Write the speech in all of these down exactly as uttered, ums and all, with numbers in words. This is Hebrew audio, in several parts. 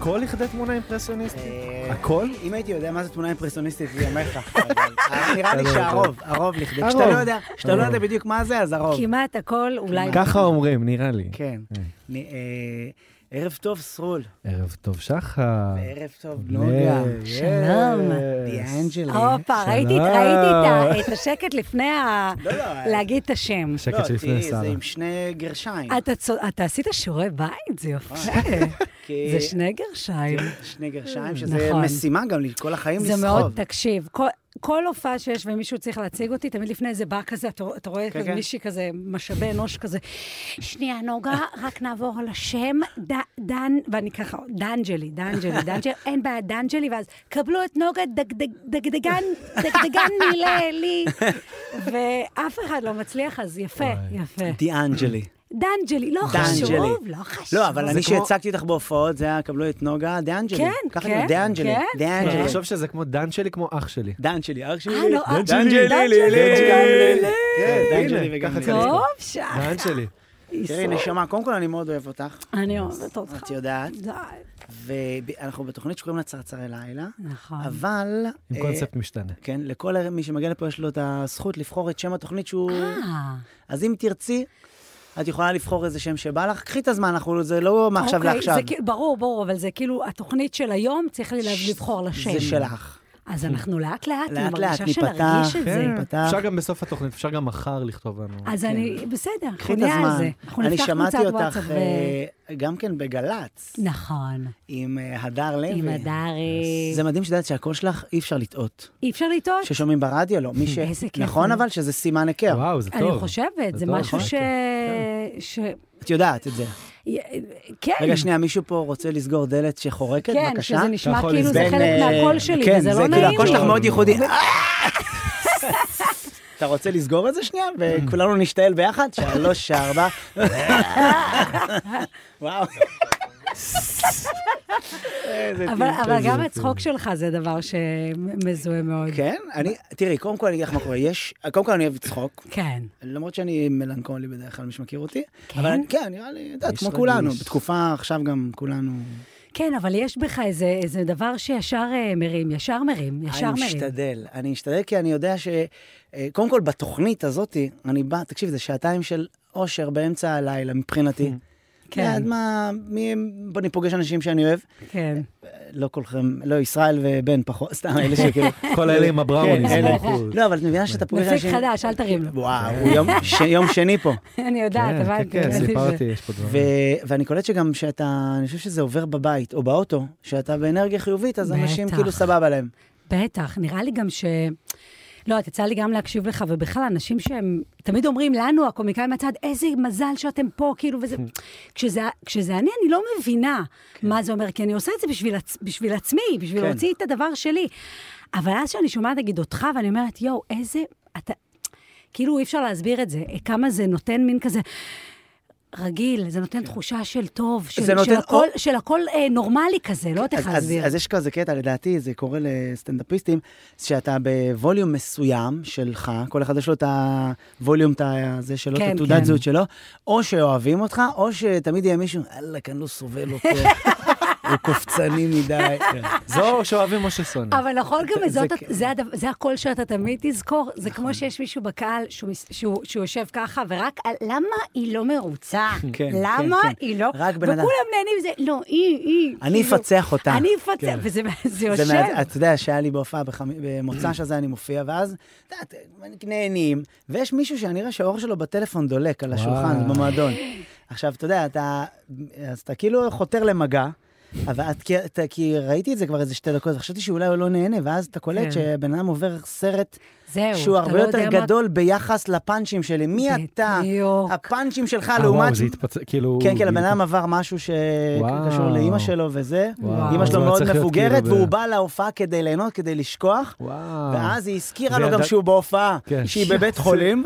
הכל לכדי תמונה אימפרסיוניסטית? הכל? אם הייתי יודע מה זה תמונה אימפרסיוניסטית, זה אומר לך. נראה לי שהרוב, הרוב לכדי. כשאתה לא יודע בדיוק מה זה, אז הרוב. כמעט הכל אולי... ככה אומרים, נראה לי. כן. ערב טוב, סרול. ערב טוב, שחר. וערב טוב, נוגה. שלום. דיאנג'לי. הופה, ראיתי את השקט לפני להגיד את השם. שקט שלפני שרה. זה עם שני גרשיים. אתה עשית שיעורי בית, זה יפה. זה שני גרשיים. שני גרשיים, שזה משימה גם לי, כל החיים לסחוב. זה מאוד, תקשיב, כל הופעה שיש ומישהו צריך להציג אותי, תמיד לפני זה בא כזה, אתה רואה מישהי כזה, משאבי אנוש כזה, שנייה, נוגה, רק נעבור על השם, דן, ואני ככה, דנג'לי, דנג'לי, דנג'לי, אין בעיה, דנג'לי, ואז קבלו את נוגה, דגדגן, דגדגן מילי, ואף אחד לא מצליח, אז יפה, יפה. דיאנג'לי. דאנג'לי, לא חשוב, לא חשוב. לא, אבל אני שהצגתי אותך בהופעות, זה היה קבלו את נוגה, דאנג'לי. כן, כן. דאנג'לי, דאנג'לי. אני חושב שזה כמו דן שלי, כמו אח שלי. דן שלי, אח שלי. אה, לא, דאנג'לי, דאנג'לי. דאנג'לי וגם לי. טוב, שעה. דן שלי. תראי, נשמה, קודם כל אני מאוד אוהב אותך. אני אוהבת אותך. את יודעת. ואנחנו בתוכנית שקוראים לה צרצרי לילה. נכון. אבל... עם קונספט משתנה. כן, לכל מי שמגיע לפה יש לו את הזכות לבחור את שם התוכנית שהוא... אז אם תרצי... את יכולה לבחור איזה שם שבא לך, קחי את הזמן, זה לא מעכשיו לעכשיו. ברור, ברור, אבל זה כאילו, התוכנית של היום צריך לי לבחור לשם. זה שלך. אז אנחנו לאט לאט, אני לאט לאט, מרגישה שנרגיש את זה. אפשר גם בסוף התוכנית, אפשר גם מחר לכתוב לנו. אז אני, בסדר, קחי את הזמן. אני שמעתי אותך ו... גם כן בגלץ. נכון. עם הדר לוי. עם הדר... זה מדהים שדעת שהקול שלך אי אפשר לטעות. אי אפשר לטעות? ששומעים ברדיו, לא. מי ש... נכון אבל שזה סימן היכר. וואו, זה טוב. אני חושבת, זה משהו ש... את יודעת את זה. כן. רגע, שנייה, מישהו פה רוצה לסגור דלת שחורקת, כן, בבקשה? כן, שזה נשמע כאילו זה חלק מהקול שלי, וזה לא נעים. כן, הקול שלך מאוד ייחודי. אתה רוצה לסגור את זה שנייה? וכולנו נשתעל ביחד? שלוש, ארבע. וואו. אבל גם הצחוק שלך זה דבר שמזוהה מאוד. כן? אני, תראי, קודם כל אני אגיד לך מה קורה, יש, קודם כל אני אוהב צחוק. כן. למרות שאני מלנכולי בדרך כלל, מי שמכיר אותי. אבל כן, נראה לי, יודעת, כמו כולנו, בתקופה עכשיו גם כולנו... כן, אבל יש בך איזה, איזה דבר שישר מרים, ישר מרים, ישר מרים. אני משתדל, אני משתדל כי אני יודע ש... קודם כל בתוכנית הזאת, אני בא, תקשיב, זה שעתיים של אושר באמצע הלילה מבחינתי. כן. מה, מי, בוא נפוגש אנשים שאני אוהב. כן. לא כולכם, לא, ישראל ובן פחות, סתם, אלה שכאילו. כל האלה עם הבראוניז. לא, אבל את מבינה שאתה פוגש אנשים... מפיק חדש, אל תרים לו. וואו, יום שני פה. אני יודעת, הבנתי. כן, כן, סיפרתי, יש פה דברים. ואני קולט שגם שאתה, אני חושב שזה עובר בבית או באוטו, שאתה באנרגיה חיובית, אז אנשים כאילו סבבה להם. בטח, נראה לי גם ש... לא, את יצא לי גם להקשיב לך, ובכלל, אנשים שהם תמיד אומרים לנו, הקומיקאים מהצד, איזה מזל שאתם פה, כאילו, וזה... כשזה, כשזה אני, אני לא מבינה מה זה אומר, כי אני עושה את זה בשביל, בשביל עצמי, בשביל להוציא את הדבר שלי. אבל אז שאני שומעת, נגיד, אותך, ואני אומרת, יואו, איזה... אתה... כאילו, אי אפשר להסביר את זה, כמה זה נותן מין כזה... רגיל, זה נותן תחושה של טוב, של, נותן... של, הכל, או... של הכל אה, נורמלי כזה, לא תכף להסביר. אז, אז יש כזה קטע, לדעתי, זה קורה לסטנדאפיסטים, שאתה בווליום מסוים שלך, כל אחד יש לו את הווליום הזה שלו, כן, את התעודת כן. זהות שלו, או שאוהבים אותך, או שתמיד יהיה מישהו, אללה, כאן לא סובל אותו. הוא קופצני מדי. זו שאוהבים או ששונאים. אבל נכון גם, זה הקול שאתה תמיד תזכור, זה כמו שיש מישהו בקהל שהוא יושב ככה, ורק למה היא לא מרוצה? למה היא לא... וכולם נהנים מזה, לא, היא, היא. אני אפצח אותה. אני אפצח, וזה יושב. אתה יודע, שהיה לי בהופעה, במוצא שזה אני מופיע, ואז, נהנים, ויש מישהו שאני רואה שהאור שלו בטלפון דולק על השולחן, במועדון. עכשיו, אתה יודע, אתה כאילו חותר למגע, אבל את, כי ראיתי את זה כבר איזה שתי דקות, וחשבתי שאולי הוא לא נהנה, ואז אתה קולט שבן אדם עובר סרט שהוא הרבה יותר גדול ביחס לפאנצ'ים שלי. מי אתה? הפאנצ'ים שלך לעומת... כן, כן, הבן אדם עבר משהו שקשור לאמא שלו וזה. אמא שלו מאוד מבוגרת, והוא בא להופעה כדי ליהנות, כדי לשכוח, ואז היא הזכירה לו גם שהוא בהופעה, שהיא בבית חולים.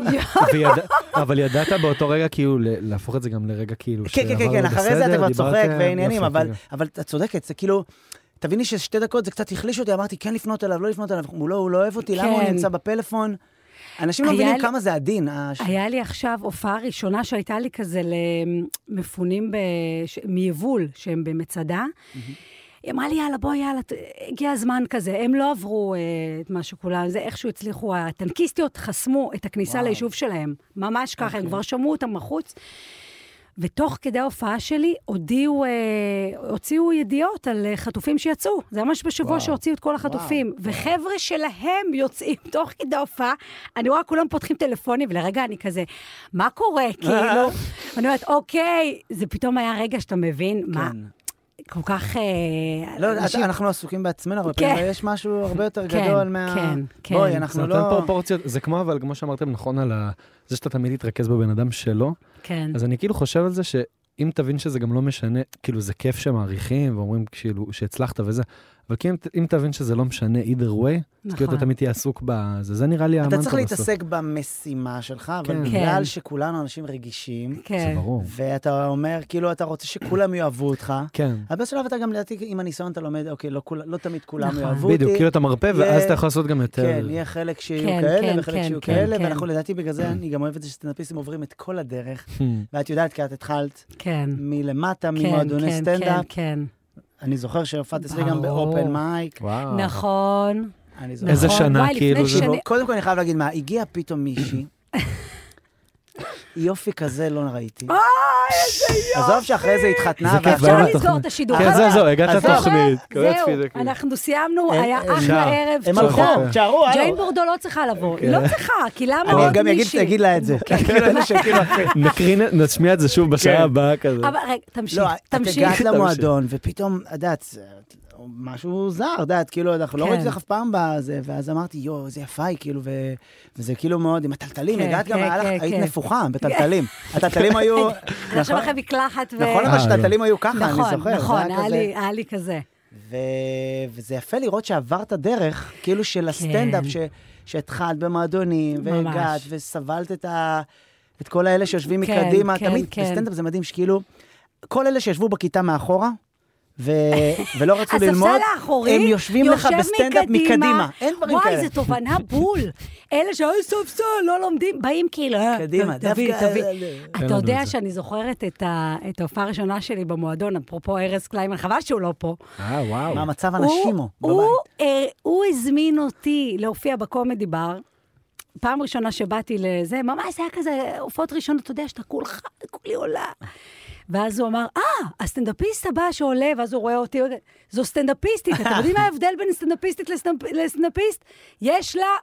אבל ידעת באותו רגע כאילו, להפוך את זה גם לרגע כאילו... כן, כן, כן, אחרי זה אתה כבר צוחק ועניינים, אבל את צודקת, זה כאילו... תביני ששתי דקות זה קצת החליש אותי, אמרתי, כן לפנות אליו, לא לפנות אליו, הוא לא, הוא לא אוהב אותי, למה הוא נמצא בפלאפון? אנשים לא מבינים כמה זה עדין. היה לי עכשיו הופעה ראשונה שהייתה לי כזה למפונים מיבול, שהם במצדה, היא אמרה לי, יאללה, בואי, יאללה, הגיע הזמן כזה. הם לא עברו אה, את מה שכולם, זה איכשהו הצליחו, הטנקיסטיות חסמו את הכניסה וואו. ליישוב שלהם. ממש ככה, okay. הם כבר שמעו אותם מחוץ. ותוך כדי ההופעה שלי, הודיעו, אה, הוציאו ידיעות על אה, חטופים שיצאו. זה ממש בשבוע וואו. שהוציאו את כל החטופים. וואו. וחבר'ה שלהם יוצאים תוך כדי ההופעה, אני רואה כולם פותחים טלפונים, ולרגע אני כזה, מה קורה? כאילו, אני אומרת, אוקיי, זה פתאום היה רגע שאתה מבין, כן. מה... כל כך... לא, אנחנו עסוקים בעצמנו, אבל יש משהו הרבה יותר גדול מה... כן, כן. בואי, אנחנו לא... זה נותן פרופורציות, זה כמו, אבל כמו שאמרתם נכון על זה שאתה תמיד תתרכז בבן אדם שלו, כן. אז אני כאילו חושב על זה שאם תבין שזה גם לא משנה, כאילו זה כיף שמעריכים ואומרים כאילו שהצלחת וזה, אבל אם תבין שזה לא משנה either way, אז כאילו אתה תמיד תהיה עסוק בזה, זה נראה לי אתה צריך להתעסק במשימה שלך, אבל בגלל שכולנו אנשים רגישים, זה ברור. ואתה אומר, כאילו אתה רוצה שכולם יאהבו אותך, כן. אבל בשלב אתה גם לדעתי, עם הניסיון אתה לומד, אוקיי, לא תמיד כולם יאהבו אותי. בדיוק, כאילו אתה מרפא, ואז אתה יכול לעשות גם יותר... כן, יהיה חלק שיהיו כאלה, וחלק שיהיו כאלה, ואנחנו לדעתי בגלל זה, אני גם אוהב את זה שסטנדאפיסטים עוברים את כל הדרך, ואת יודעת, כי את התחלת מלמטה, ממועדוני סטנדאפ. אני זוכר שהופעת אצלי גם באופן מייק. נכון. איזה שנה כאילו זה... קודם כל אני חייב להגיד מה, הגיע פתאום מישהי, יופי כזה לא ראיתי. אוי, איזה יופי! עזוב שאחרי זה התחתנה. אפשר לסגור את השידור. כן, זהו, זהו, הגעת לתוכנית. זהו, אנחנו סיימנו, היה אחלה ערב. הם הלכו, שערו, הלו. ג'יין בורדו לא צריכה לבוא, היא לא צריכה, כי למה עוד אני מישהי? גם אגיד לה את זה. נשמיע את זה שוב בשעה הבאה כזה. אבל רגע, תמשיך, תמשיך. את הגעת למועדון, ופתאום, יודעת, משהו זר, יודעת, כאילו, אנחנו לא ראיתי לך אף פעם בזה, ואז אמרתי, יו, זה יפה היא, כאילו, וזה כאילו מאוד, עם הטלטלים, הגעת גם, היית נפוחה בטלטלים. הטלטלים היו... אני חושב לכם מקלחת ו... נכון, אבל שהטלטלים היו ככה, אני זוכר. נכון, נכון, היה לי כזה. וזה יפה לראות שעברת דרך, כאילו של הסטנדאפ, שהתחלת במועדונים, והגעת, וסבלת את כל האלה שיושבים מקדימה, תמיד בסטנדאפ זה מדהים שכאילו, כל אלה שישבו בכיתה מאחורה, ולא רצו ללמוד, הם יושבים לך בסטנדאפ מקדימה. אין דברים כאלה. וואי, זה תובנה בול. אלה שהיו סוף סוף לא לומדים, באים כאילו, קדימה, תביא, תביא. אתה יודע שאני זוכרת את ההופעה הראשונה שלי במועדון, אפרופו ארז קליימן, חבל שהוא לא פה. אה, וואו. מה המצב אנשים בבית? הוא הזמין אותי להופיע בקומדי בר, פעם ראשונה שבאתי לזה, ממש זה היה כזה הופעות ראשונות, אתה יודע שאתה כולך, כולי עולה. ואז הוא אמר, אה, הסטנדאפיסט הבא שעולה, ואז הוא רואה אותי, זו סטנדאפיסטית, אתם יודעים מה ההבדל בין סטנדאפיסטית לסטנדאפיסט? יש לה...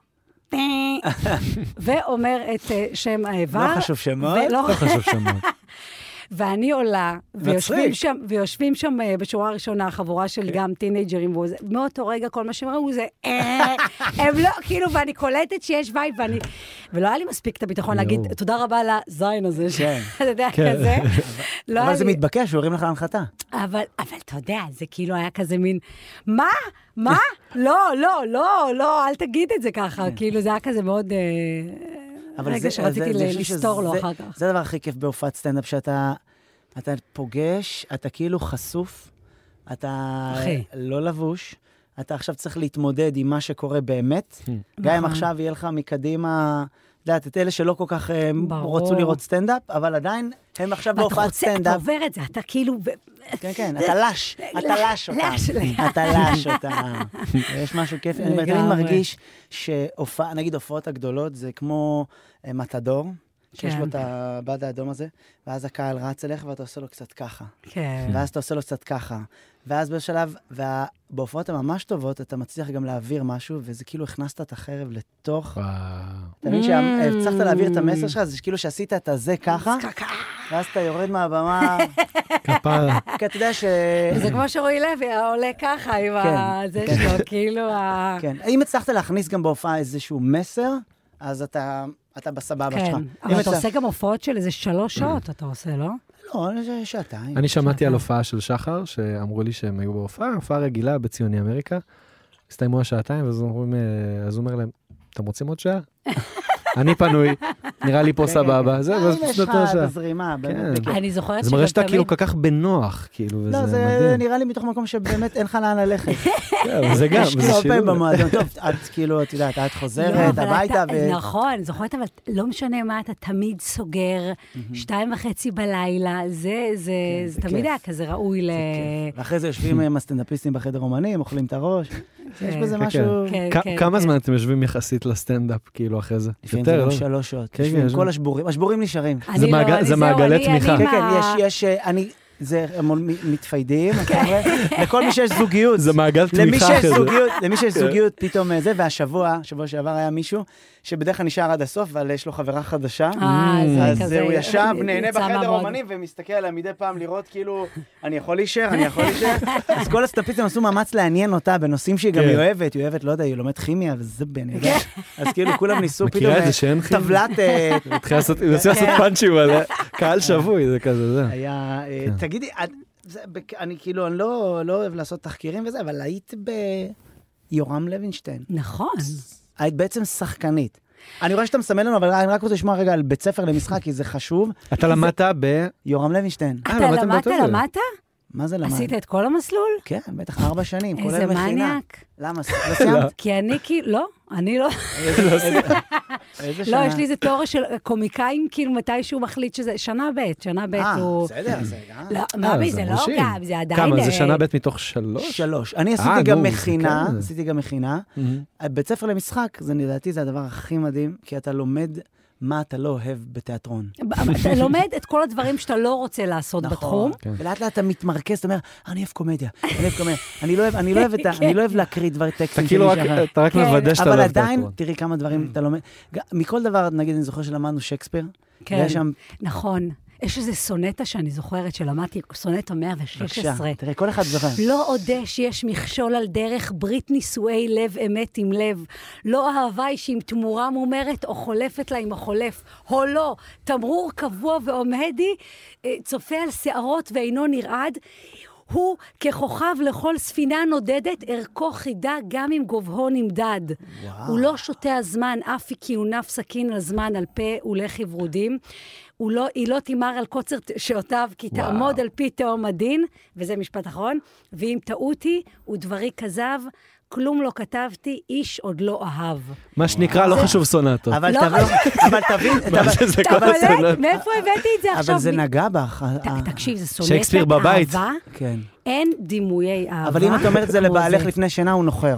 ואומר את שם האיבר. לא חשוב שמות? לא חשוב שמות. ואני עולה, ויושבים שם, ויושבים שם בשורה הראשונה, חבורה של גם טינג'רים, ומאותו רגע כל מה שהם ראו זה, הם לא, כאילו, ואני קולטת שיש וייב, ואני, ולא היה לי מספיק את הביטחון להגיד, תודה רבה לזין הזה, אתה יודע, כזה. אבל זה מתבקש, הוא הרים לך להנחתה. אבל, אבל אתה יודע, זה כאילו היה כזה מין, מה? מה? לא, לא, לא, לא, אל תגיד את זה ככה, כאילו, זה היה כזה מאוד... רגע שרציתי לסתור לו אחר כך. זה הדבר הכי כיף בהופעת סטנדאפ, שאתה פוגש, אתה כאילו חשוף, אתה לא לבוש, אתה עכשיו צריך להתמודד עם מה שקורה באמת, גם אם עכשיו יהיה לך מקדימה, יודעת, את אלה שלא כל כך רוצו לראות סטנדאפ, אבל עדיין הם עכשיו בהופעת סטנדאפ. אתה עובר את זה, אתה כאילו... כן, כן, אתה לש, אתה לש אותה. אתה לש אותה. יש משהו כיף. אני תמיד מרגיש שהופעה, נגיד הופעות הגדולות, זה כמו מתדור, שיש לו את הבד האדום הזה, ואז הקהל רץ אליך ואתה עושה לו קצת ככה. כן. ואז אתה עושה לו קצת ככה. ואז בשלב, ובהופעות הממש טובות, אתה מצליח גם להעביר משהו, וזה כאילו הכנסת את החרב לתוך... אתה מבין שהצלחת להעביר את המסר שלך, זה כאילו שעשית את הזה ככה, ואז אתה יורד מהבמה... כפרה. כי אתה יודע ש... זה כמו שרועי לוי, עולה ככה עם זה שלו, כאילו... כן. אם הצלחת להכניס גם בהופעה איזשהו מסר, אז אתה... אתה בסבבה שלך. כן, אבל אתה עושה גם הופעות של איזה שלוש שעות, אתה עושה, לא? לא, זה שעתיים. אני שמעתי על הופעה של שחר, שאמרו לי שהם היו בהופעה, הופעה רגילה בציוני אמריקה, הסתיימו השעתיים, אז הוא אומר להם, אתם רוצים עוד שעה? אני פנוי. נראה לי פה סבבה. זה יש לך את הזרימה, באמת. אני זוכרת זה מראה שאתה כאילו כל כך בנוח, כאילו, וזה מדהים. לא, זה נראה לי מתוך מקום שבאמת אין לך לאן ללכת. זה גם, זה שילוב. פעמים במועדון, טוב, את כאילו, את יודעת, את חוזרת הביתה. נכון, זוכרת, אבל לא משנה מה, אתה תמיד סוגר, שתיים וחצי בלילה, זה תמיד היה כזה ראוי ל... ואחרי זה יושבים עם הסטנדאפיסטים בחדר אומנים, אוכלים את הראש. יש בזה משהו... כמה זמן אתם יושבים יחסית לסטנדאפ, כאילו, אחרי זה? יותר, לא? שלוש שעות. יושבים כל השבורים. השבורים נשארים. זה מעגלי תמיכה. כן, כן, יש... אני... זה מתפיידים, לכל מי שיש זוגיות. זה מעגל תמיכה כזה. למי שיש זוגיות, פתאום זה, והשבוע, שבוע שעבר היה מישהו, שבדרך כלל נשאר עד הסוף, אבל יש לו חברה חדשה. אז הוא ישב, נהנה בחדר אומנים, ומסתכל עליה מדי פעם לראות כאילו, אני יכול להישאר, אני יכול להישאר. אז כל הסטנדאפיסטים עשו מאמץ לעניין אותה, בנושאים שהיא גם אוהבת, היא אוהבת, לא יודע, היא לומדת כימיה, וזה בני. אז כאילו כולם ניסו פתאום טבלת... הוא עושה לעשות פאנצ'ים על קהל שבוי, זה כזה, זה. היה... תגידי, אני כאילו, אני לא אוהב לעשות תחקירים וזה, אבל היית ביורם לוינשטיין. נכון. היית בעצם שחקנית. אני רואה שאתה מסמל לנו, אבל אני רק רוצה לשמוע רגע על בית ספר למשחק, כי זה חשוב. אתה למדת ב... יורם לוינשטיין. אתה למדת, למדת? מה זה למד? עשית את כל המסלול? כן, בטח ארבע שנים, כולל מכינה. איזה מניאק. למה? לא סיימת? כי אני כאילו, לא, אני לא. איזה שנה? לא, יש לי איזה תיאוריה של קומיקאים, כאילו מתישהו מחליט שזה שנה ב', שנה ב' הוא... אה, בסדר, זה גם. לא, מה, זה לא גם, זה עדיין... כמה, זה שנה ב' מתוך שלוש? שלוש. אני עשיתי גם מכינה, עשיתי גם מכינה. בית ספר למשחק, זה לדעתי, זה הדבר הכי מדהים, כי אתה לומד מה אתה לא אוהב בתיאטרון. אתה לומד את כל הדברים שאתה לא רוצה לעשות בתחום. ולאט לאט אתה מתמרכז, אתה אומר, אני אוהב קומדיה, אני אוהב קומדיה. אני לא אוהב להקריא דבר טקסטים. אתה רק מוודא שאתה לא אוהב תיאטרון. אבל עדיין, תראי כמה דברים אתה לומד. מכל דבר, נגיד, אני זוכר שלמדנו שייקספיר. כן, נכון. יש איזו סונטה שאני זוכרת, שלמדתי, סונטה מאה ושש עשרה. בבקשה, תראה, כל אחד זוכר. לא אודה שיש מכשול על דרך ברית נישואי לב אמת עם לב. לא אהבה היא שעם תמורה מומרת, או חולפת לה עם החולף. או לא, תמרור קבוע ועומדי, צופה על שערות ואינו נרעד. הוא ככוכב לכל ספינה נודדת, ערכו חידה גם אם גובהו נמדד. וואו. הוא לא שותה הזמן, אף כי הוא נף סכין על זמן, על פה ולחי ורודים. לא, היא לא תימר על קוצר שעותיו, כי וואו. תעמוד על פי תאום הדין, וזה משפט אחרון, ואם טעותי, ודברי כזב, כלום לא כתבתי, איש עוד לא אהב. מה שנקרא, לא חשוב סונטות. אבל תבין, מאיפה הבאתי את זה עכשיו? אבל זה נגע בך. תקשיב, זה סונטת שייקספיר בבית. אהבה. כן. אין דימויי אהבה. אבל אם את אומרת זה לבעלך לפני שינה, הוא נוחר.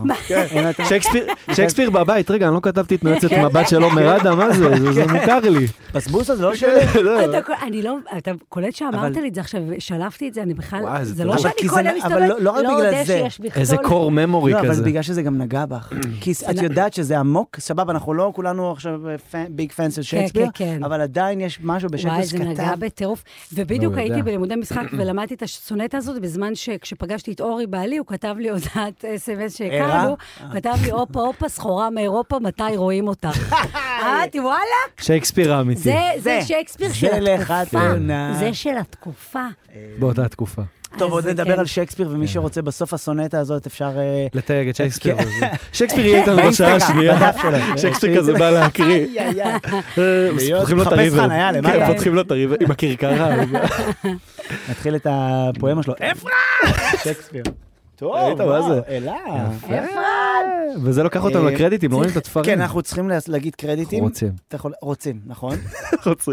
שייקספיר בבית, רגע, אני לא כתבתי את נועצת מבט שלו מרדה, מה זה? זה מוכר לי. בסבוס הזה לא שלי. אני לא, אתה קולט שאמרת לי את זה עכשיו, שלפתי את זה, אני בכלל, זה לא שאני כל היום מסתובבת, אבל לא רק בגלל זה. איזה קור ממורי כזה. לא, אבל בגלל שזה גם נגע בך. כי את יודעת שזה עמוק, סבבה, אנחנו לא כולנו עכשיו ביג פאנס של שייקספיר, אבל עדיין יש משהו בשייקספיר קטן. וואי, זה נגע בטירוף. ובדיוק הייתי בלימודי משחק ולמדתי את הסונטה הזאת בזמן שכשפגשתי את אורי בעלי, הוא כתב לי הודעת אס אם אס שהכרנו, כתב לי, אופה, אופה, סחורה מאירופה, מתי רואים אותה. אמרתי, וואלה. שייקספיר האמיתי. זה שייקספיר של התקופה. זה של התקופה. באותה תקופה. טוב, עוד נדבר על שייקספיר, ומי שרוצה בסוף הסונטה הזאת אפשר... לתייג את שייקספיר. שייקספיר יהיה איתנו בשעה השנייה. שייקספיר כזה בא להקריא. פותחים לו את הריבר. כן, פותחים לו את הריבר עם הקרקרה. נתחיל את הפואמה שלו. אפרת! שייקספיר. טוב, אלה. אפרת! וזה לוקח אותנו לקרדיטים, לא רואים את התפרים. כן, אנחנו צריכים להגיד קרדיטים. רוצים. רוצים, נכון? רוצים.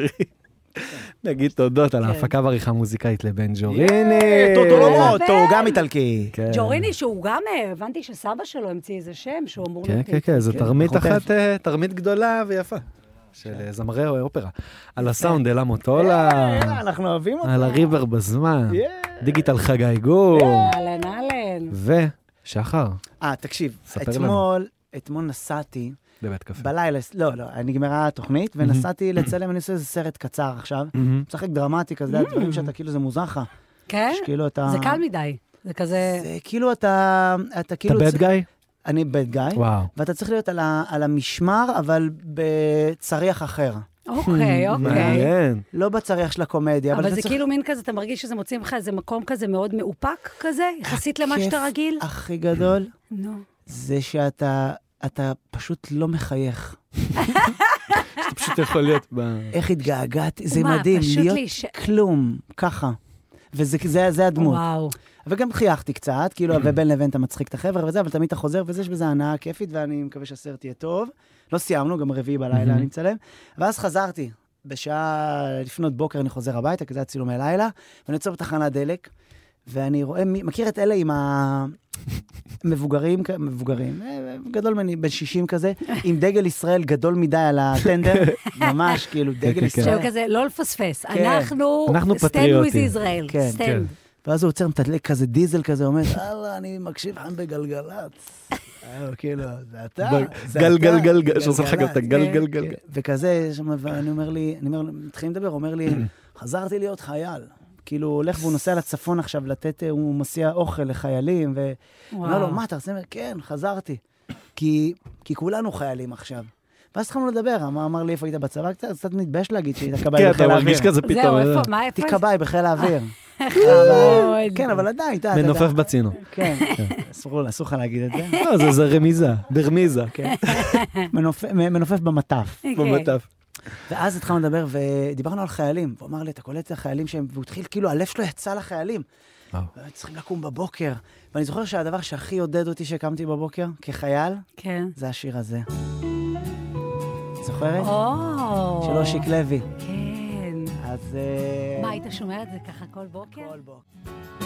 נגיד תודות על ההפקה ועריכה מוזיקאית לבן ג'וריני. טוטולומוטו, הוא גם איטלקי. ג'וריני, שהוא גם, הבנתי שסבא שלו המציא איזה שם, שהוא אמור... כן, כן, כן, זו תרמית אחת, תרמית גדולה ויפה. של זמרי אופרה. על הסאונד אלה מוטולה. אנחנו אוהבים אותה. על הריבר בזמן. דיגיטל חגי גור. אהלן, אהלן. ושחר. אה, תקשיב, אתמול, אתמול נסעתי, בבית קפה. בלילה, לא, לא, נגמרה התוכנית, ונסעתי לצלם, אני עושה איזה סרט קצר עכשיו, משחק דרמטי כזה, הדברים שאתה כאילו, זה מוזר לך. כן? זה קל מדי. זה כזה... זה כאילו אתה... אתה כאילו... אתה בד גאי? אני בד גאי. וואו. ואתה צריך להיות על המשמר, אבל בצריח אחר. אוקיי, אוקיי. מעניין. לא בצריח של הקומדיה. אבל זה כאילו מין כזה, אתה מרגיש שזה מוצאים לך איזה מקום כזה מאוד מאופק כזה, יחסית למה שאתה רגיל? הכי גדול, נו. זה שאתה... אתה פשוט לא מחייך. שאתה פשוט יכול להיות ב... איך התגעגעתי, זה מדהים, להיות כלום, ככה. וזה הדמות. וואו. וגם חייכתי קצת, כאילו, ובין לבין אתה מצחיק את החבר'ה וזה, אבל תמיד אתה חוזר, וזה שבזה הנאה כיפית, ואני מקווה שהסרט יהיה טוב. לא סיימנו, גם רביעי בלילה אני מצלם. ואז חזרתי. בשעה לפנות בוקר אני חוזר הביתה, כי זה היה צילומי לילה, ואני יוצא בתחנת דלק, ואני רואה, מכיר את אלה עם המבוגרים, מבוגרים, גדול מני, בן שישים כזה, עם דגל ישראל גדול מדי על הטנדר, ממש כאילו דגל ישראל. שהוא כזה, לא לפספס, אנחנו פטריוטים. stand with Israel, stand. ואז הוא יוצר מתדלק כזה דיזל כזה, אומר, אללה, אני מקשיב לכם בגלגלץ. כאילו, זה אתה, זה אתה. גל, גל, גל, גל, שעושה לך גם את הגל, גל, גל. וכזה, ואני אומר לי, אני אומר, מתחילים לדבר, אומר לי, חזרתי להיות חייל. כאילו, הולך והוא נוסע לצפון עכשיו לתת, הוא מסיע אוכל לחיילים, ואומר לו, מה, אתה רוצה? כן, חזרתי. כי כולנו חיילים עכשיו. ואז התחלנו לדבר, אמר לי, איפה היית בצבא? קצת מתבייש להגיד שהיית כבאי בחיל האוויר. כן, אתה מרגיש כזה פתאום. זהו, איפה, מה איפה? הייתי כבאי בחיל האוויר. כן, אבל עדיין, אתה יודע. מנופף בצינו. כן, אסור לך להגיד את זה. לא, זה רמיזה, ברמיזה. מנופף במטף. במטף. ואז התחלנו לדבר, ודיברנו על חיילים. והוא אמר לי, אתה קולט את החיילים שהם, והוא התחיל, כאילו, הלב שלו יצא לחיילים. צריכים לקום בבוקר. ואני זוכר שהדבר שהכי עודד אותי שהקמתי בבוקר, כחייל, זה השיר הזה. זוכרת? של אושיק לוי. כן. אז... מה, היית שומע את זה ככה כל בוקר? כל בוקר.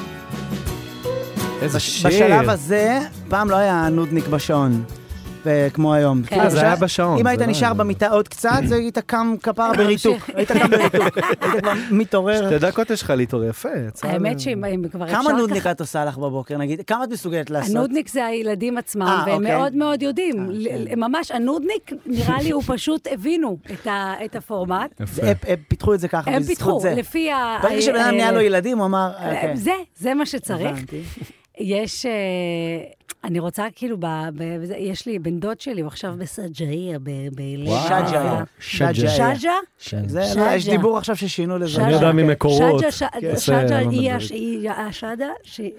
איזה שיר. בשלב הזה, פעם לא היה נודניק בשעון. כמו היום. זה היה בשעון. אם היית נשאר במיטה עוד קצת, זה היית קם כפר בריתוק. היית קם בריתוק. היית כבר מתעורר. שתי דקות יש לך להתעורר יפה. האמת שאם כבר אפשר ככה... כמה נודניק את עושה לך בבוקר, נגיד? כמה את מסוגלת לעשות? הנודניק זה הילדים עצמם, והם מאוד מאוד יודעים. ממש, הנודניק, נראה לי, הוא פשוט הבינו את הפורמט. הם פיתחו את זה ככה, הם פיתחו, לפי ה... ברגע שבן נהיה לו ילדים, הוא אמר... זה, זה מה שצריך. יש... אני רוצה כאילו, יש לי בן דוד שלי, הוא עכשיו בסג'איר, שג'ה. שג'ה? שג'ה? יש דיבור עכשיו ששינו לזה. אני יודע ממקורות. שג'ה היא השדה,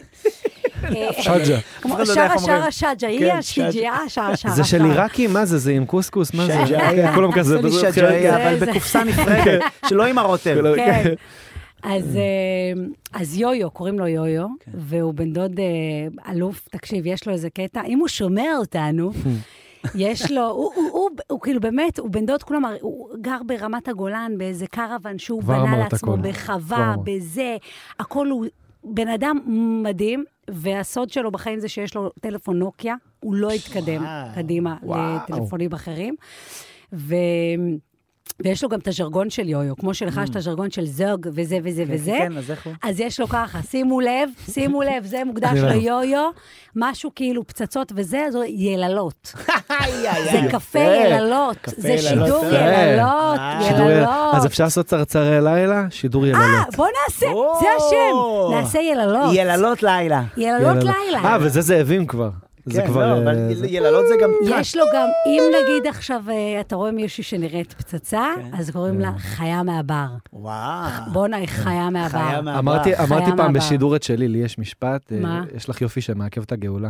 שג'ה. שרה שרה שג'ה, היא השג'ה, שרה שרה. זה של עיראקי? מה זה? זה עם קוסקוס? מה זה? כולם כזה. אבל בקופסה נפרדת, שלא עם הרוטב. כן. אז, אז יויו, קוראים לו יויו, והוא בן דוד אלוף, תקשיב, יש לו איזה קטע, אם הוא שומע אותנו, יש לו, הוא, הוא, הוא, הוא כאילו באמת, הוא בן דוד, כולם, הוא גר ברמת הגולן, באיזה קרוון שהוא בנה לעצמו, בחווה, בזה, הכל הוא בן אדם מדהים, והסוד שלו בחיים זה שיש לו טלפון נוקיה, הוא לא התקדם קדימה לטלפונים אחרים, ו... ויש לו גם את הז'רגון של יויו, כמו שלך יש את הז'רגון של זוג וזה וזה וזה. כן, אז איך הוא? אז יש לו ככה, שימו לב, שימו לב, זה מוקדש ליויו, משהו כאילו פצצות וזה, זו יללות. זה קפה יללות, זה שידור יללות, יללות. אז אפשר לעשות צרצרי לילה? שידור יללות. אה, בוא נעשה, זה השם, נעשה יללות. יללות לילה. יללות לילה. אה, וזה זאבים כבר. זה כן, כבר... לא, אבל יללות זה גם... יש לו גם, אם נגיד עכשיו, אתה רואה מישהו שנראית פצצה, אז קוראים לה חיה מהבר. וואו. בונה, היא חיה מהבר. אמרתי פעם בשידור את שלי, לי יש משפט, יש לך יופי שמעכב את הגאולה.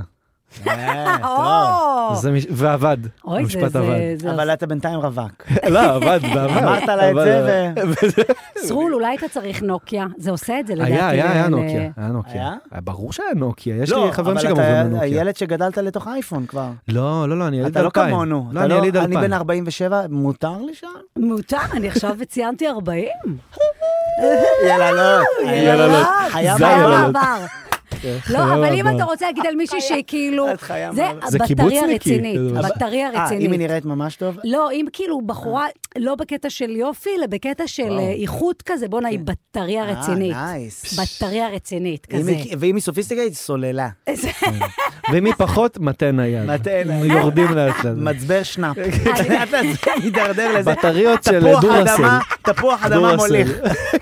ועבד, המשפט עבד. אבל אתה בינתיים רווק. לא, עבד, ועבד. אמרת לה את זה ו... סרול, אולי אתה צריך נוקיה, זה עושה את זה לדעתי. היה, היה, היה נוקיה, היה נוקיה. ברור שהיה נוקיה, יש לי חברים שגם עוברים לנוקיה. הילד שגדלת לתוך אייפון כבר. לא, לא, לא, אני יליד אלפיים. אתה לא כמונו. לא, אני יליד אלפיים. אני בן ארבעים ושבע, מותר לי שם? מותר, אני עכשיו וציינתי ארבעים. יללות. יללות. חיה מעבר. לא, אבל אם אתה רוצה להגיד על מישהי שכאילו, זה בטריה רצינית, בטריה רצינית. אם היא נראית ממש טוב? לא, אם כאילו בחורה, לא בקטע של יופי, אלא בקטע של איכות כזה, בוא נהי בטריה רצינית. בטריה רצינית, כזה. ואם היא סופיסטיקאית, סוללה. ואם היא פחות, מתן היד. מתן היד. יורדים לאט לאט. מצבר שנאפ. אתה מתדרדר לזה. בטריות של דורסל. תפוח אדמה מוליך.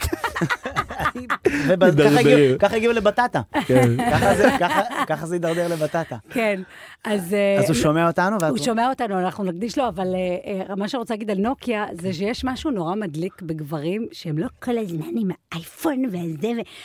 וככה הגיעו לבטטה. ככה זה ידרדר לבטטה. כן. אז הוא שומע אותנו? הוא שומע אותנו, אנחנו נקדיש לו, אבל מה שאני רוצה להגיד על נוקיה, זה שיש משהו נורא מדליק בגברים, שהם לא כל הזמן עם האייפון וזה,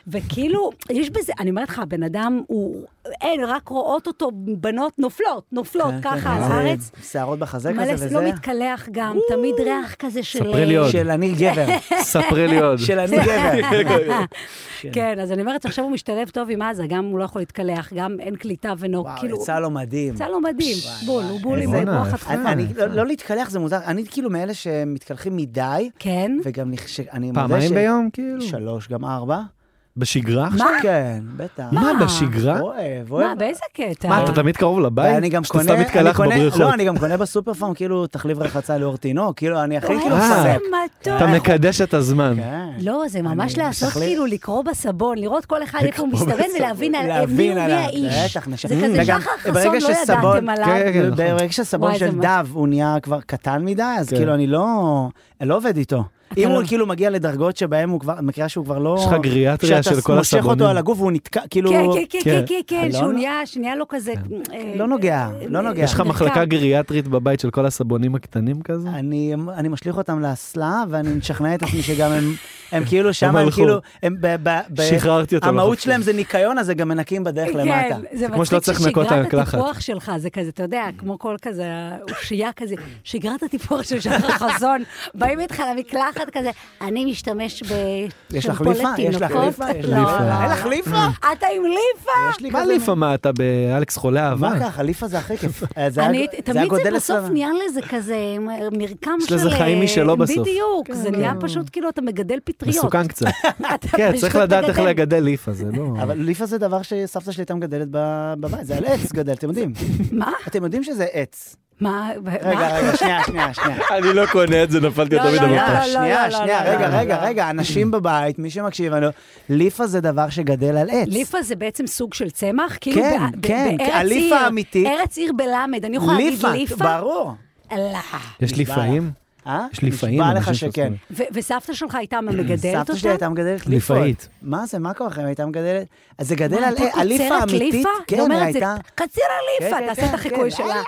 וכאילו, יש בזה, אני אומרת לך, הבן אדם הוא, אין, רק רואות אותו, בנות נופלות, נופלות, ככה, אז הארץ. שערות בחזה כזה וזה. מלא לא מתקלח גם, תמיד ריח כזה של... ספרי לי עוד. של אני גבר. ספרי לי עוד. של אני גבר. כן, אז אני אומרת, עכשיו הוא משתלב טוב עם עזה, גם הוא לא יכול להתקלח, גם אין קליטה ונוק, כאילו... וואו, יצא לו מדהים. יצא לו מדהים, בול, הוא בול עם רוח התחומה. לא להתקלח זה מוזר, אני כאילו מאלה שמתקלחים מדי, כן. וגם אני מודה ש... פעמיים ביום, כאילו? שלוש, גם ארבע. בשגרה? מה? כן, בטח. מה, בשגרה? אוהב, אוהב. מה, באיזה קטע? מה, אתה תמיד קרוב לבית? ואני גם שאתה קונה... סתם מתקלח אני קונה- בבריכות. לא, אני גם קונה בסופר פארם, כאילו, תחליב רחצה לאור תינוק, כאילו, אני הכי כאילו אה. מספק. מתוק. אתה מקדש את הזמן. כן. לא, זה ממש אני לעשות תחליט. כאילו, לקרוא בסבון, לראות כל אחד איפה הוא מסתובן ולהבין על- להבין מי הוא מי עליו, האיש. בטח, נשב. זה כזה וגם, שחר ברגע חסון, לא שסבון- ידעתם עליו. כן, כן, נכון. ברגע שסבון וואי, של זה דב, הוא נהיה כבר קטן מדי, אז כן. כאילו, אני לא... אני לא עובד איתו. אם לא- הוא כאילו מגיע לדרגות שבהם הוא כבר, מכירה שהוא כבר לא... יש לך גריאטריה של כל שאתה מושך אותו הסבונים. על הגוף והוא נתקע, כאילו... כן, כן, כן, כן, כן, כן, לא, שהוא לא. נהיה, שנהיה לו כזה... אה, לא נוגע, לא נוגע. יש לך דקה. מחלקה גריאטרית בבית של כל הסבונים הקטנים כזה? אני, אני משליך אותם לאסלה, ואני משכנע את עצמי שגם הם, הם כאילו שם, הם הלכו. כאילו, הם ב... ב, ב שחררתי אותו המהות לחופשי. שלהם זה ניקיון, אז הם גם מנקים בדרך למטה. כן, זה כמו שלא מצחיק צריך לנקות את ששגרת המקלחת. הטיפוח שלך, זה כזה, אתה יודע, כמו כל כזה, אושייה כזה, שגרת הטיפוח של שחר חסון, באים איתך למקלחת כזה, אני משתמש ב... יש של לך פה ליפה? יש לך לתינוקות. ליפה? יש לך לא, ליפה? לא, אין לך לא. ליפה? אתה עם ליפה? יש לי מה כזה- ליפה, מה, אתה באלכס חולה אהבה? מה ככה? ליפה זה הכי כיף. אה, זה אני, היה- זה היה תמיד גודל זה בסוף אצלנו. נהיה לזה כזה מרקם יש של... לזה חיים משלו בסוף. בדיוק, זה נהיה פשוט כאילו אתה מגדל פטריות. מסוכן קצת. אתה כן, פשוט צריך לדעת איך מגדל. לגדל ליפה, זה לא... אבל ליפה זה דבר שסבתא שלי הייתה מגדלת ב- בבית, זה על עץ גדל, אתם יודעים. מה? אתם יודעים שזה עץ. מה? רגע, רגע, שנייה, שנייה, שנייה. אני לא קונה את זה, נפלתי לא, תמיד לא, במטה. לא, שנייה, לא, שנייה, לא, רגע, לא, רגע, לא. רגע, אנשים בבית, מי שמקשיב, אני לא- ליפה זה דבר שגדל על עץ. ליפה זה בעצם סוג של צמח? כאילו כן, ב- ב- כן, בארץ הליפה עיר- האמיתית. ארץ עיר בלמד, אני יכולה להגיד ליפה, ליפה? ברור. אללה. יש נשבע ליפאים? אה? יש ליפאים? נשבע לך אנשים שכן. שעושים- ו- וסבתא שלך הייתה מגדלת אותה? סבתא שלי הייתה מגדלת ליפות. ליפאית. מה זה, מה קורה לכם? הייתה מגדלת? אז זה גדל מה, על הייתה הליפה קוצרת האמיתית. ליפה? כן, היא אומרת, הייתה... זה קציר הליפה, כן, תעשה כן, את החיקוי כן. שלה.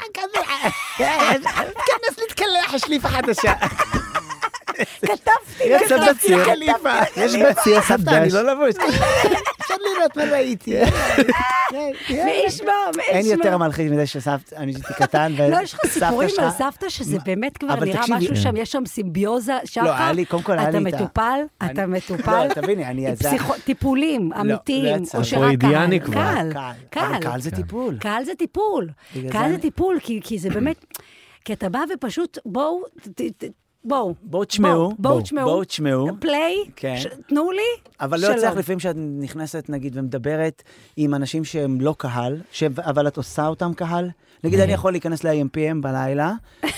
כנס להתקלח, יש ליפה חדשה. כתבתי יש לך. בציר ליפה. יש בציר סבתא, אני לא לבוש. אפשר לראות מה ראיתי. מי ישמע, מי אין ישמע. יותר מלחיץ מזה שסבתא, אני הייתי קטן, לא, יש לך וסבתא סיפורים שלך- על סבתא שזה באמת כבר אבל נראה תקשיבי, משהו כן. שם, יש שם סימביוזה, שחר. לא, היה לי, קודם כל היה אתה לי את ה- מטופל, אתה אני- מטופל. לא, תביני, אני... זה- פסיכו- טיפולים אמיתיים, יצא. או שרק פרוידיאני קהל. כבר. קהל, קהל. אבל קהל. קהל זה טיפול. קהל זה טיפול. בגלל קהל זה זה אני- טיפול, כי כי זה באמת... כי אתה בא ופשוט, בואו, ת- ת- בואו. בואו תשמעו. בואו תשמעו. בואו תשמעו. פליי, כן. ש- תנו לי, אבל לא שלום. יוצא לך לפעמים שאת נכנסת, נגיד, ומדברת עם אנשים שהם לא קהל, ש... אבל את עושה אותם קהל. נגיד, אני יכול להיכנס ל-איי אם פי אם בלילה,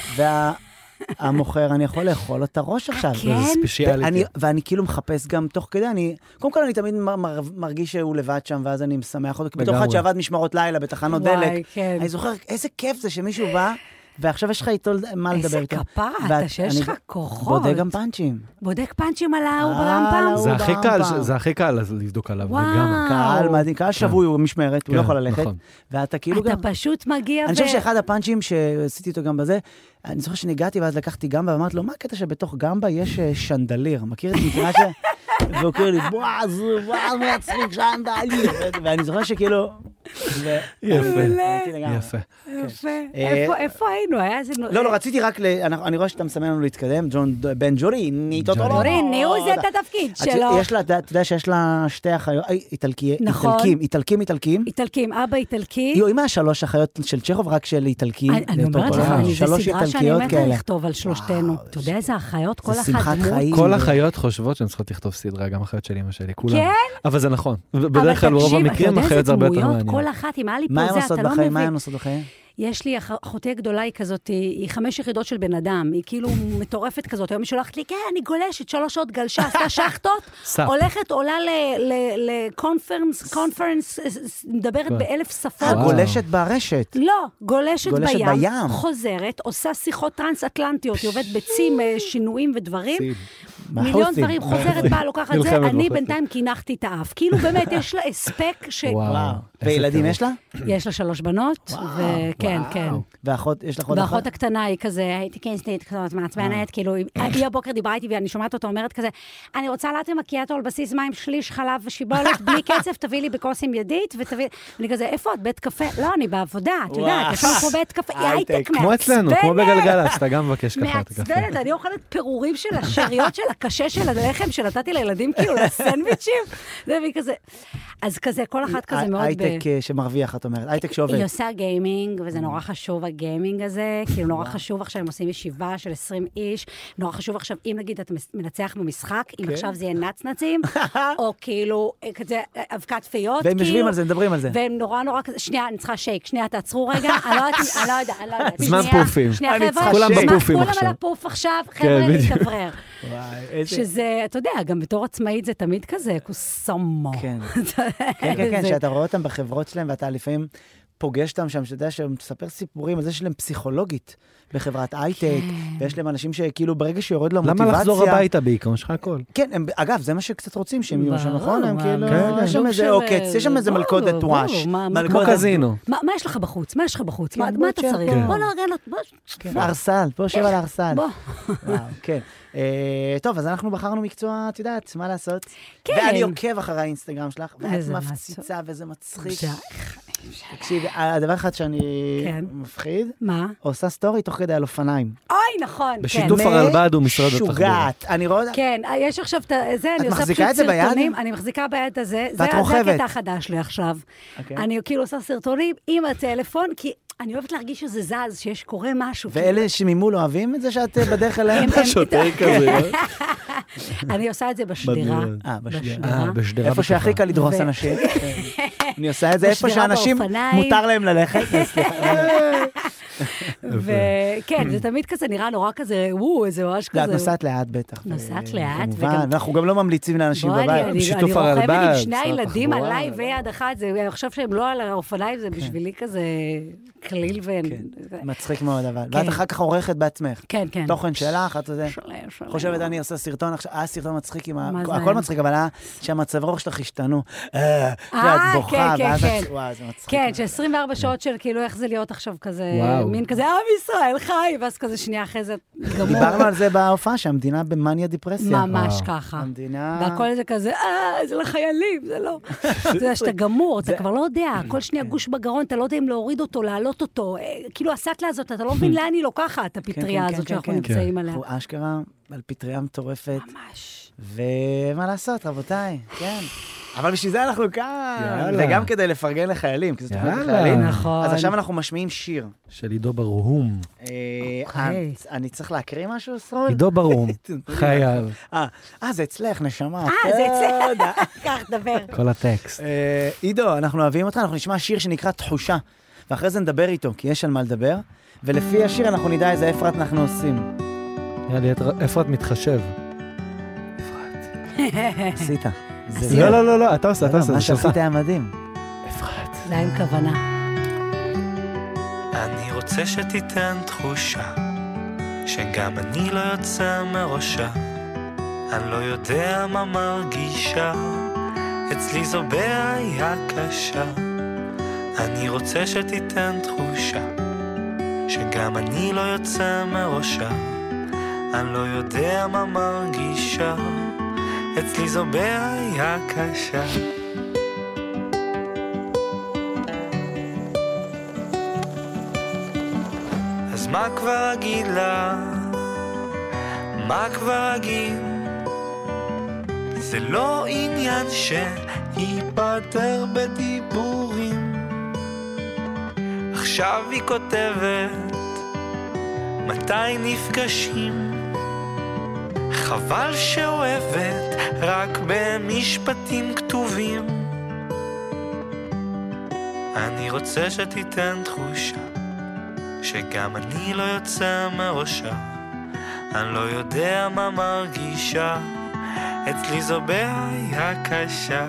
והמוכר, אני יכול לאכול את הראש עכשיו. כן? זה ספציאליטי. ואני, ואני כאילו מחפש גם תוך כדי, אני, קודם כל אני תמיד מר, מר, מרגיש שהוא לבד שם, ואז אני משמח אותו, בתור אחד לגמרי. שעבד משמרות לילה בתחנות וואי, דלק. כן. אני זוכר איזה כיף זה שמישהו בא, ועכשיו יש לך איתו מה לדבר איזה איתו. כפרה ואת- אתה, שיש אני לך כוחות. בודק גם פאנצ'ים. בודק פאנצ'ים על ההוא אה, ברמפם? הוא זה הכי ברמב"ם. קל, זה הכי קל אז לבדוק עליו, וואו. לגמרי. קהל מדהים, קהל שבוי, הוא משמרת, הוא לא כן, יכול ללכת. נכון. ואתה כאילו אתה גם... פשוט מגיע ו... אני חושב שאחד הפאנצ'ים שעשיתי איתו גם בזה, אני זוכר שניגעתי ואז לקחתי גמבה ואמרתי לו, מה הקטע שבתוך גמבה יש אה, שנדליר? מכיר את מכירה ש... והוא קורא לי, בועז, בועז מצחיק שנדליר. ואני זוכר שכאילו... ו- יפה. הייתי לגמרי. יפה. יפה. אה, איפה- איפה היינו? היה איזה... לא, לא, רציתי רק, ל- אנחנו- אני רואה שאתה מסמן לנו להתקדם, ג'ון בן ג'ורי, ניטו ג'ורי. ג'וריני, הוא זה את התפקיד את- שלו. יש לה, אתה יודע שיש לה שתי אחיות, אה, איטלקי- נכון. איטלקים, איטלקים, איטלקים. איטלקים, אבא איטלקי. יו, אמא שלוש אחיות של צ'כוב, רק של איטלקים. אני אני אומרת לך, אני- זו שלוש סדרה שאני איטלקיות מתה כאלה. לכתוב על שלושתנו. וואו, אתה יודע איזה אחיות, כל זה אחת שמחת דמות. חיים. כל החיות חושבות שהן צריכות לכתוב סדרה, גם החיות של אמא שלי, כולם. כן? אבל זה נכון. אבל בדרך כלל, ברוב תקשיב, המקרים, אתה יודע החיות זה איזה הרבה יותר דמויות, מעניין. כל אחת, אם היה לי מה פה הן זה, עושות אתה לא בחיים? מה מבין. הן עושות בחיים? יש לי, אח- אחותי הגדולה היא כזאת, היא היא חמש יחידות של בן אדם, היא כאילו מטורפת כזאת, היום היא שולחת לי, כן, אני גולשת, שלוש שעות גלשה, עשתה שחטות, סף. הולכת, עולה לקונפרנס, קונפרנס, מדברת באלף שפות. וואו. גולשת ברשת. לא, גולשת גולשת בים, בים. חוזרת, עושה שיחות טרנס-אטלנטיות, היא עובדת בצים, אה, שינויים ודברים, צים. מיליון דברים, חוזרת בה, לוקחת זה, אני בינתיים קינחתי את האף. כאילו באמת יש לה הספק ש... וואו. וילדים יש לה? יש לה שלוש בנות, וכן, כן. ואחות, יש לך עוד ואחות הקטנה היא כזה, הייתי קינסטית כזאת מעצבנת, כאילו, היא הבוקר דיברה איתי ואני שומעת אותה אומרת כזה, אני רוצה לאטה מקיאטו על בסיס מים, שליש חלב ושיבולת, בלי קצף, תביא לי בקוס עם ידית, ותביא... אני כזה, איפה את? בית קפה? לא, אני בעבודה, את יודעת, יש לנו פה בית קפה, היא הייטק כמו אצלנו, כמו בגלגלצ, אתה גם מבקש ככה את הקפה. מעצבנת, אני אוכלת פירורים של השאריות של הקשה של הלחם שנתתי לילדים, כאילו, לסנדוויצ'ים, זה מי כזה. אז כזה, כל אחת כזה מאוד ב... הייטק שמרוויח, את אומרת, הייטק שעובד. היא עושה גיימינג, וזה נורא חשוב, הגיימינג הזה, כאילו נורא חשוב עכשיו, הם עושים ישיבה של עשרים איש, נורא חשוב עכשיו, אם נגיד אתה מנצח במשחק, אם עכשיו זה יהיה נצנצים, או כאילו, כזה, אבקת פיות, והם יושבים על זה, מדברים על זה. והם נורא נורא כזה, שנייה, אני צריכה שייק, שנייה, תעצרו רגע, אני לא יודעת, אני לא יודעת. זמן פופים. שנייה, חבר'ה, כולם בפופים כולם על הפוף עכשיו, חבר'ה, להתאוורר. שזה, אתה יודע, גם בתור עצמאית זה תמיד כזה, קוסומו. כן, כן, כן, שאתה רואה אותם בחברות שלהם, ואתה לפעמים פוגש אותם שם, שאתה יודע שהם מספר סיפורים, אז יש להם פסיכולוגית בחברת הייטק, ויש להם אנשים שכאילו ברגע שיורד לו מוטיבציה... למה לחזור הביתה בעיקר? יש לך הכל. כן, אגב, זה מה שקצת רוצים, שהם יהיו שם, נכון? הם כאילו, יש שם איזה עוקץ, יש שם איזה מלכודת וואש. כמו קזינו. מה יש לך בחוץ? מה יש לך בחוץ? מה אתה צריך? בוא נרגן לו. ארסל, בוא שב על ארסל. בוא. כן. טוב, אז אנחנו בחרנו מקצוע, את יודעת, מה לעשות? ואני עוקב אחרי האינסטגרם שלך, ואת מפציצה וזה מצחיק. תקשיב, הדבר אחד שאני מפחיד, מה? עושה סטורי תוך כדי על אופניים. אוי, נכון, כן. בשיתוף הרלב"ד ומשרד התחבורה. משוגעת, אני רואה... כן, יש עכשיו את זה, אני עושה פשוט סרטונים, אני מחזיקה ביד הזה, זה הקטע החדש לי עכשיו. אני כאילו עושה סרטונים עם הטלפון, כי אני אוהבת להרגיש שזה זז, שיש קורה משהו. ואלה שממול אוהבים את זה שאת בדרך אליהם? שוטר כזה. אני עושה את זה בשדרה. אה, בשדרה. איפה שהכי קל לדרוס אנשים. אני עושה את זה איפה בשדרה שאנשים באופניים. מותר להם ללכת. וכן, זה תמיד כזה נראה נורא כזה, וואו, איזה ממש כזה. את נוסעת לאט בטח. נוסעת לאט. כמובן, אנחנו גם לא ממליצים לאנשים בבית. בשיתוף אני רוכבת הרלב"ד, עם שני הילדים עליי ויד אחת, אני חושב שהם לא על האופניים, זה בשבילי כזה כליל ו... מצחיק מאוד אבל. ואת אחר כך עורכת בעצמך. כן, כן. תוכן שלך, את יודע. חושבת, אני עושה סרטון עכשיו, היה סרטון מצחיק עם ה... הכל מצחיק, אבל היה שהמצב רוח שלך השתנו. אה, ואת בוכה, ואז את... וואו, זה מצחיק. כן, ש-עשרים וארבע שעות של כאילו איך זה להיות עכשיו כזה, מין כזה, עם ישראל חי, ואז כזה שנייה אחרי זה גמור. דיברנו על זה בהופעה, שהמדינה במאניה דיפרסיה. ממש ככה. המדינה... והכל זה כזה, אה, זה לחיילים, זה לא. זה שאתה גמור, אתה כבר לא יודע, כל שנייה גוש בגרון, אתה לא יודע אם להוריד אותו, להעלות אותו, כאילו הסטלה הזאת, אתה לא מבין לאן היא לוקחת, את הפטריה הזאת שאנחנו נמצאים עליה. אשכרה על פטריה מטורפת. ממש. ומה לעשות, רבותיי, כן. אבל בשביל זה אנחנו כאן, וגם כדי לפרגן לחיילים, כי זה תוכנית לחיילים. נכון. אז עכשיו אנחנו משמיעים שיר. של עידו ברהום. אני צריך להקריא משהו, סרול? עידו ברהום, חייל. אה, זה אצלך, נשמה. אה, זה אצלך. כך, דבר. כל הטקסט. עידו, אנחנו אוהבים אותך, אנחנו נשמע שיר שנקרא תחושה, ואחרי זה נדבר איתו, כי יש על מה לדבר, ולפי השיר אנחנו נדע איזה אפרת אנחנו עושים. יאללה, אפרת מתחשב. אפרת. עשית. לא, לא, לא, לא, אתה עושה, אתה עושה. מה שעשית היה מדהים. אפרת. זה עם כוונה. אני רוצה שתיתן תחושה שגם אני לא יוצא מראשה, אני לא יודע מה מרגישה, אצלי זו בעיה קשה. אני רוצה שתיתן תחושה שגם אני לא יוצא מראשה, אני לא יודע מה מרגישה, אצלי זו בעיה קשה. אז מה כבר אגיד לה? מה כבר אגיד? זה לא עניין שיפטר בדיבורים. עכשיו היא כותבת מתי נפגשים, חבל שאוהבת רק במשפטים כתובים. אני רוצה שתיתן תחושה שגם אני לא יוצא מראשה, אני לא יודע מה מרגישה, אצלי זו בעיה קשה.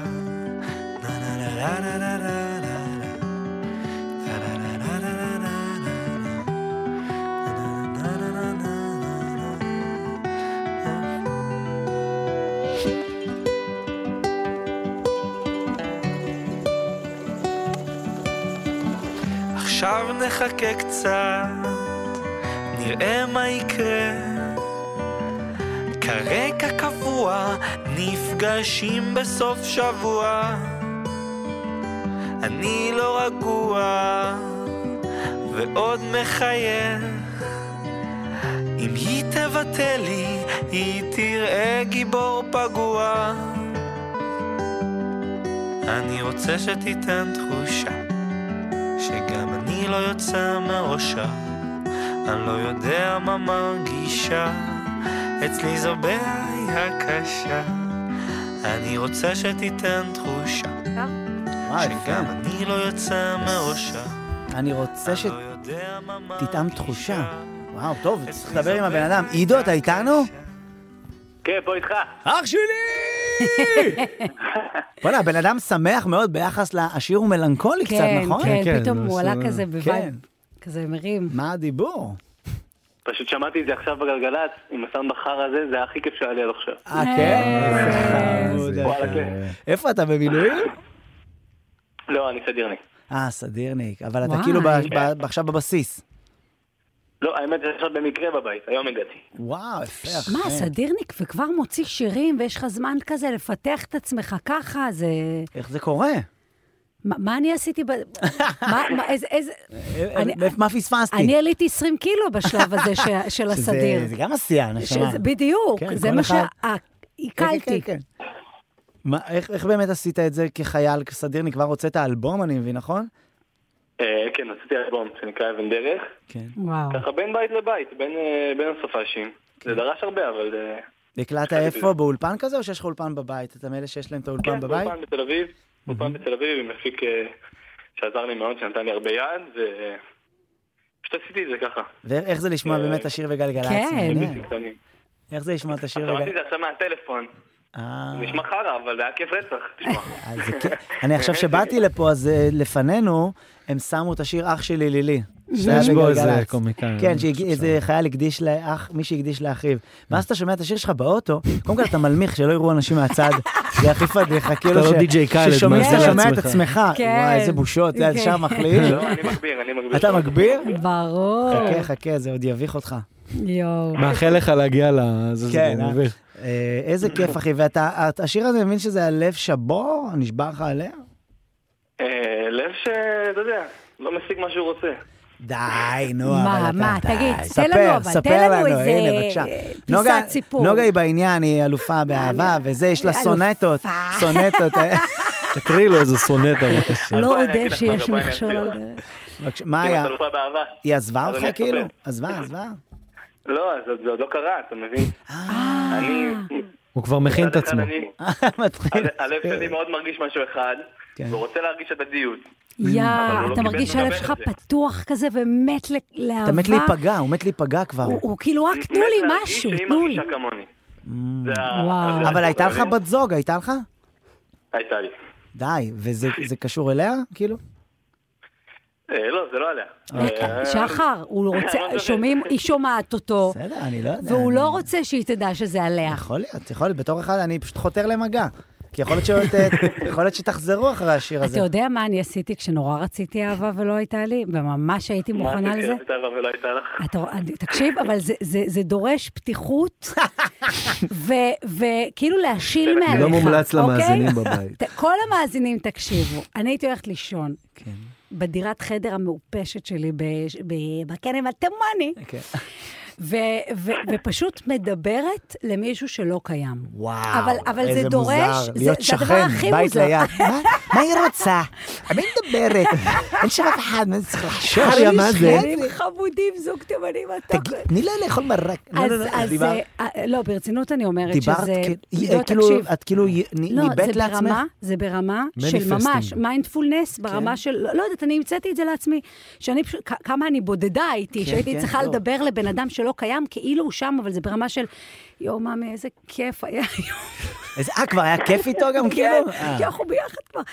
עכשיו נחכה קצת, נראה מה יקרה. כרגע קבוע, נפגשים בסוף שבוע. אני לא רגוע ועוד מחייך. אם היא תבטל לי, היא תראה גיבור פגוע. אני רוצה שתיתן תחושה שגם אני לא יוצא מראשה. אני לא יודע מה מרגישה, אצלי זו בעיה קשה. אני רוצה שתיתן תחושה שגם אני לא יוצא מראשה. אני רוצה שתיתן תחושה. וואו, טוב, צריך לדבר עם הבן אדם. עידו, אתה איתנו? כן, פה איתך. אח שלי! בוא'נה, הבן אדם שמח מאוד ביחס לשיר ומלנכולי קצת, נכון? כן, כן, פתאום הוא עלה כזה בבית, כזה מרים. מה הדיבור? פשוט שמעתי את זה עכשיו בגלגלת, עם הסאונד בחר הזה, זה הכי כיף שהיה לי עד עכשיו. אה, כן? וואלה, כן. איפה אתה, במילואים? לא, אני סדירניק. אה, סדירניק, אבל אתה כאילו ב- עכשיו בבסיס. לא, האמת זה עכשיו במקרה בבית, היום הגעתי. וואו, יפה. מה, סדירניק וכבר מוציא שירים, ויש לך זמן כזה לפתח את עצמך ככה, זה... איך זה קורה? מה, מה אני עשיתי ב... מה, מה, איזה... איזה... אני, מה פספסתי? אני עליתי עשרים קילו בשלב הזה ש, של הסדיר. זה גם עשייה, נשמה. שזה, בדיוק, כן, זה כל מה אחד- שהקלתי. כן, כן, כן. מה, איך, איך באמת עשית את זה כחייל, כסדירניק? כבר הוצאת האלבום, אני מבין, נכון? אה, כן, עשיתי אלבום שנקרא אבן דרך. כן. וואו. ככה בין בית לבית, בין, אה, בין הסופשים. זה דרש הרבה, אבל... אה, הקלטת איפה? באולפן כזה, או שיש לך אולפן בבית? אתה מאלה שיש להם את האולפן כן, בבית? באולפן בתל אביב. באולפן בתל אביב, עם מפיק אה, שעזר לי מאוד, שנתן לי הרבה יד, ופשוט עשיתי את זה ככה. ואיך זה לשמוע באמת השיר וגלגלצ? כן. מעניין. ביטים קטנים. איך זה לשמוע את השיר שמעתי את וגלגלצ? זה עכשיו מהטלפון. אה, נשמע חרא, אבל זה היה כיף רצח, תשמע. אז זה כן. אני עכשיו שבאתי לפה, אז אה, לפנינו, הם שמו את השיר אח שלי לילי. שהיה יש בו איזה בגלגלצ. קומיקאי. כן, שאיזה חייל הקדיש לאח, מי שהקדיש לאחיו. ואז אתה שומע את השיר שלך באוטו, קודם כל אתה מלמיך שלא יראו אנשים מהצד, זה הכי פדיחה, כאילו אתה לא די-ג'יי קאלד, ששומע מאזין שומע את לעצמך. עצמך, כן. וואי, איזה בושות, זה כן. ישר מחליט. לא, אני מגביר, אני מגביר. אתה מגביר? ברור. חכה, חכה, זה עוד יביך אותך. יואו. מאחל לך להגיע לזה, זה כן, גם אה? מביך. אה, איזה כיף, אחי. ואתה, השיר הזה מבין שזה הלב שבור? נשבר לך עליה? אה, לב ש... אתה יודע, לא משיג מה שהוא רוצה. די, נו, מה, אבל אתה... מה, די, תגיד, תן ספר, לנו, אבל ספר תן לנו לנו, איזה הנה, בבקשה. נוגה- פיסת סיפור. נוגה היא בעניין, היא אלופה באהבה, וזה, יש לה סונטות. אלופה. סונטות. תקריא לו איזה סונטה, בבקשה. לא בואי, אני אודה אגיד לך שיש מה, בואי, אני מכשול אסביר על לך. דרך. בבקשה, מה אם היה? את אלופה באהבה. היא עזבה אז אותך אני כאילו? אספר. עזבה, עזבה. לא, אז זה עוד לא קרה, אתה מבין? אה, אני... הוא כבר מכין את מצד אחד עצמו. אני- מתחיל. הלב- הלב שלי מאוד מרגיש משהו אחד, כן. והוא רוצה להרגיש הדדיות. יא, אבל הוא לא אתה קיבל מרגיש לקבל שהלב את שלך זה. פתוח כזה ומת ל- לאהבה. אתה מת להיפגע, הוא מת להיפגע כבר. הוא הוא כאילו, רק תנו מת לי להרגיש משהו, שהיא תנו לי. מרגישה כמוני. זה ה- וואו. זה אבל ה- הייתה אתה לך מבין? בת זוג, הייתה לך? הייתה לי. די, וזה זה קשור אליה, כאילו? אה, לא, זה לא עליה. אה, שחר, הוא רוצה, לא שומעים, היא שומעת אותו, בסדר, אני לא יודע. והוא אני- לא רוצה שהיא תדע שזה עליה. יכול להיות, יכול להיות, בתור אחד אני פשוט חותר למגע. כי יכול להיות ש- יכול להיות שתחזרו אחרי השיר הזה. אתה יודע מה אני עשיתי כשנורא רציתי אהבה ולא הייתה לי? וממש הייתי מוכנה לזה? מה עשית אהבה ולא הייתה לך? אתה, אני- תקשיב, אבל זה, זה, זה דורש פתיחות, ו- וכאילו להשיל מעליך. לא מומלץ אוקיי? למאזינים בבית. ת- כל המאזינים תקשיבו, אני הייתי הולכת לישון. כן. בדירת חדר המאופשת שלי ב- ב- בכרם התימני, כן. ו- ו- ופשוט מדברת למישהו שלא קיים. וואו, אבל- אבל זה איזה דורש- מוזר. זה- להיות זה הדבר שכן, הכי בית מוזר. ליד. מה- מה היא רוצה? על מי מדברת? אין שם אף אחד, מה זה צריך לחשוב? שחריה, מה זה? שכנים חמודים, זוג תימני מתוק. תגיד, תני לה לאכול מרק. לא, אז, לא, לא, אז, דיברת- אה, לא, ברצינות אני אומרת דיברת, שזה... כן, עידו, אה, כאילו, תקשיב. את כאילו י- נ- לא, ניבאת זה לעצמך? ברמה, זה ברמה של מניפסטינג. ממש מיינדפולנס, ברמה כן. של, לא לא יודעת, אני המצאתי את זה לעצמי, שאני פשוט, כ- כמה אני בודדה הייתי, כן, שהייתי כן, צריכה לא. לדבר לבן אדם שלא קיים, כאילו הוא שם, אבל זה ברמה של, יואו, מאמי, איזה כיף היה היום. איזה- אה, כבר היה כיף איתו גם, כאילו? כן, אה. כי אנחנו ביחד כבר.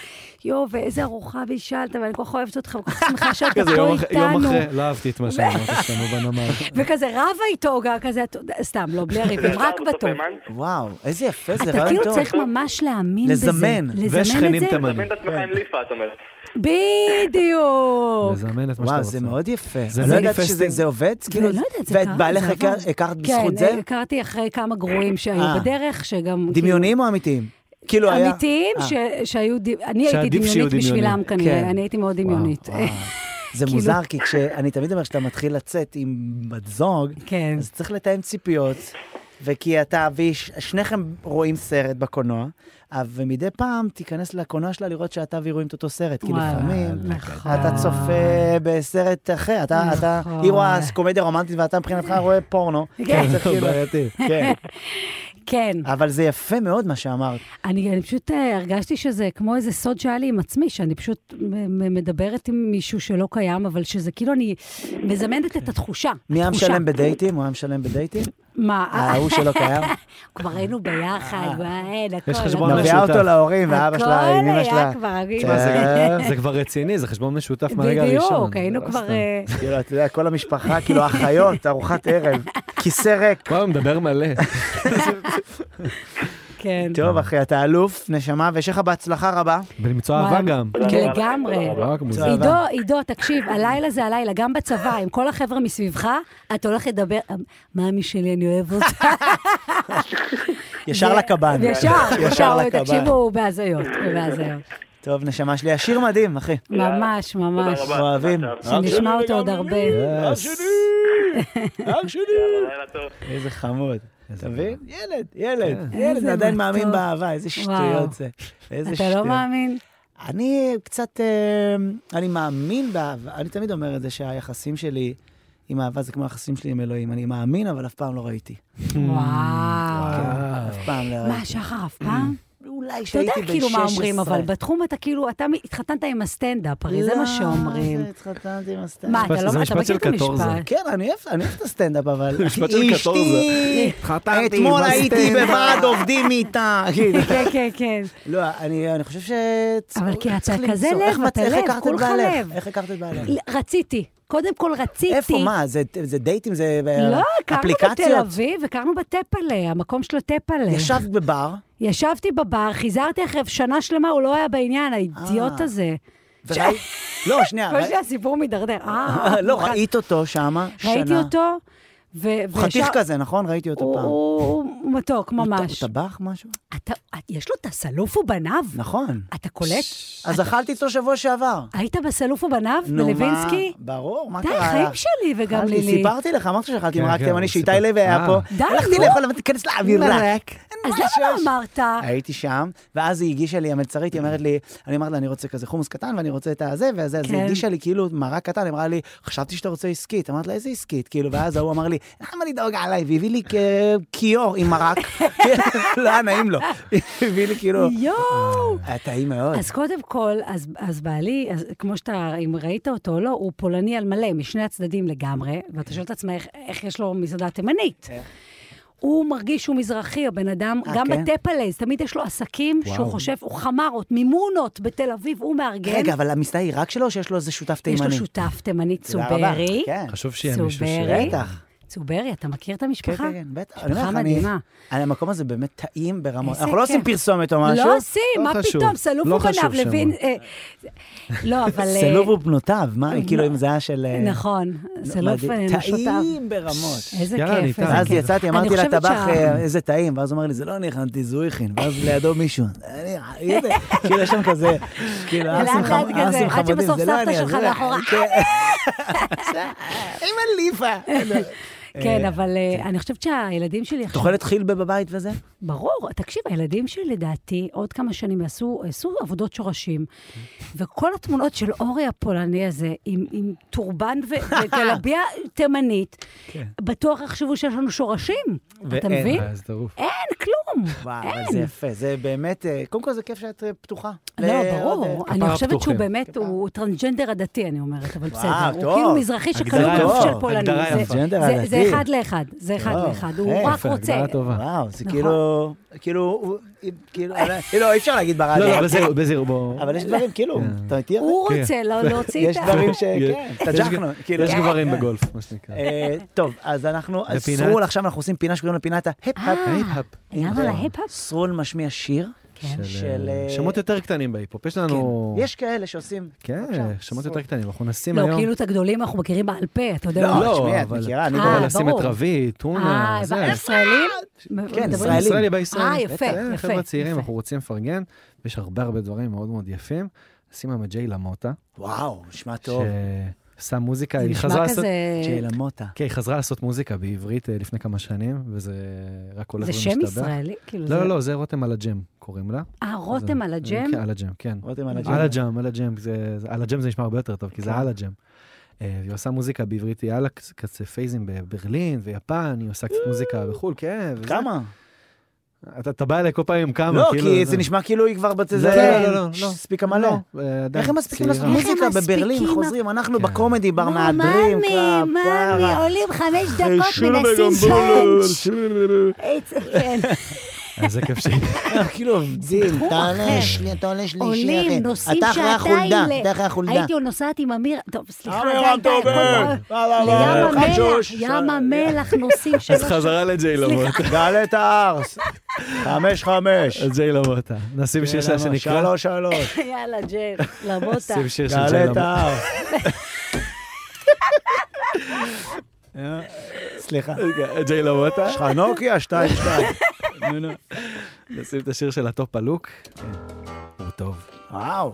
יו, ואיזה ארוחה בישלת, ואני כל כך אוהבת אותך, וכל כך שמחה שאתה פה יום איתנו. אחרי, לא אהבתי את מה שאמרת שלנו בנמל. וכזה רבה איתו, כזה, סתם, לא, בלי הריבים, רק בטוב. וואו, איזה יפה, זה אתה רעיון כאילו טוב. צריך ממש להאמין בזה. לזמן. ושכנים את זה. תימנים. תזמן את עצמך עם ליפה, את אומרת. בדיוק. לזמן את מה שאתה וואו, רוצה. זה מאוד יפה. זה אני לא יודעת מניפסטינג. שזה עובד? כאילו, לא יודעת, זה ואת קרה, בעלך זה הכר- עבד. הכרת בזכות כן, זה? הכרתי אחרי כמה גרועים שהיו אה. בדרך, שגם... דמיוניים או אמיתיים? כאילו היה... אמיתיים, אה. ש- שהיו... ד- אני הייתי שעדיף שיהיו דמיונית בשבילם דמיונים. כנראה, כן. אני הייתי מאוד דמיונית. וואו. זה כאילו- מוזר, כי כשאני תמיד אומר שאתה מתחיל לצאת עם בת זוג, כן. אז צריך לתאם ציפיות, וכי אתה ושניכם רואים סרט בקולנוע, ומדי פעם תיכנס לקולנוע שלה לראות שאתה והיא רואים את אותו סרט, כי וואלה, לפעמים נכון. אתה צופה בסרט אחר, אתה, אתה, נכון. היא רואה קומדיה רומנטית ואתה מבחינתך רואה פורנו. כן. זה כאילו- בעייתי. כן, כן. אבל זה יפה מאוד מה שאמרת. אני, אני פשוט אה, הרגשתי שזה כמו איזה סוד שהיה לי עם עצמי, שאני פשוט מ- מ- מדברת עם מישהו שלא קיים, אבל שזה כאילו אני מזמנת את התחושה. מי היה התחושה. משלם בדייטים? הוא היה משלם בדייטים? מה? ההוא שלא קיים? כבר היינו ביחד, ואין, הכל. יש חשבון הכל. מביאה משותף. אותו להורים, ואבא שלה, עם אמא הכל שלה. היה כבר, תשמע, זה- אה. זה כבר רציני, זה חשבון משותף מהרגע הראשון. בדיוק, היינו לא כבר... סתם. אה, כאילו, אתה יודע, כל המשפחה, כאילו, אחיות, ארוחת ערב, כיסא ריק. וואו, מדבר מלא. כן. טוב, אחי, אתה אלוף, נשמה, ויש לך בהצלחה רבה. ולמצוא וואי, אהבה גם. לגמרי. לא רק מוזר. אהבה. עידו, עידו, תקשיב, הלילה זה הלילה, גם בצבא, עם כל החבר'ה מסביבך, אתה הולך לדבר, מאמי שלי, אני אוהב אותה. ישר לקב"ן. ישר, ישר ישר, לקב"ן. תקשיבו, הוא בהזיות, הוא בהזיות. טוב, נשמה שלי, השיר מדהים, אחי. ממש, ממש. תודה רבה. אוהבים. שנשמע אותו עוד הרבה. אח שלי! אח שלי! לילה טוב. איזה חמוד. אתה מבין? ילד, ילד, כן. ילד, איזה עדיין מתוק. מאמין באהבה, איזה שטויות זה. איזה אתה שטויות. לא מאמין? אני קצת, אה, אני מאמין באהבה, אני תמיד אומר את זה שהיחסים שלי עם אהבה זה כמו היחסים שלי עם אלוהים. אני מאמין, אבל אף פעם לא ראיתי. וואו. אף פעם לא ראיתי. מה, שחר, אף פעם? אולי אתה יודע שהייתי בן שש עשרה. כאילו מה אומרים, אבל בתחום אתה כאילו, אתה התחתנת עם הסטנדאפ, הרי זה מה שאומרים. לא, התחתנתי עם הסטנדאפ. מה, אתה זה לא, אתה משפט מכיר של את קטורזה. המשפט? כן, אני אוהב אני אוהב את הסטנדאפ, אבל... משפט של קטורזה. אשתי, התחתנתי אתמול הייתי בסטנדאפ. בוועד עובדים איתה. כאילו. כן, כן, כן. לא, אני אני חושב ש... אבל כי אתה צריך כזה למצוא. לב, איך מצ- אתה איך לב, הכרת את כולך בעלך? לב. איך הכרת את בעלך? רציתי. קודם כל רציתי. איפה, מה? זה זה דייטים? זה לא, הכרנו אפליקציות? בתל אביב, הכרנו בטפלה, המקום שלו טפלה. ישבת בבר, ישבתי בבר, חיזרתי אחרי שנה שלמה, הוא לא היה בעניין, האידיוט אה. הזה. וראית... לא, שנייה. כל ראי- שנייה הסיפור מידרדר. אה, לא, מוכן. ראית אותו שמה, שנה. ראיתי אותו, ו... הוא חתיך וישר- כזה, נכון? ראיתי אותו הוא- פעם. הוא הוא מתוק, ממש. הוא טבח משהו? אתה- יש לו את הסלוף ובניו? נכון. אתה קולט? אז אכלתי איתו שבוע שעבר. היית בסלוף ובניו? נו, בלווינסקי? מה? ברור, מה די, קרה? חיים שלי וגם אכלתי, לילי. סיפרתי לך, אמרתי שאכלתי כן, מרק כן, תימני, הוא שאיתי סיפר. לוי היה אה. פה. די, הלכתי נו. לאכול, אבל תיכנס לאווירה. מרק. אז למה לא אמרת? הייתי שם, ואז היא הגישה לי, המלצרית, היא אומרת לי, אני אמרת לה, אני רוצה כזה חומוס קטן, ואני רוצה את הזה, וזה, אז היא כן. הגישה לי כאילו מרק קטן, היא אמרה לי, חשבתי שאתה רוצה עסקית. אמרת לה, איזה עסקית? כאילו, ואז ההוא אמר לי, למה לדאוג עליי? והביא לי כיור עם מרק. לא היה נעים לו. הביא לי כאילו, יואו! היה טעים מאוד. אז קודם כל, אז, אז בעלי, אז כמו שאתה, אם ראית אותו או לא, הוא פולני על מלא, משני הצדדים לגמרי, ואתה שואל את עצמך, איך יש לו מסעדה תימנית? איך? הוא מרגיש שהוא מזרחי, הבן אדם, אה, גם כן? בטפלז, תמיד יש לו עסקים וואו. שהוא חושב, הוא חמרות, מימונות בתל אביב, הוא מארגן. רגע, אבל המסעדה היא רק שלו, או שיש לו איזה שותף יש תימני? לו שותף תימני תודה רבה. צוברי. כן, חשוב שיהיה מישהו ש... צוברי. בטח. צוברי, אתה מכיר את כן, המשפחה? כן, כן, בטח. אני אומר משפחה לך, אני- מדהימה. על המקום הזה באמת טעים ברמות. איזה אנחנו לא עושים כיף. פרסומת או משהו. לא עושים, לא מה חשוב. פתאום, סלוף לא ובניו, חשוב לוין... שמה. אה, לא, אבל... אה, סלוב ובנותיו, מה, כאילו אם זה היה של... אה, נכון, סלוף מדהים. נשותיו. טעים ברמות. איזה יאללה, כיף, ניתן. איזה ואז כיף. יצאתי, אני אמרתי חושבת לטבח, שה- אה, איזה טעים, ואז הוא אמר לי, זה לא אני הכנתי, זה הוא הכין. ואז לידו מישהו, אני, הנה, כאילו יש שם כזה, כאילו, לאט אסים לאט חמ- כזה, אסים עד חמודים, שבסוף זה לא סבתא אני, שלך אז זה- מאחורה. כן. עם הליפה. כן, אבל אה, אני חושבת שהילדים שלי את עכשיו... אוכלת חילבה בבית וזה? ברור, תקשיב, הילדים שלי לדעתי, עוד כמה שנים יעשו, יעשו עבודות שורשים, וכל התמונות של אורי הפולני הזה, עם, עם טורבן ו- וגלביה תימנית, בטוח יחשבו שיש לנו שורשים, אתה ואין, מבין? אה, זה טירוף. אין כלום, וואו, אבל אין. זה יפה, זה באמת, אה, קודם כל זה כיף שאת אה, פתוחה. לא, ל- ברור. עוד, אה, אני כפרה חושבת שהוא פתוחים. באמת, הוא טרנסג'נדר עדתי, אני אומרת, אבל בסדר. הוא טוב. כאילו מזרחי שכלוא הגדרה גוף יפה. של פולני. הגדרה זה- יפה. טרנסג'נדר זה- זה עדתי. אחד לאחד, זה אחד טוב, לאחד. הוא יפה, רק רוצה. הגדרה טובה. וואו, זה נכון. כאילו, כאילו, כאילו, כאילו, לא, אי אפשר להגיד ברדיו. לא, לא, בזהירות, בזהירות, בוא. אבל יש דברים, כאילו, אתה איתי? הוא רוצה להוציא את יש דברים ש... כן, תג'חנו. יש גברים בגולף, מה שנקרא. טוב, אז אנחנו, סרול, עכשיו אנחנו עושים פינה שקוראים לפינת ההיפ-הפ. ההיפ-הפ. יאללה, להיפ-הפ. סרול משמיע שיר. של שמות יותר קטנים בהיפ-הפ. יש לנו... יש כאלה שעושים... כן, שמות יותר קטנים. אנחנו נשים היום... לא, כאילו את הגדולים אנחנו מכירים בעל פה, אתה יודע. לא, שמיע, את מכירה, אני אבל לשים את רבי, טונה, זה. אה, ישראלים? כן, ישראלים. ישראלי בישראל. אה, יפה, יפה. חבר'ה צעירים, אנחנו רוצים לפרגן, ויש הרבה הרבה דברים מאוד מאוד יפים. נשים עם ג'יי למוטה. וואו, נשמע טוב. שעשה מוזיקה, היא חזרה לעשות... ג'יי למוטה. כן, היא חזרה לעשות מוזיקה בעברית לפני כמה שנים, וזה רק הולך ומשתבח. זה שם ישראלי? לא, לא, לא, זה רותם על הג'ם, קוראים לה. אה, רותם על הג'ם? כן, על הג'ם, כן. רותם על הג'ם. על הג'ם, על הג'ם, על הג'ם זה נשמע הרבה יותר טוב, כי זה על הג'ם. היא עושה מוזיקה בעברית, היא היה קצת פייזים בברלין ויפן, היא עושה קצת מוזיקה בחול, כן. כמה? אתה בא אליי כל פעם עם כמה, לא, כי זה נשמע כאילו היא כבר בצזה... לא, לא, לא, לא. ספיקה מלא. איך הם מספיקים לעשות מוזיקה בברלין, חוזרים, אנחנו בקומדי בר מהדרים, מאמי, מאמי, עולים חמש דקות, מנסים פאנץ'. כן. איזה כיף שהיא. כאילו עובדים, תעלה שלי, אתה עולה שלי, עולים, נוסעים אתה אחרי החולדה, אתה אחרי החולדה. הייתי נוסעת עם אמיר, טוב, סליחה, די, די, לים המלח נוסעים שלוש. אז חזרה לג'יי למוטה. גלה את הארס, חמש חמש. ג'יי למוטה. נשים שיר שלה שנקרא. שלוש שלוש. יאללה, ג'יי למוטה. שים שיר של גלה ג'יי את למוטה. הארס. סליחה. ג'יי למוטה. יש לך נוקיה, שתיים שתיים. נשים את השיר של הטופ הלוק. הוא טוב. וואו.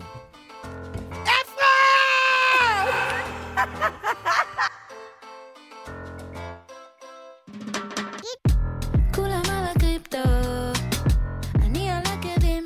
כולם על הקריפטו, אני על הקדים,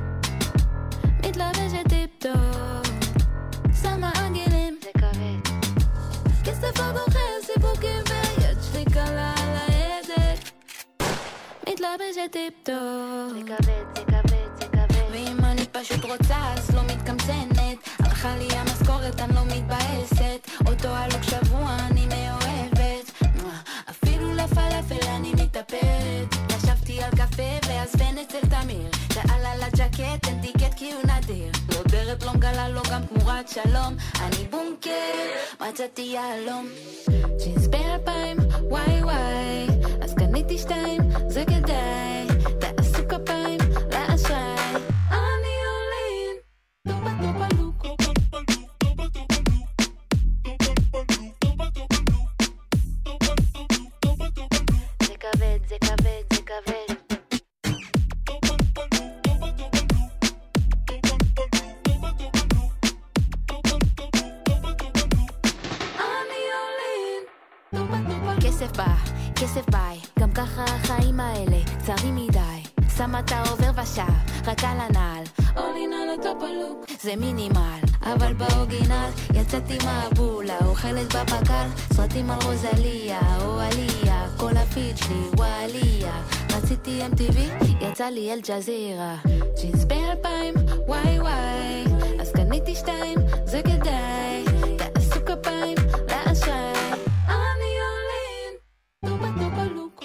מתלבשת טיפ-טופ, שמה עגילים, זה כבד, כסף הבוחר, סיפוקים ויד שלי קלה על ההדק, מתלבשת טיפ-טופ, זה כבד, זה כבד, זה כבד, ואם אני פשוט רוצה אז לא מתקמצנת, הלכה לי המשכורת אני לא מתבאסת, אותו הלוק שבוע אני מאוהבת, אפילו לפלאפל אני מתאפרת, ישבתי על קפה ועזבן אצל תמיר, שאל על הג'קט אין טיקט כי הוא נדיר, לא דרת לא מגלה לו גם תמורת שלום, אני בונקר מצאתי יעלום, ג'ינס באלפיים וואי וואי, אז קניתי שתיים זה כדאי, תעשו כפיים לאשראי, אני עולין טובה טובה לוק זה כבד, זה כבד, זה כבד אני עולין טובה טובה כסף בא, כסף ביי גם ככה החיים האלה קצרים מדי שמה את העובר ושב, רק על הנעל עולין על הטופ הלוק זה מינימל אבל באורגינל יצאתי מהבולה אוכלת בפקל סרטים על רוזליה או עליה כל הפיד שלי וואליה רציתי אם טי וי יצא לי אל ג'זירה ג'ינס באלפיים וואי וואי אז קניתי שתיים זה כדאי תעשו כפיים לאשראי אני עולין טובה טובה לוק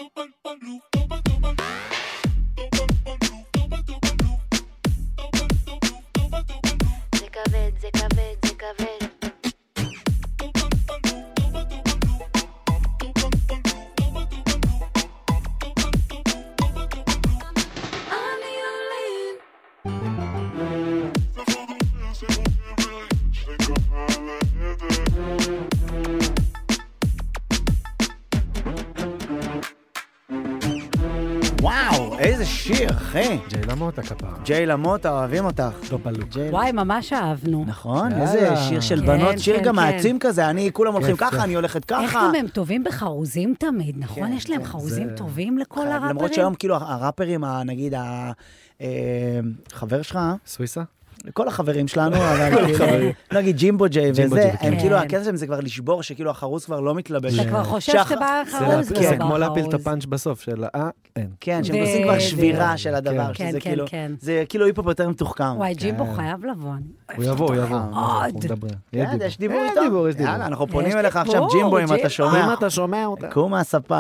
זה כבד, זה כבד, זה כבד אני עולין וואו, איזה שיר, אחי. ג'יי למוטה כפרה. ג'יי למוטה, אוהבים אותך. טופ הלוק. וואי, ממש אהבנו. נכון, יאללה. איזה שיר של כן, בנות, שיר כן, גם כן. מעצים כזה, אני, כולם הולכים כיף, ככה, כיף. אני הולכת ככה. איך גם הם טובים בחרוזים תמיד, נכון? כן, יש להם כן, חרוזים זה- טובים לכל למרות הראפרים? שהיום כאילו הראפרים, ה- נגיד, החבר שלך, סוויסה? כל החברים שלנו, אבל לא נגיד ג'ימבו ג'יי וזה, הם כאילו, הקטע שלהם זה כבר לשבור, שכאילו החרוץ כבר לא מתלבש. אתה כבר חושב שאתה בא החרוץ. זה כמו להפיל את הפאנץ' בסוף של אה, אין. כן, שהם עושים כבר שבירה של הדבר, שזה כאילו, זה כאילו היפופ יותר מתוחכם. וואי, ג'ימבו חייב לבוא. הוא יבוא, הוא יבוא. כן, יש דיבור איתו. יאללה, אנחנו פונים אליך עכשיו, ג'ימבו, אם אתה שומע. אם אתה שומע אותה. קום מהספה.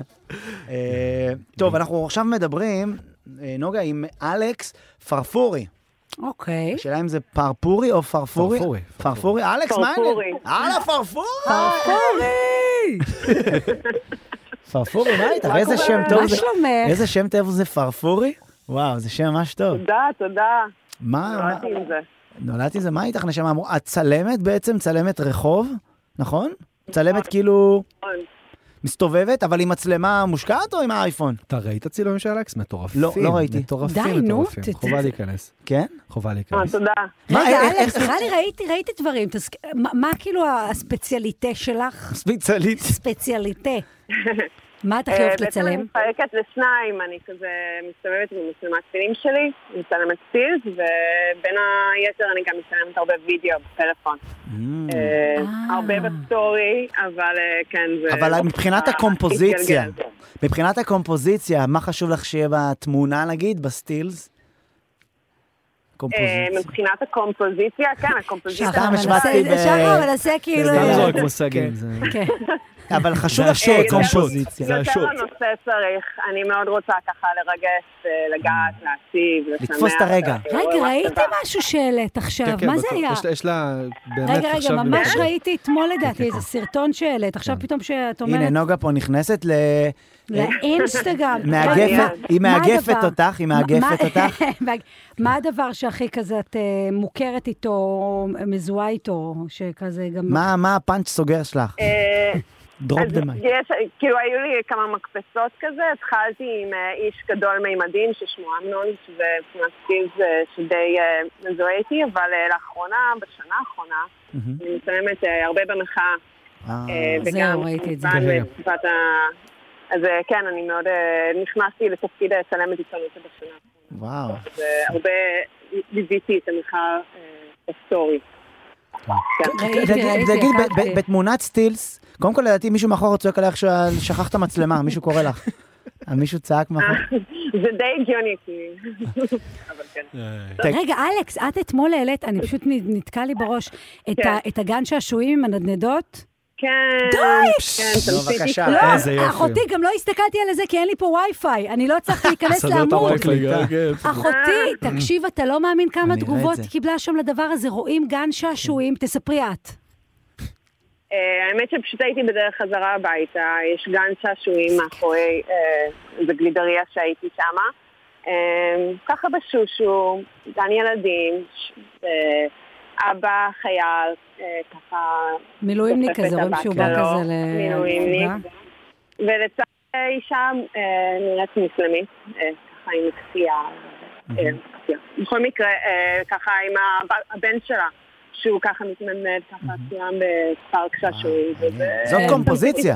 טוב, אנחנו עכשיו מדברים, נוגה, עם אלכס פרפורי. אוקיי. השאלה אם זה פרפורי או פרפורי? פרפורי. פרפורי? אלכס, מה העניין? הלאה, פרפורי! פרפורי! פרפורי, מה איתך? איזה שם טוב זה. מה שלומך? איזה שם טוב זה פרפורי? וואו, זה שם ממש טוב. תודה, תודה. מה? נולדתי עם זה. נולדתי עם זה? מה איתך נשמה? את צלמת בעצם? צלמת רחוב? נכון? צלמת כאילו... מסתובבת, אבל עם מצלמה מושקעת או עם האייפון? אתה ראית צילומים של אלכס? מטורפים. לא, לא ראיתי. מטורפים, די, נו. מטורפים. חובה להיכנס. כן? חובה אה, להיכנס. תודה. רגע, אלכס, נראה לי ראיתי, ראיתי דברים. מה כאילו הספציאליטה שלך? ספציאלית. ספציאליטה. מה אתה הכי אוהבת לצלם? בעצם אני מפרקת לשניים, אני כזה מסתובבת במצלמת פילים שלי, מצלמת סטילס, ובין היתר אני גם מצלמת הרבה וידאו בפלאפון. הרבה בסטורי, אבל כן, זה... אבל מבחינת הקומפוזיציה, מבחינת הקומפוזיציה, מה חשוב לך שיהיה בתמונה, נגיד, בסטילס? מבחינת הקומפוזיציה, כן, הקומפוזיציה... סתם השמעתי ב... שחר, מנסה כאילו... סתם זורק מושגים. כן. אבל חשוב לך שיהיה קומפוזיציה. זה השוט. יותר הנושא צריך, אני מאוד רוצה ככה לרגש, לגעת, להציב, לשמח. לתפוס את הרגע. רגע, ראיתי משהו שהעלית עכשיו, מה זה היה? יש לה באמת רגע, עכשיו... רגע, ממש ראיתי אתמול לדעתי איזה סרטון שהעלית, עכשיו פתאום שאת אומרת... הנה, נוגה פה נכנסת ל... לאינסטגרם. היא מאגפת אותך, היא מאגפת אותך. מה הדבר שהכי כזה את מוכרת איתו, מזוהה איתו, שכזה גם... מה הפאנץ' סוגר שלך? דרופ דמי. כאילו, היו לי כמה מקפצות כזה, התחלתי עם איש גדול מימדים ששמו אמנון, שזה פנסטיב שדי מזוהה איתי, אבל לאחרונה, בשנה האחרונה, אני מצלמת הרבה במחאה. זהו, ראיתי את זה. אז כן, אני מאוד נכנסתי לתפקיד צלמת עיתונות בשנה. וואו. הרבה ליוויתי את המחאה בסטורי. תגיד, בתמונת סטילס, קודם כל לדעתי מישהו מאחור צועק עליך ששכח את המצלמה, מישהו קורא לך. מישהו צעק מאחור. זה די הגיוני, אבל כן. רגע, אלכס, את אתמול העלית, אני פשוט נתקע לי בראש, את הגן שעשועים עם הנדנדות? כן. די! כן, בבקשה. איזה יופי. אחותי, גם לא הסתכלתי על זה כי אין לי פה וי-פיי, אני לא הצלחתי להיכנס לעמוד. אחותי, תקשיב, אתה לא מאמין כמה תגובות קיבלה שם לדבר הזה, רואים גן שעשועים, תספרי את. האמת שפשוט הייתי בדרך חזרה הביתה, יש גן שעשועים מאחורי, זה גלידריה שהייתי שמה, ככה בשושו, גן ילדים, אבא, חייל, ככה... מילואימניק כזה, רואים שהוא בא כזה ל... מילואימניק. ולצד אישה נראית מוסלמית, ככה עם כפייה. בכל מקרה, ככה עם הבן שלה, שהוא ככה מתמנד, ככה ציים בפארק שעשועים. זאת קומפוזיציה.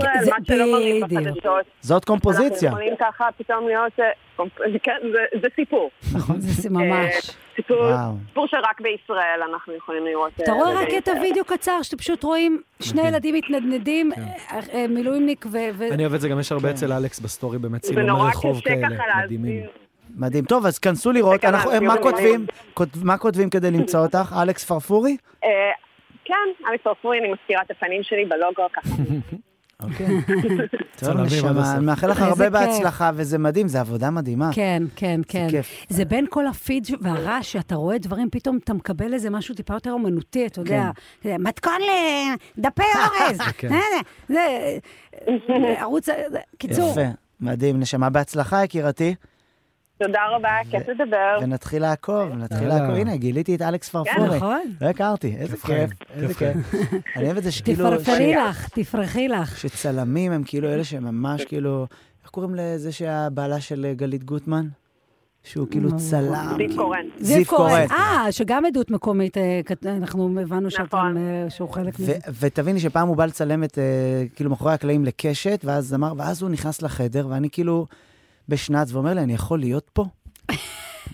זאת קומפוזיציה. אנחנו יכולים ככה פתאום להיות... זה סיפור. נכון, זה ממש. סיפור שרק בישראל אנחנו יכולים לראות. אתה רואה רק את הוידאו קצר, שאתם פשוט רואים שני ילדים מתנדנדים, מילואימניק ו... אני אוהב את זה, גם יש הרבה אצל אלכס בסטורי, באמת צילומי רחוב כאלה, מדהימים. מדהים. טוב, אז כנסו לראות. מה כותבים? מה כותבים כדי למצוא אותך? אלכס פרפורי? כן, אלכס פרפורי, אני מזכירה את הפנים שלי בלוגו ככה. אוקיי. טוב, נשמה, אני מאחל לך הרבה בהצלחה, וזה מדהים, זה עבודה מדהימה. כן, כן, כן. זה בין כל הפיד והרעש, שאתה רואה דברים, פתאום אתה מקבל איזה משהו טיפה יותר אומנותי, אתה יודע, מתכון לדפי אורז. זה ערוץ, קיצור. יפה, מדהים, נשמה בהצלחה, יקירתי. תודה רבה, כיף לדבר. ונתחיל לעקוב, נתחיל לעקוב. הנה, גיליתי את אלכס פרפורי. נכון. לא הכרתי, איזה כיף, איזה כיף. אני אוהב את זה שכאילו... תפרפרי לך, תפרחי לך. שצלמים הם כאילו אלה שממש כאילו... איך קוראים לזה שהבעלה של גלית גוטמן? שהוא כאילו צלם. זיו קורן. זיו קורן. אה, שגם עדות מקומית, אנחנו הבנו שהוא חלק מזה. ותביני שפעם הוא בא לצלם את, כאילו, מאחורי הקלעים לקשת, ואז אמר, ואז הוא נכנס לחדר, ואני כאילו... בשנץ, ואומר לי, אני יכול להיות פה?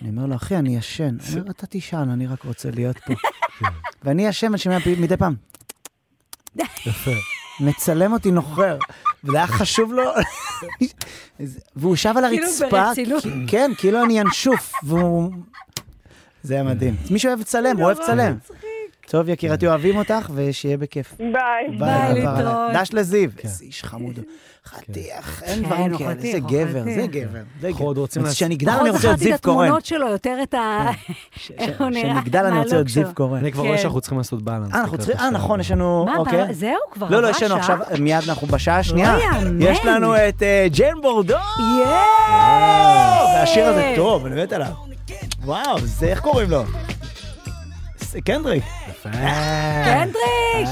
אני אומר לו, אחי, אני ישן. הוא אומר, אתה תישן, אני רק רוצה להיות פה. ואני ישן, אני שומע מדי פעם. יפה. מצלם אותי נוחר. וזה היה חשוב לו. והוא שב על הרצפה. כאילו ברצינות. כן, כאילו אני ינשוף. והוא... זה היה מדהים. מישהו אוהב לצלם, הוא אוהב לצלם. טוב, יקירתי, אוהבים אותך, ושיהיה בכיף. ביי. ביי, ביי, להתראות. דש לזיו. איזה איש חמוד. חתיך, אין דברים כאלה. זה גבר, זה גבר. זה עוד רוצים גבר. לעשות- כשנגדל אני רוצה להיות זיו את קורן. התמונות שלו, יותר את ה... איך הוא נראה, כשנגדל אני רוצה להיות מהלוק שלו. זיו קורן. אני כבר רואה שאנחנו צריכים לעשות בלנס. אה, אנחנו צריכים, אה, נכון, יש לנו, מה, אוקיי. אבל זהו כבר, לא, לא, עברה יש לנו שעה? עכשיו, מיד אנחנו בשעה השנייה. יאמן. יש לנו את אה, ג'ן בורדו. יאיי! והשיר הזה טוב, אני מת עליו. וואו, זה, איך קוראים לו? זה קנדריק. קנדריק!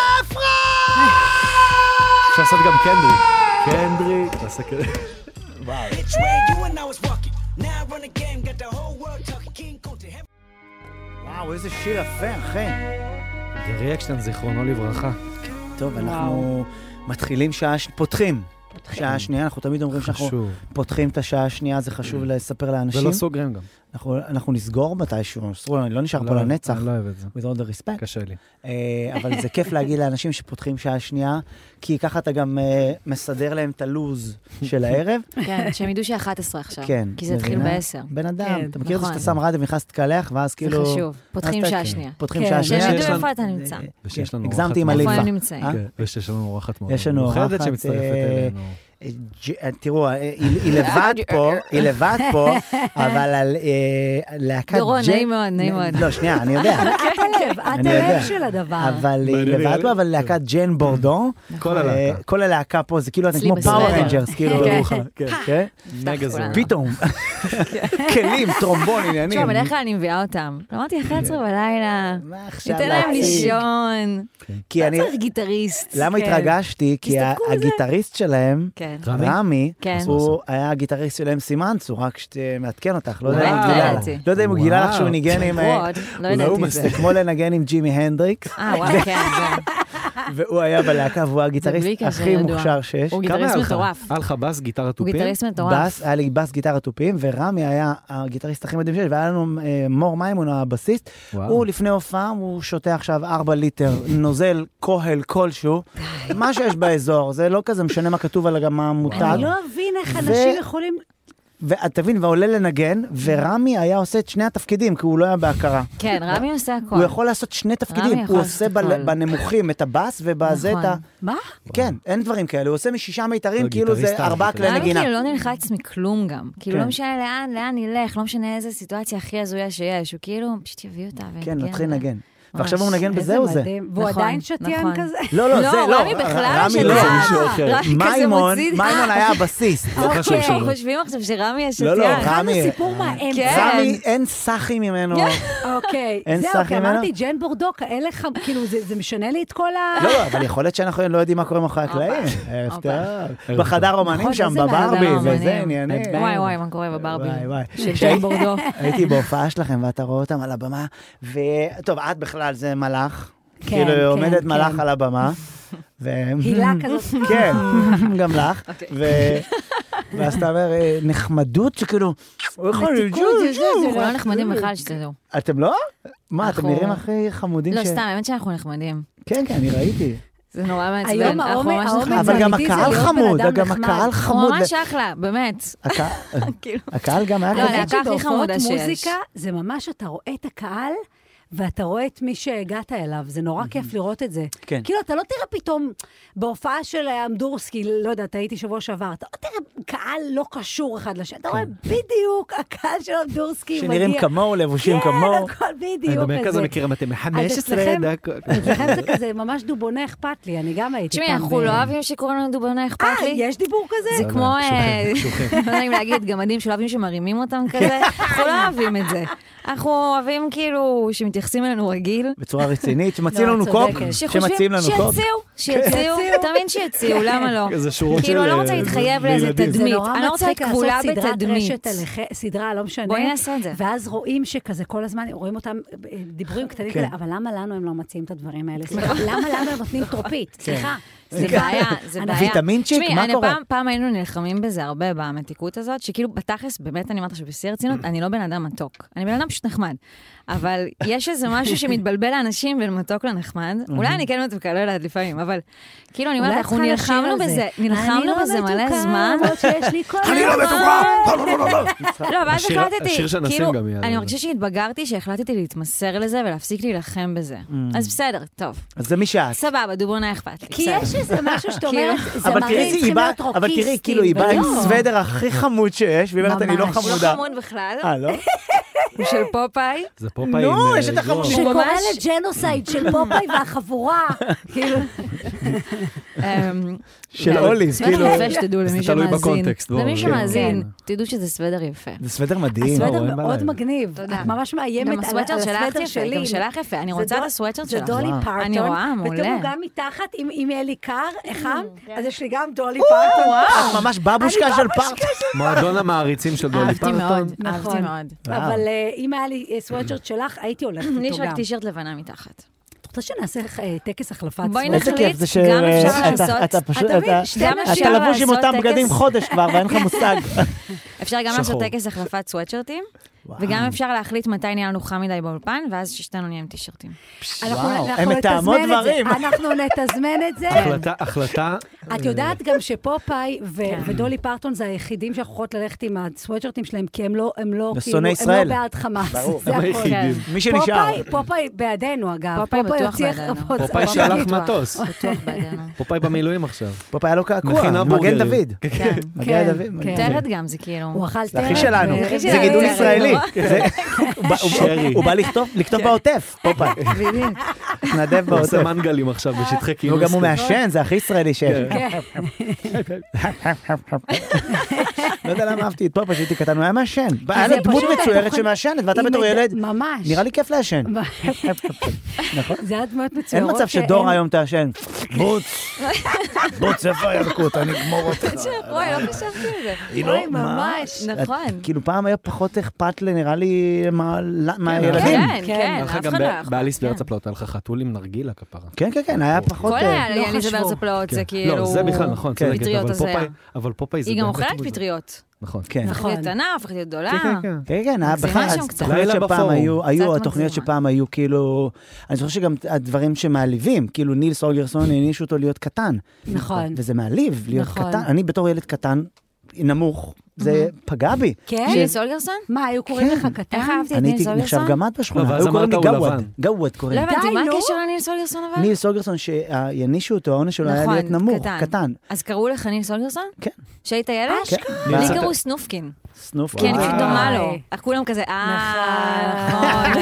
אפשר לעשות גם קנדריק. קנדריק. תעשה כזה. וואו, איזה שיר יפה, אחי. גרי אקשטיין, זיכרונו לברכה. טוב, אנחנו מתחילים שעה, ש- פותחים. שעה שנייה, אנחנו תמיד אומרים שאנחנו חשוב. פותחים את השעה השנייה, זה חשוב לספר לאנשים. ולא סוגרים גם. אנחנו, אנחנו נסגור מתישהו, אסור, אני לא נשאר פה לא, לנצח. אני לא אוהב את זה. with all the respect. קשה לי. אה, אבל זה כיף להגיד לאנשים שפותחים שעה שנייה, כי ככה אתה גם אה, מסדר להם את הלוז של הערב. כן, שהם ידעו ש-אחת עשרה עכשיו. כן. כי זה התחיל מבינה? בעשר. בן אדם, כן, אתה מכיר את זה נכון. שאתה שם רדיו ונכנס להתקלח, ואז זה כאילו... חשוב. פותחים אז אתה- שעה כן, שנייה. פותחים כן, שעה שהם שנייה. שידעו לנו- איפה אתה נמצא. ושיש לנו הגזמתי אורחת עם מאוד- איפה הליפה. הם נמצאים. אה? כן, ויש לנו אורחת מאוד יש לנו מיוחדת אורחת, שמצטרפת אה, אלינו. ג'- תראו, אה, היא היא לבד פה, היא לבד פה, אבל על אה, להקת דורון, ג'ן- נעים מאוד, נעים מאוד. לא, שנייה, אני יודע. את הלב, את אני יודע. הלב של הדבר. אבל היא מעניין, לבד נראה פה, לי. אבל להקת ג'ן בורדו. כל הלהקה. אה, כל הלהקה פה, זה כאילו, אתם אצלי כמו בסוודר. פאוור רנג'רס, כאילו. כן. כן, כן. מגה זו. כולנו. פתאום. כלים, טרומבון, עניינים. תשמע, בדרך כלל אני מביאה אותם. אמרתי, אחת עשרה בלילה, מה עכשיו ניתן להם להציג? לישון. כי לא אני, צריך גיטריסט. למה כן. התרגשתי? כי תסתפקו בזה. הגיטריסט שלהם, כן. רמי? רמי, כן. הוא היה הגיטריסט שלהם סימנצו, רק שתמעדכן אותך, לא יודע אם וואו. הוא גילה לך. ידעתי. לא יודע אם הוא גילה לך שהוא וואו. ניגן עם... אה, ווד, לא אולי הוא ידעתי את זה. זה כמו לנגן עם ג'ימי הנדריקס, אה, וואי, כן, זה. והוא היה בלהקה, והוא הגיטריסט בלי קשר הכי ידוע. מוכשר שיש. הוא כמה גיטריסט היה לך? מטורף. היה לך בס, גיטרה הוא תופים? גיטריסט מטורף. בס, היה לי בס גיטרה תופים, ורמי היה הגיטריסט הכי מדהים שיש, והיה לנו אה, מור מימון, הבסיסט. וואו. הוא לפני הופעה, הוא שותה עכשיו ארבע ליטר, נוזל כהל כלשהו, מה שיש באזור, זה לא כזה משנה מה כתוב על גם מה מותג. אני לא מבין איך ו- אנשים יכולים... ותבין, ועולה לנגן, ורמי היה עושה את שני התפקידים, כי הוא לא היה בהכרה. כן, רמי עושה הכל. הוא יכול לעשות שני תפקידים, יכול הוא לעשות עושה בל- הכל. בנמוכים את הבאס, ובזה את ה... נכון. מה? כן, אין דברים כאלה, הוא עושה משישה מיתרים, לא, כאילו זה גיטריסט ארבעה גיטריסט. כלי רמי נגינה. כאילו לא נלחץ מכלום גם. כאילו כן. לא משנה לאן, לאן נלך, לא משנה איזה סיטואציה הכי הזויה שיש. הוא כאילו פשוט יביא אותה. כן, ונגן נתחיל עליה. לנגן. ממש. ועכשיו הוא מנגן איזה בזהו זה. מדהים. והוא נכון, עדיין שתיין נכון. כזה? לא, לא, לא, זה לא. רמי בכלל רמי שתיין. לא. זה מישהו אחר. רק כזה מימון, מוציא- מימון היה הבסיסט. לא חשוב אוקיי, שלא. חושבים עכשיו שרמי יש לא, לא, שתיין. רמי- התחלנו סיפור מהאמצע. כן. רמי, אין סחי ממנו. אוקיי. אין זהו, סחי כי ממנו? אמרתי, ג'ן בורדו, כאלה חם... כאילו, זה זה משנה לי את כל ה... לא, לא, אבל יכול להיות שאנחנו לא יודעים מה קורה מאחורי הקלעים. ערב טוב. בחדר אומנים נכון, שם, איזה בברבי, בחדר וזה אומנים. עניינים. וואי וואי, מה קורה בברבי? וואי, וואי. של כשהי- ג'ן בורדו. הייתי בהופעה שלכם, ואתה רואה אותם על הבמה, וטוב, את בכלל זה מלאך. כן, כאילו, כן, עומדת כן. מלאך על הבמה. ו- הילה כזאת. כן, גם לך. ו- ואז אתה אומר, אה, נחמדות שכאילו, הוא יכול מתיקות, זה- זה- זה אנחנו לא- לא נחמדים בכלל שתדעו. אתם לא? מה, אתם אנחנו- נראים הכי חמודים ש... לא, סתם, האמת שאנחנו נחמדים. כן, כן, אני ראיתי. זה נורא מעצבן. היום אנחנו העומק- ממש העומק נחמדים. אבל גם אמיתי, זה הקהל להיות בן חמוד, אדם גם נחמד. הקהל הוא חמוד. ממש אחלה, באמת. הקה- כאילו. הקהל גם היה לא, כזה. אני- הלהקה הכי בהופעות חמודה שיש. מוזיקה, זה ממש, אתה רואה את הקהל, ואתה רואה את מי שהגעת אליו. זה נורא כיף לראות את זה. כן. כאילו, אתה לא תראה פתאום, בהופעה של אמדורסקי, לא יודעת, הייתי שבוע שעבר, אתה לא תראה קהל לא קשור אחד לשני. אתה רואה בדיוק, הקהל של אמדורסקי מגיע. שנראים כמוהו, לבושים כן, כמוהו. הכל אני בדיוק באמת כזה כזה. מכירים, אתם אז חמש עשרה אצלכם- דקות. אצלכם זה כזה ממש דובונה אכפת לי, אני גם הייתי תשמעי, פעם אנחנו ב- לא אוהבים שקוראים לנו דובונה אכפת אה, לי. יש דיבור כזה? זה לא, כמו, לא, אה, קשוחים, לא יודעים להגיד, גמדים של אוהבים שמרימים אותם כזה, אנחנו לא אוהבים את זה. אנחנו אוהבים כאילו, מתייחסים אלינו רגיל. בצורה רצינית, שמציעים לנו קוק, שמציעים לנו קוק. שיציעו, שיציעו, תאמין שיציעו, למה לא? איזה שורות של... כאילו, אני לא רוצה להתחייב לאיזה תדמית, אני לא רוצה להיות כבולה בתדמית. סדרה, לא משנה. בואי נעשה את זה. ואז רואים שכזה כל הזמן, רואים אותם דיבורים קטנים כאלה, אבל למה לנו הם לא מציעים את הדברים האלה? למה לנו הם נותנים טרופית? סליחה. זה בעיה, זה בעיה. ויטמינצ'יק, מה קורה? פעם, פעם היינו נלחמים בזה הרבה במתיקות הזאת, שכאילו בתכלס, באמת אני אומרת עכשיו בשיא רצינות, אני לא בן אדם מתוק. אני בן אדם פשוט נחמד. אבל יש איזה משהו שמתבלבל לאנשים בין מתוק לנחמד. אולי אני כן מתוקה, לא יודעת לפעמים, אבל כאילו אני אומרת, אנחנו נלחמנו בזה, נלחמנו בזה מלא זמן. אני לא מתוקה! לא, ואז החלטתי, השיר שנשים כאילו, גם יהיה. אני מרגישה שהתבגרתי, שהחלטתי להתמסר לזה ולהפסיק להילחם בזה. אז בסדר, טוב. אז זה מי שאת. סבבה, דובונה אכפת לי. כי יש איזה משהו שאת אומרת, אבל תראי, צריכים להיות רוקיסטים. אבל תראי, כאילו, היא באה עם סוודר הכי חמוד שיש, והיא אומרת, אני לא חמודה. הוא לא חמוד בכלל. אה, לא? הוא של פופאי. זה פופאי. נו, יש את החמוד. שקורא לג'נוסייד של פופאי והחבורה. כאילו... של אוליס, כאילו. סוודר יפה שתדעו למי זה תלוי שמאזין. בקונטקסט. למי שמאזין, תדעו שזה סוודר יפה. זה סוודר מדהים. סוודר מאוד מגניב. ממש מאיימת על הסוודר הסוודר שלי. גם שלך יפה. אני רוצה את הסוודר שלך. זה דולי פרטון. אני רואה, מעולה. ותראו גם מתחת, אם יהיה לי קר, חם, אז יש לי גם דולי פרטון. ממש בבושקה של פרטון. מועדון המעריצים של דולי פרטון. אהבתי מאוד, אהבתי מאוד. אבל אם היה לי סוודר שלך, הייתי הולכת איתו גם. לי יש רק טישרט לבנה מתחת. אתה רוצה שנעשה טקס החלפת בואי סוודר? נחליט, גם אפשר לעשות... אתה לבוש עם אותם בגדים חודש כבר, ואין לך מושג. אפשר גם לעשות טקס החלפת סוואטשרטים, וגם אפשר להחליט מתי נהיה לנו חם מדי באולפן, ואז ששתנו נהיה עם טישרטים. וואו, הם מתאמות דברים. אנחנו נתזמן את זה. החלטה, החלטה. את יודעת גם שפופאי ודולי פרטון זה היחידים שאנחנו יכולות ללכת עם הסוואטשרטים שלהם, כי הם לא, הם לא, כאילו, הם לא בעד חמאס. זה הכל. מי שנשאר. פופאי בעדינו, אגב. פופאי בטוח בעדינו. פופאי שלח מטוס. בטוח בעדינו. פופאי במילואים עכשיו. פופאי היה לו קעקוע, מגן דוד. כן. מגן דוד. טרד גם זה כאילו. הוא אכל זה הכי טרד. שלנו. זה גידול ישראלי. הוא בא לכתוב בעוטף, פופאי. נדב הוא עושה בעוטף. מנגלים עכשיו בשטחי כינוס. הוא גם הוא מעשן, זה הכי ישראלי שיש. לא יודע למה אהבתי את פופאי שהייתי קטן, הוא היה מעשן. היה לו דמות מצוירת שמעשנת, ואתה בתור ילד, ממש. נראה לי כיף לעשן. נכון? זה היה דמות אין מצוירות. מצב שדור היום תעשן. בוץ, בוץ, איפה הילקות, אני אגמור אותך. אוי, לא חשבתי על זה. אוי, ממש. נכון. כאילו פעם היה פחות אכפת לנראה לי מהילדים. כן, כן, אף אחד לא יכול. באליס בארץ הפלאות, היה לך חתול עם נרגילה כפרה. כן, כן, כן, היה פחות... כל האליס בארץ הפלאות זה כאילו... לא, זה בכלל נכון, צודקת, פטריות הזה היה. אבל פופאי זה... היא גם אוכלת פטריות. נכון. כן. הופכת להיות קטנה, הופכת להיות גדולה. כן, כן, היה זה בכלל, משהו קצת. התוכניות שפעם היו, היו קצת התוכניות מגזימה. שפעם היו כאילו, אני זוכר שגם הדברים שמעליבים, כאילו נילס הולגרסון העניש אותו להיות קטן. נכון. וזה מעליב, להיות נכון. קטן. אני בתור ילד קטן, נמוך, זה פגע בי. כן? נילס הולגרסון? מה, היו קוראים לך קטן? איך אהבתי את אני נילס הייתי נחשב הולגרסון? גמד בשכונה. לא, ואז היו קוראים לי אמרת הוא גווד. לבן. גווד קוראים. לא הבנתי, די, מה נו. הקשר לנילס הולגרסון אבל? נילס הולגרסון שהענישו אותו, העונש שלו היה להיות נמוך, קטן. אז קראו לך נילס הולגרסון? כן. שהיית ילד? כן. לי קראו סנופקין. סנוף. כי אני פשוט וואו. דומה לו. כולם כזה, אה, נכון.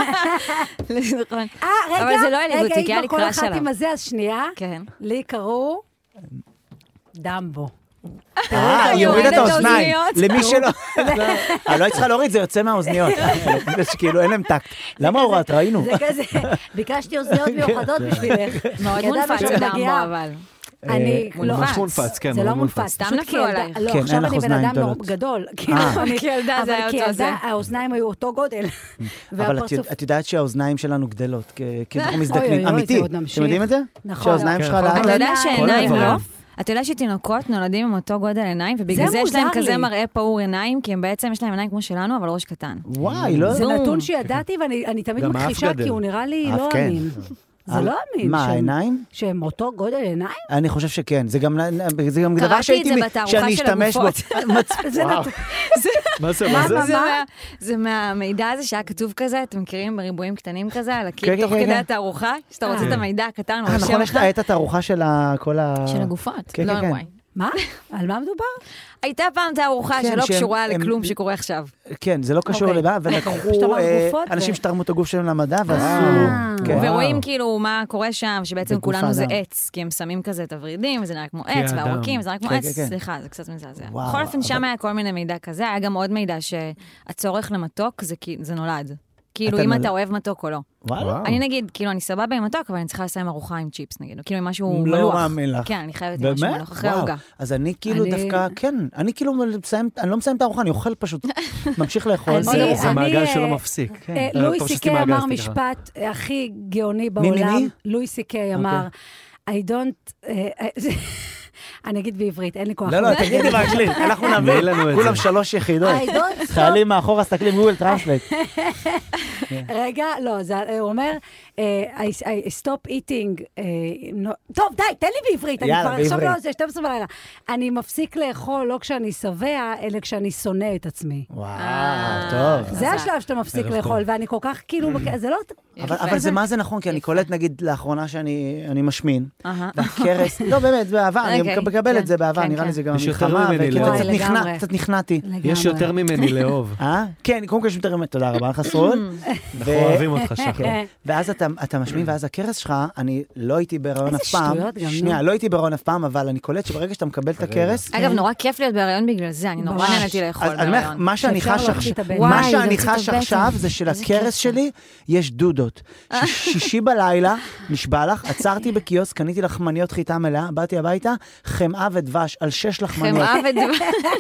נכון. אה, רגע, אבל זה לא העליב אותי, כי היה לי כל קראש אחת עליו. עם הזה, אז שנייה. כן. לי קראו דמבו. אה, היא היא הורידה את הורידה את האוזניים. האוזניות. למי שלא... אה, לא היית צריכה להוריד, זה יוצא מהאוזניות. כאילו, אין להם טקט. למה הורדת? ראינו. זה כזה, ביקשתי אוזניות מיוחדות בשבילך. מאוד מונפץ דמבו, אבל. אני לא... ממש מונפץ, כן, זה מאוד לא מונפץ. מונפץ. סתם פשוט נפלו כילדה- עלייך. לא, כן, עכשיו אין לך אני בן אוזניים אדם לא גדולות. גדול. כילדה זה היה אבל אותו זה. כילדה האוזניים היו אותו גודל. אבל את- והפרצוף... את יודעת שהאוזניים שלנו גדלות, כי כי אנחנו אוי, מזדקנים. אוי, אמיתי. זה עוד נמשיך. אתם יודעים את זה? נכון. שהאוזניים כן, שלך נכון. לאט אתה לאט... יודע שעיניים כל לא? האיברים. אתה יודע שתינוקות נולדים עם אותו גודל עיניים, ובגלל זה זה יש להם מוזר כזה לי. מראה פעור עיניים, כי הם בעצם יש להם עיניים כמו שלנו, אבל ראש קטן. וואי, לא... זה זום. נתון שידעתי ואני אני תמיד גם האף מכחישה, גדל. כי הוא נראה לי האף לא כן. אמין. זה על- לא אמין. מה, שהם- העיניים? שהם אותו גודל עיניים? אני חושב שכן. זה גם זה גם דבר קראתי את שהייתי... זה מ- בתערוכה שאני של אשתמש בו. הגופות. מצ- זה וואו. נתון. מה זה, מה, מה זה? מה? זה מה- זה מהמידע הזה שהיה כתוב כזה, אתם מכירים בריבועים קטנים כזה, על כן, הקיר כן, תוך כן, כדי כן. התערוכה, שאתה רוצה אה. את המידע הקטן, אה, נכון, יש לה את התערוכה של ה- כל ה... של הגופות. כן, לא כן, כן. וואי. מה? על מה מדובר? הייתה פעם תערוכה כן, שלא שהם- קשורה הם- לכלום שקורה עכשיו. כן, זה לא קשור אוקיי. לבא, פשוט ולקחו אמרת אה, גופות ו- אנשים שתרמו את הגוף שלהם למדע, ועשו... אה. כן. וואו. ורואים כאילו מה קורה שם, שבעצם בגוף כולנו זה האדם. עץ, כי הם שמים כזה את הוורידים, וזה נראה כמו עץ, האדם. והעורקים, זה נראה כמו כן, עץ. כן, כן. סליחה, זה קצת מזעזע. וואו, בכל אופן, שם אבל- היה כל מיני מידע כזה, היה גם עוד מידע שהצורך למתוק זה כי- זה נולד. כאילו, אתה אם נ- אתה אוהב מתוק או לא. וואלה. אני נגיד, כאילו, אני סבבה עם מתוק, אבל אני צריכה לסיים ארוחה עם צ'יפס, נגיד, או כאילו, משהו לא מלוח. מאמין לך. כן, אני חייבת עם משהו באמת? מלוח, אחרי וואו. עוגה. אז אני כאילו אני- דווקא, כן, אני כאילו מסיים, אני לא מסיים את הארוחה, אני אוכל פשוט, ממשיך לאכול. אני- בסדר, זה אני, מעגל אה, שלא מפסיק. כן. אה, אה, לואי טוב סי שעשיתי קיי מעגל, אמר סליחה. משפט הכי גאוני מי, בעולם. מי? לואי סי קיי אמר, I don't... אה, אה, אני אגיד בעברית, אין לי כוח. לא, לא, תגידי רק לי, אנחנו תני נבין, לנו את כולם זה. שלוש יחידות. I don't stop. חיילים מאחורה, סתכלים גוגל טרנסלייט. רגע, לא, זה, הוא אומר, אה, I, I stop eating, אה, no- טוב, די, תן לי בעברית, אני יאללה, כבר עכשיו בעברית. לא, זה שתים עשרה בלילה. אני מפסיק לאכול לא כשאני שבע, אלא כשאני שונא את עצמי. וואו, טוב. זה חזק. השלב שאתה מפסיק ערב לאכול, ואני כל כך כאילו, זה לא... אבל, אבל זה מה זה נכון, כי אני קולט נגיד לאחרונה שאני אני משמין, אהה. והכרס, לא באמת, באהבה, אני אוקיי, מקבל כן, את זה באהבה, כן, נראה כן. לי זה גם יש יותר מלחמה, ממני וכאילו לאהוב. קצת וואי, נכנע- לגמרי. קצת נכנעתי. יש יותר ממני לאהוב. אה? כן, קודם כל יש יותר, תודה רבה לך, סרול. אנחנו אוהבים אותך, שחר. כן. ואז אתה, אתה משמין, ואז הכרס שלך, אני לא הייתי בהיריון איזה אף פעם. שטויות גם, נו. שנייה, לא הייתי בהיריון אף פעם, אבל אני קולט שברגע שאתה מקבל את הכרס... אגב, נורא כיף להיות בהיריון בגלל זה, אני נורא ממש. נהניתי לאכול אז אני אומר לך, בהיריון. מה שאני שאפשר חש להוציא עכשיו, את הבטן. מה וואי, שאני להוציא את חש הבטן. עכשיו זה איזה כיף שלכרס זה. שלי יש דודות. ש- שישי בלילה, נשבע לך, עצרתי בקיוסק, קניתי לחמניות חיטה מלאה, באתי הביתה, חמאה ודבש על שש לחמניות. חמאה ודבש.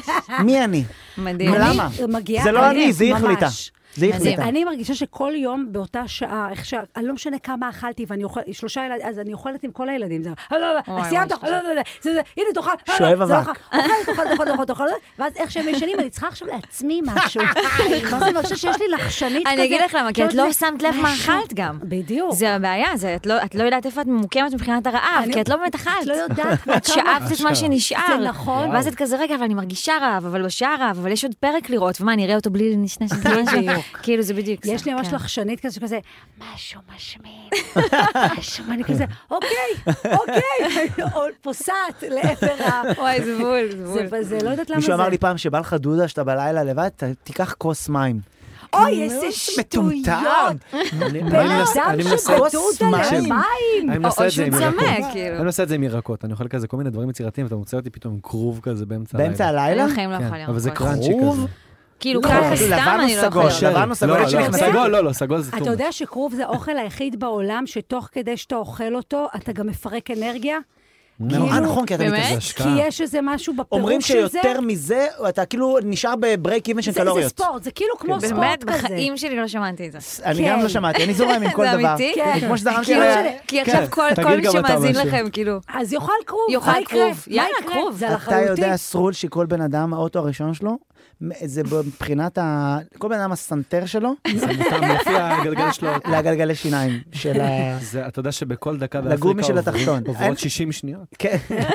מי אני? מדהים. למה? אני מגיעה- זה לא אני- אני, זה היא ממש. החליטה. זה היא מדהים. החליטה. אני מרגישה שכל יום באותה שעה, איך ש... אני לא משנה כמה אכלתי, ואני אוכלת, שלושה ילדים, אז אני אוכלת עם כל הילדים. זה, לא, לא, לא, וואי, סיימת, וואי, לא, לא, לא, זה, זה, הנה תאכל, לא, שואב לא, זה לא אבק. אוכל, אוכלת, אוכלת, אוכלת, אוכלת, אוכלת, ואז איך שהם ישנים, אני צריכה עכשיו לעצמי משהו. מה זה מרגישה שיש לי לחשנית כזה? אני אגיד לך למה, כי את שעוד לא זה שמת לב מה משהו. אכלת גם. בדיוק. זה הבעיה, זה, את, לא, את לא יודעת איפה את ממוקמת מבחינת הרעב, אני- כי את לא באמת אכלת. את לא יודעת את שאבת את מה שנשאר. זה נכון. ואז את כזה, רגע, אבל אני מרגישה רעב, אבל בשעה רעב, אבל יש עוד פרק לראות, ומה, אני אראה אותו בלי נשנש את זה? כאילו, זה בדיוק זה. יש לי ממש כן. לחשנית כזה, שכזה, משהו משמין, משהו, ואני כזה, אוקיי, אוקיי, או פוסעת לעבר ה... וואי, זה בול, זה בול. זה- זה לא יודעת למה זה. מישהו אמר לי פעם שבא לך דודה שאתה בלילה לבד, ת- תיקח כוס מים. אוי, איזה מטומטם. שטויות. אני- בן אני מנסה- אדם אני מנסה- שדודה מים. למים. אני מנסה או את זה עם שהוא ירקות. צמא, כאילו. אני מנסה את זה עם ירקות, אני אוכל כזה כל מיני דברים יצירתיים, ואתה מוצא אותי פתאום עם כרוב כזה באמצע הלילה. באמצע הלילה? אני בחיים לא כן, יכולה אבל זה לרקות. קראנצ'י כרוב? כזה. כאילו, לא, ככה אפילו סתם לבן או אני לא סגול? יכולה. לבן או סגול? לא, יש לא, שנכנסים? סגול, לא, לא, סגול זה אתה טוב. יודע שכרוב זה האוכל היחיד בעולם שתוך כדי שאתה אוכל אותו, אתה גם מפרק אנרגיה? אה, נכון, כי אתה באמת? מתאזן. כי יש איזה משהו אומרים בפירוק של זה. שיותר מזה, אתה כאילו נשאר בברייק איבן של זה- זה קלוריות. ספורט, זה כאילו כמו ספורט באמת, כזה. בחיים שלי לא שמעתי את זה. אני גם כן. לא שמעתי, אני זורם עם כל זה דבר. אמיתי? כן. כמו שזרמתי כאילו, על... משנה. כי עכשיו כל תגיד כל מי גם אתה שמאזין משהו. לכם, כאילו, אז יאכל כרוב, יאכל מה יקרה? כרוב. מה יאללה, יקרה? כרוב. זה אתה לחלוטין. יודע, סרול, שכל בן אדם, האוטו הראשון שלו, זה מבחינת ה... כל בן אדם הסנטר שלו, זה מותאם לפי הגלגל שלו. לגלגלי שיניים של ה... זה, אתה יודע שבכל דקה לגומי באפריקה של עוברים- התחתון. אין- עוברות שישים שניות. כן.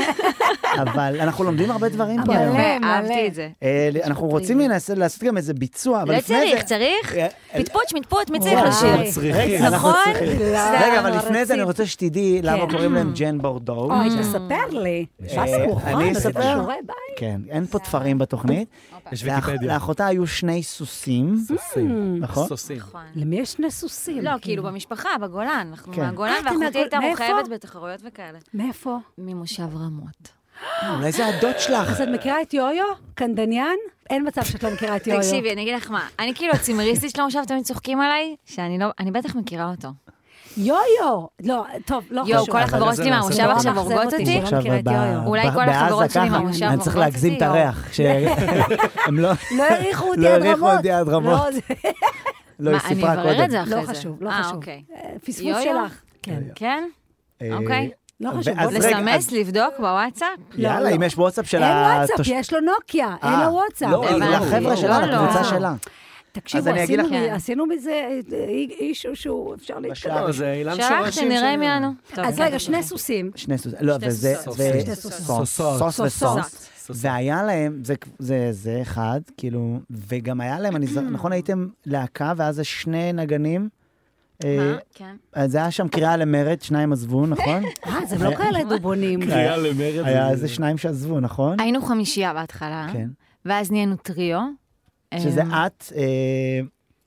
אבל אנחנו לומדים הרבה דברים פה מלא, היום. מלא. אהבתי את זה. אה, אנחנו רוצים להנסה לעשות גם איזה ביצוע, אבל לא לפני צריך, זה... צריך. אה, פטפוט, שמטפוט, מי צריך וואי. לשיר? צריכים. רגע, אנחנו נכון? צריכים. לא, רגע, אבל לא לפני זה אני רציתי. רוצה שתדעי למה קוראים להם ג'ן בורדו. אוי, תספר לי. אה, בסרוחה, אני זה אספר? בשיעורי בית. כן, אין פה תפרים בתוכנית. יש לאח- ויקיפדיה. לאחותה היו שני סוסים, סוסים. נכון? סוסים. נכון. למי יש שני סוסים? לא, כאילו במשפחה, בגולן. אנחנו כן. מהגולן, אה, אתם ואחותי מהגול- הייתה מאיפה? רוכבת בתחרויות וכאלה. מאיפה? ממושב רמות. אולי זה הדוד שלך. אז את מכירה את יויו? קנדניאן? אין מצב שאת לא מכירה את יויו. תקשיבי, אני אגיד לך מה, אני כאילו הצימריסטית של המושב תמיד צוחקים עליי, שאני לא, אני בטח מכירה אותו. יויו! לא, טוב, לא חשוב. יואו, כל החברות זה שלי נעשה מהמושב טוב. עכשיו מאכזב הורגות אותי. אותי. לא מכירה את ב- יויו. אולי ב- כל בעזה החברות שלי ככה, מהמושב אני צריך הורגות להגזים את אותי, הריח. ש- הם לא... לא העריכו אותי לא עד העריכו רמות. אותי עד רמות. לא, זה- לא, מה, היא אני סיפרה אברר קודם. את זה אחרי לא זה. חשוב, לא אה, חשוב. אוקיי. אה, פספוס יויו? שלך. כן. כן? אה, אוקיי. לא חשוב. ואז בוא רגע, לסמס, אז- לבדוק בוואטסאפ? יאללה, לא. אם יש וואטסאפ של אין וואטסאפ, התוש- יש לו נוקיה, אין אה, לו וואטסאפ. לא, הבנתי. לחבר'ה לא, שלה, לא. לקבוצה שלה. תקשיבו, אני אגיד עשינו לך- מ- עשינו מזה אה, אישו שהוא אפשר להתקדם. לא, זה אילן שלח, שורשים שנראה של- מי אנו. אז רגע, שני סוסים. שני סוסים. לא, שתי וזה... סוסות. ו- שתי סוסות. סוס, סוסות. סוס וסוס. סוסות. והיה להם, זה- זה זה אחד, כאילו, וגם היה להם, אני ז- נכון, הייתם להקה, ואז זה שני נגנים. אה, מה? כן. אז זה היה שם קריאה למרד, שניים עזבו, נכון? אה, זה לא כאלה דובונים. קריאה למרד. היה זה- איזה שניים שעזבו, נכון? היינו חמישייה בהתחלה, כן. ואז נהיינו טריו. שזה אמ, את, אה,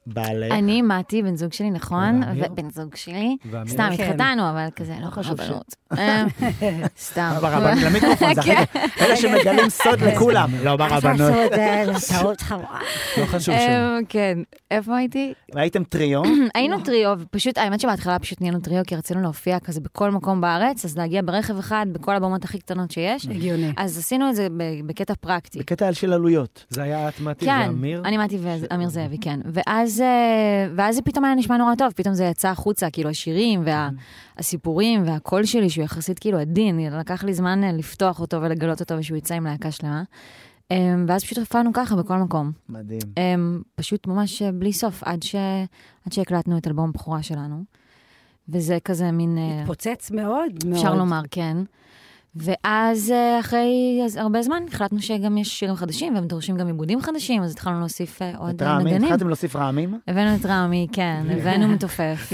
בעלך. אני, מתי, בן זוג שלי, נכון? ואמיר? ובן זוג שלי. ואמיר? סתם, כן. התחתנו, אבל כזה, לא חשוב חברות. אה, סתם. ברבנות, למיקרופון, זה הכי... אלה שמגלים סוד לכולם. לא ברבנות. טעות חמורה. לא חשוב שם. אה, כן. איפה הייתי? והייתם טריו? היינו טריו, ופשוט, האמת שבהתחלה פשוט נהיינו טריו, כי רצינו להופיע כזה בכל מקום בארץ, אז להגיע ברכב אחד, בכל הבמות הכי קטנות שיש. הגיוני. אז עשינו את זה ב- בקטע פרקטי. בקטע של עלויות. זה היה את מתי כן, ואמיר? אני מתי ואמיר זאבי, כן. ואז, אה, ואז זה פתאום היה נשמע נורא טוב, פתאום זה יצא החוצה, כאילו השירים והסיפורים והקול שלי, שהוא יחסית כאילו עדין, לקח לי זמן אה, לפתוח אותו ולגלות אותו, ושהוא יצא עם להקה שלמה. אה, ואז פשוט הופענו ככה בכל מקום. מדהים. אה, פשוט ממש אה, בלי סוף, עד ש- עד שהקלטנו את אלבום הבכורה שלנו. וזה כזה מין... אה, התפוצץ מאוד, מאוד. אפשר לומר, כן. ואז אה, אחרי אז הרבה זמן החלטנו שגם יש שירים חדשים, והם דורשים גם עיבודים חדשים, אז התחלנו להוסיף אה, עוד את אה, רעמים? נגנים. התחלתם להוסיף רעמים? הבאנו את רמי, כן, הבאנו מתופף.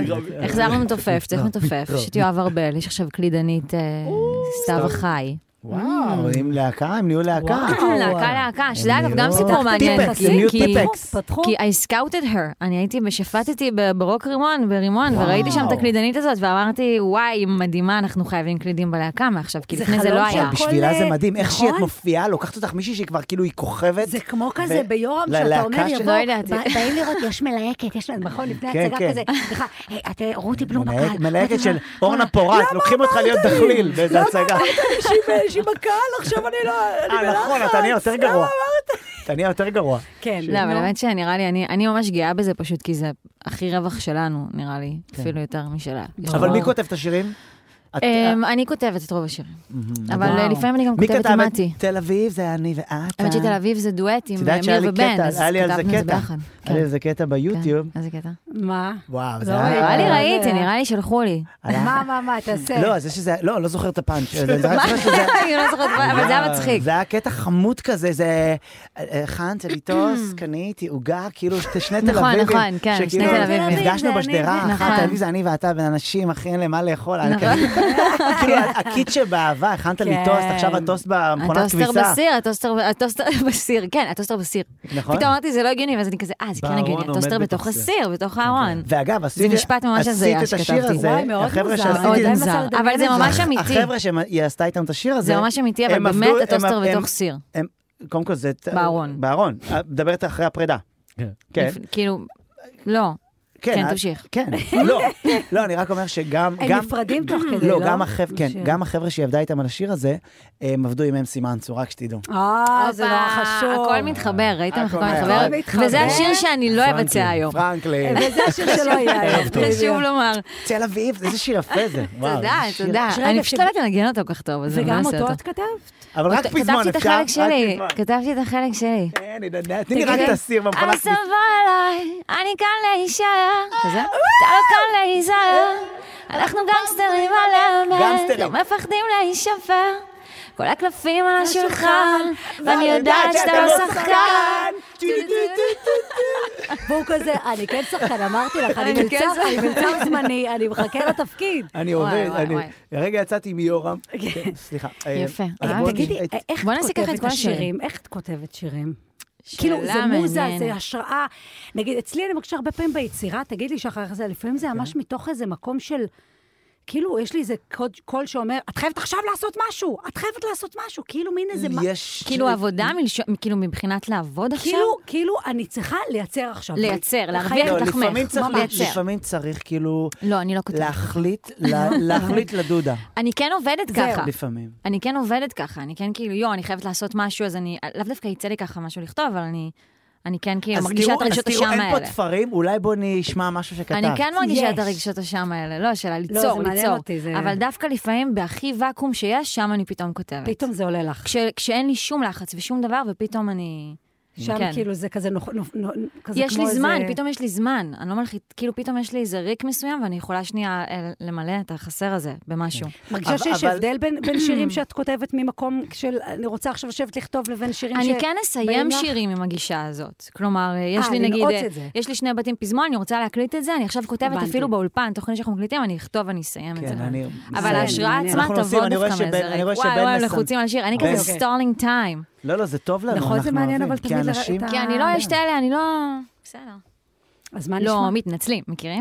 החזרנו מתופף, צריך מתופף. יש את יואב ארבל, יש עכשיו קלידנית אה, סתיו החי. וואו, עם להקה, הם נהיו להקה. להקה להקה, שזה אגב גם סיפור טיפקס, מעניין. הם נהיו טיפקס. פתחו. כי I scouted her, אני הייתי, שפטתי ברוק רימון, ברימון, וראיתי שם את הקלידנית הזאת, ואמרתי, וואי, היא מדהימה, אנחנו חייבים קלידים בלהקה מעכשיו, כי זה לפני זה חלום לא היה. שהכל- בשבילה זה מדהים, איך שהיא את נכון? מופיעה, לוקחת אותך מישהי שהיא כבר כאילו היא כוכבת. זה כמו כזה ו- ביורם, ללהקה שאתה אומר, של- יבוא, לא ידעתי. בא- באים לראות, יש מלהקת, יש להם, נכון, לפני כן, הצגה כן. כזה, סליחה, היי, את אה, רותי בלום מלהק- בקהל. מלהקת של אורנה פורט, לוקחים אותך להיות דחליל באיזה הצגה. שהיא בקהל, עכשיו אני לא... אה, נכון, אתה נהיה יותר גרוע. אתה נהיה יותר גרוע. כן, לא, אבל נו. האמת שנראה לי, אני, אני ממש גאה בזה פשוט, כי זה הכי רווח שלנו, נראה לי, אפילו יותר משלה. אבל מי כותב את השירים? את- אמ, אני כותבת את רוב השירים, אבל וואו. אה, לפעמים אני גם מי כותבת כתב עם את מתי. תל אביב? זה אני ואת. האמת שתל אביב זה דואט עם את יודעת שהיה מיר לי ובן, קטע, אז היה לי על זה כתבנו את זה קטע. ביחד. היה לי איזה קטע ביוטיוב. כן, איזה קטע? מה? וואו, זה לא, היה... נראה לי אה, ראיתי, זה- נראה לי שלחו לי. מה, מה, מה, תעשה. לא, זה שזה... לא, לא זוכר את הפאנץ'. זה- זה רק זוכר שזה... אני לא זוכרת, אבל זה היה מצחיק. זה היה קטע חמוד כזה, זה... חן, צליטוס, קנית, עוגה, כאילו שני תל נכון, אביבים. נכון, כן, שני שכאילו, תל אביבים. נפגשנו זה בשדרה, אני אחת, נכון. תל אביב זה אני ואתה, בין אנשים, אחי, אין למה לאכול. אני נכון. כזה- כאילו, הקיט שבאהבה, הכנת לי כן. טוסט, עכשיו הטוסט במכונת הטוסטר כביסה. בסיר, הטוסטר הטוסטר בסיר, כן, הטוסטר בסיר. נכון? פתאום אמרתי, זה לא הגיוני, ואז אני כזה, אה, זה כן בארון הגיוני, הטוסטר עומד בתוך בתוך סיר. הסיר, בתוך הארון. ואגב, עשית משפט ממש הזיה עשית את השיר שכתבתי. הזה, וואי, מאוד החבר'ה מוזר. שעשיתי מאוד עדיין את זה, מוזר, מנסה לדמיין אבל זה את זה. ממש אמיתי. החבר'ה שהיא עשתה איתם את השיר הזה, זה ממש אמיתי, אבל הם באמת עבדו- הטוסטר הם- הם- בתוך סיר. הם- קודם כל זה... בארון. בארון. מדברת אחרי הפרידה. כן. כן. כאילו, לא. כן, את- תמשיך. כן, לא, לא, אני רק אומר שגם... הם גם- נפרדים תוך כדי, לא, לא? גם החבר'ה, כן, ש- גם החבר'ה שהיא עבדה איתם על השיר הזה, הם עבדו עם אמסי מנצור, רק שתדעו. אה, זה נורא חשוב. הכל מתחבר, ראיתם איך הכל הכל מתחבר? מתחבר. וזה השיר שאני לא אבצע היום. פרנקלין. וזה השיר שלא יהיה היום. חשוב לומר. תל אביב, איזה שיר יפה זה. וואו, תודה, איזה שיר. תודה. רגע, אני פשוט ש- לא יודעת לנגן אותו כל כך טוב, אז אני לא וגם אעשה אותו אותו. את כתבת? אבל רק כתבתי פזמון, את אפשר? החלק רק שלי, פזמון. כתבתי את החלק שלי. כן, הנה, תני לי רק את הסיר במכונת אז תבוא אליי, אני כאן להישאר. כזה? אתה לא כאן להיזהר. אנחנו גנגסטרים על האמת, גנגסטרים. לא מפחדים להישפר. כל הקלפים על השולחן, ואני יודעת שאתה לא שחקן. והוא כזה, אני כן שחקן, אמרתי לך, אני אני כן מלצר, אני מלצר זמני, אני מחכה לתפקיד. אני וואי, עובד, וואי, אני... וואי. רגע יצאתי מיורם. כן, סליחה. אה, יפה. אז אה, בואו תגידי, נ- איך בוא את נעשה ככה את כותבת כל את השירים. השירים? איך את כותבת שירים? שאלה כאילו, זה מוזה, מעניינת. זה השראה. נגיד, אצלי אני מרגישה הרבה פעמים ביצירה, תגיד לי שאחר זה, לפעמים זה ממש מתוך איזה מקום של... כאילו, יש לי איזה קוד, קול שאומר, את חייבת עכשיו לעשות משהו, את חייבת לעשות משהו, כאילו מין איזה... מה- יש... כאילו עבודה, מלשון- כאילו מבחינת לעבוד עכשיו? כאילו, כאילו, אני צריכה לייצר עכשיו. לייצר, להרוויח חייבת- לא, את לחמך. לפעמים צריך, ממש. לפעמים צריך כאילו לא, אני לא כותבת. להחליט, לה- להחליט לדודה. אני כן עובדת זהו. ככה. לפעמים. אני כן עובדת ככה, אני כן כאילו, יו, אני חייבת לעשות משהו, אז אני, לאו דווקא יצא לי ככה משהו לכתוב, אבל אני, אני כן כאילו אז מרגישה תראו- את הרגשות אז תראו, השם אין פה האלה. תפרים, אולי בוא נשמע משהו שכתבת. אני כן מרגישה את יש. הרגשות השם האלה, לא, של זה הליצור, מעניין ליצור. אותי, זה- אבל דווקא לפעמים, בהכי ואקום שיש, שם אני פתאום כותבת. פתאום זה עולה לך. כש, כשאין לי שום לחץ ושום דבר, ופתאום אני... שם כן. כאילו זה כזה נוח... נוח- נוח- כזה יש כמו לי זמן, איזה- פתאום יש לי זמן. אני לא מלכית, כאילו פתאום יש לי איזה ריק מסוים, ואני יכולה שנייה אה, למלא את החסר הזה במשהו. מרגישה אבל- שיש אבל- הבדל בין בין שירים שאת כותבת ממקום של אני רוצה עכשיו לשבת לכתוב לבין שירים ש... אני כן אסיים באים לך? שירים עם הגישה הזאת. כלומר, יש אה, לי נגיד, לנעוץ אה, את זה. יש לי שני בתים פזמון, אני רוצה להקליט את זה, אני עכשיו כותבת הבנתי. אפילו באולפן, תוך כדי שאנחנו מקליטים, אני אכתוב ואני אסיים את זה. כן, אני... אבל זה ההשראה מעניין. עצמה אנחנו נוסעים, תבוא אני רואה דווקא שבן- מאיזה אני ריק. רואה וואי, שבן וואי, מסם- לחוצים על השיר. אני בן- כזה סטולינג טיים. לא, לא, זה טוב לנו. נכון, זה אנחנו מעניין, אוהבים, אבל כי תמיד אנשים... את ה- כי אני לא, יש את אלה, אני לא... בסדר. אז מה נשמע? לא, מתנצלים, מכירים?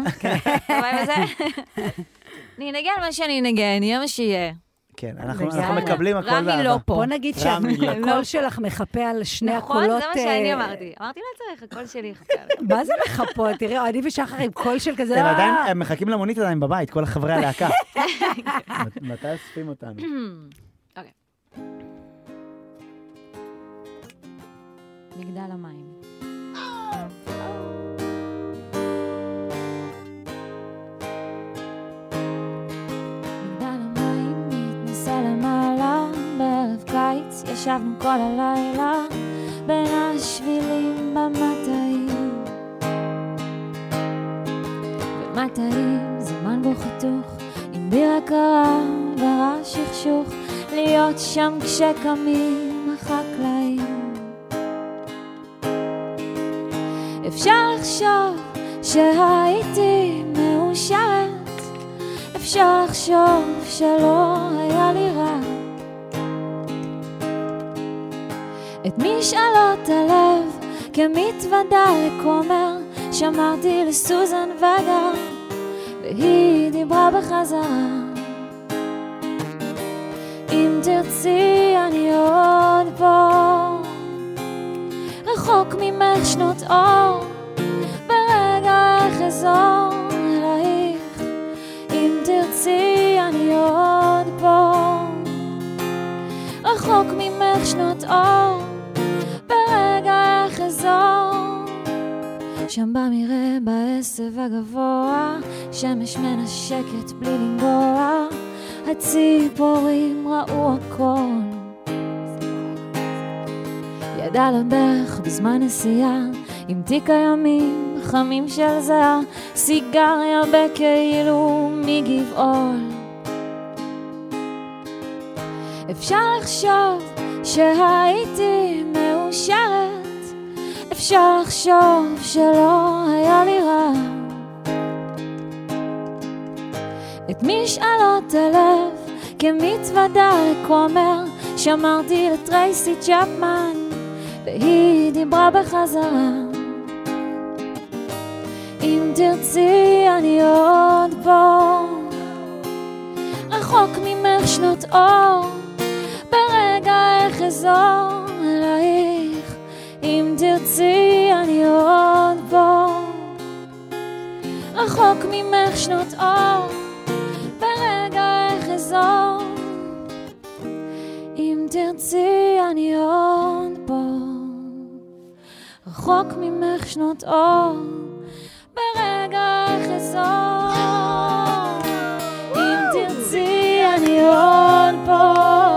אני אנגן מה שאני אנגן, יהיה מה שיהיה. כן, אנחנו מקבלים הכל רמי לא פה. בוא נגיד שהקול שלך מחפה על שני הקולות. נכון, זה מה שאני אמרתי. אמרתי לא צריך, הקול שלי יחכה. מה זה מחפות? תראה, אני ושחר עם קול של כזה... הם עדיין, הם מחכים למונית עדיין בבית, כל חברי הלהקה. מתי אספים אותנו? אוקיי. מגדל המים. למעלה בערב קיץ ישבנו כל הלילה בין השבילים במטעים במטעים זה מנגו חתוך עם בירה קרה ורעש שכשוך להיות שם כשקמים החקלאים אפשר לחשוב שהייתי מאושרת אפשר לחשוב שלא היה לי רע את משאלות הלב כמתוודה לכומר שמרתי לסוזן וגר והיא דיברה בחזרה אם תרצי אני עוד פה רחוק ממך שנות אור ברגע אחזור אלייך אם תרצי אני עוד פה רחוק ממך שנות אור ברגע אחזור שם במראה בעשב הגבוה שמש מנשקת בלי לנגוע הציפורים ראו הכל יד על הברך בזמן נסיעה עם תיק הימים חמים של זהה סיגריה בכאילו מגבעול אפשר לחשוב שהייתי מאושרת אפשר לחשוב שלא היה לי רע את משאלות הלב כמתוודה לכומר שמרתי לטרייסי צ'פמן והיא דיברה בחזרה אם תרצי אני עוד פה רחוק ממך שנות אור ברגע אחזור אלייך אם תרצי אני עוד פה רחוק ממך שנות אור ברגע אחזור אם תרצי אני עוד פה רחוק ממך שנות אור ברגע אחזור אם תרצי אני עוד פה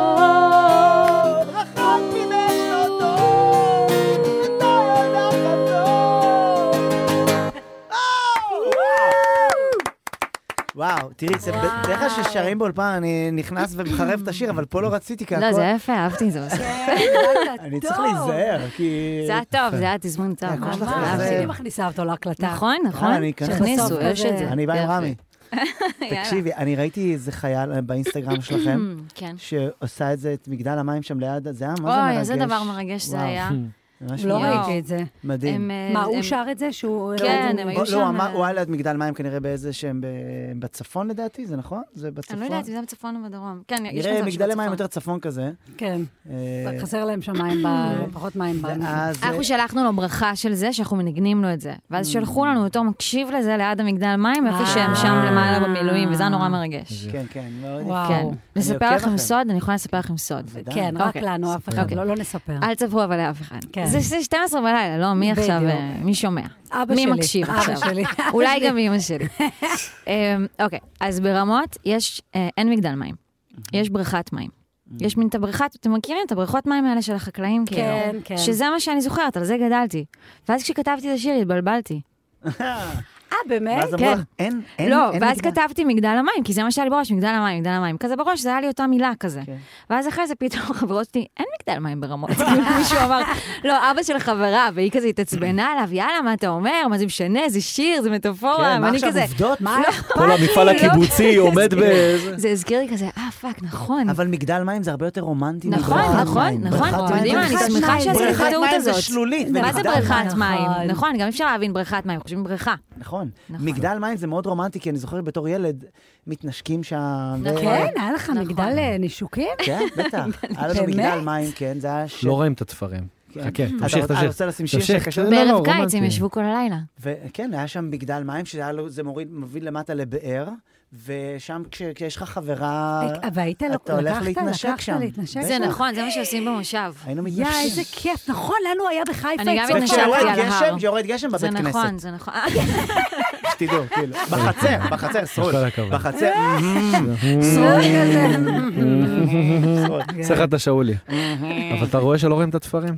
רחוק ממך שנות אור אתה יודע חזור וואו, תראי, זה בדרך כלל ששרים באולפן, אני נכנס ומחרב את השיר, אבל פה לא רציתי ככה. לא, זה יפה, אהבתי את זה. אני צריך להיזהר, כי... זה היה טוב, זה היה תזמון טוב. אני מכניסה אותו להקלטה. נכון, נכון. שכניסו, יש את זה. אני בא עם רמי. תקשיבי, אני ראיתי איזה חייל באינסטגרם שלכם, שעושה את זה, את מגדל המים שם ליד, זה היה, מה זה מרגש? אוי, איזה דבר מרגש זה היה. לא ראיתי את זה. מדהים. מה, הוא שר את זה? שהוא... כן, הם היו שם... לא, הוא היה ליד מגדל מים כנראה באיזה שהם בצפון לדעתי, זה נכון? זה בצפון? אני לא יודעת, זה בצפון או בדרום. כן, יש נראה מגדלי מים יותר צפון כזה. כן, חסר להם שם מים, פחות מים. אנחנו שלחנו לו ברכה של זה, שאנחנו מנגנים לו את זה. ואז שלחו לנו אותו מקשיב לזה ליד המגדל מים, איפה שהם שם למעלה במילואים, וזה נורא מרגש. כן, כן. וואו. נספר לכם סוד, אני יכולה לספר לכם סוד. כן, רק לנו, אף אחד, לא נספר. אל תספרו אבל לאף אחד. זה שתים עשרה בלילה, לא, מי עכשיו, מי שומע? אבא מי שלי. מקשיב אבא עכשיו? שלי. אולי גם אמא שלי. אוקיי, אז ברמות יש, אין מגדל מים. יש בריכת מים. יש מין את הבריכת, אתם מכירים את הבריכות מים האלה של החקלאים? כן, כן. שזה מה שאני זוכרת, על זה גדלתי. ואז כשכתבתי את השיר, התבלבלתי. אה, באמת? ואז אמרו כן. לך, אין, אין, לא, אין ואז מגדל. כתבתי מגדל המים, כי זה מה שהיה לי בראש, מגדל המים, מגדל המים. כזה בראש, זה היה לי אותה מילה כזה. כן. ואז אחרי זה פתאום חברות שלי, אין מגדל מים ברמות. מישהו אמר, לא, אבא של חברה, והיא כזה התעצבנה עליו, יאללה, מה אתה אומר? מה זה משנה? זה שיר, זה מטאפורה. כן, מה ואני עכשיו כזה, עובדות? מה אכפת כל לי? המפעל לא. הקיבוצי עומד באיזה... זה הזכיר לי כזה, אה, פאק, נכון. אבל מגדל מים זה הרבה יותר רומנטי. נכון, מבריכת נכון, מים. נכון. בריכת אתם מים יודעים מה, זה אני בריכת שמחה מים. שעשיתי את בריכת הטעות מים זה הזאת. שלולית. מה זה ומגדל בריכת נכון. מים? נכון, גם אפשר להבין בריכת מים, חושבים בריכה. נכון. נכון. מגדל מים זה מאוד רומנטי, כי אני זוכר בתור ילד, מתנשקים שם. ו- כן, היה לך נכון. מגדל אה, נישוקים? כן, בטח. היה לנו באמת? מגדל מים, כן, זה היה ש... לא רואים את התפרים. כן. חכה, אתה תמשיך, רוצה- תמשיך. רוצה לשים שיר תמשיך. שקשה? לא, לא, בערב קיץ רומנטי. הם ישבו כל הלילה. וכן, היה שם מגדל מים, שזה מוריד, מביא למטה לבאר, ושם כש- כשיש לך חברה, והיית אתה הולך לקחת, להתנשק לקחת שם. להתנשק? זה נכון, זה מה שעושים במושב. היינו יא, מתנשקים. איזה כיף. נכון, לנו היה בחיפה. אני גם אצלנו. התנשקתי וכשיורד על ההר. גשם, כשיורד גשם זה בבית נכון, כנסת. זה נכון. שתדעו, כאילו. בחצר, בחצר, סרול. כל הכבוד. בחצר. סרול כזה. סרול. צריך את השאולי. אבל אתה רואה שלא רואים את התפרים?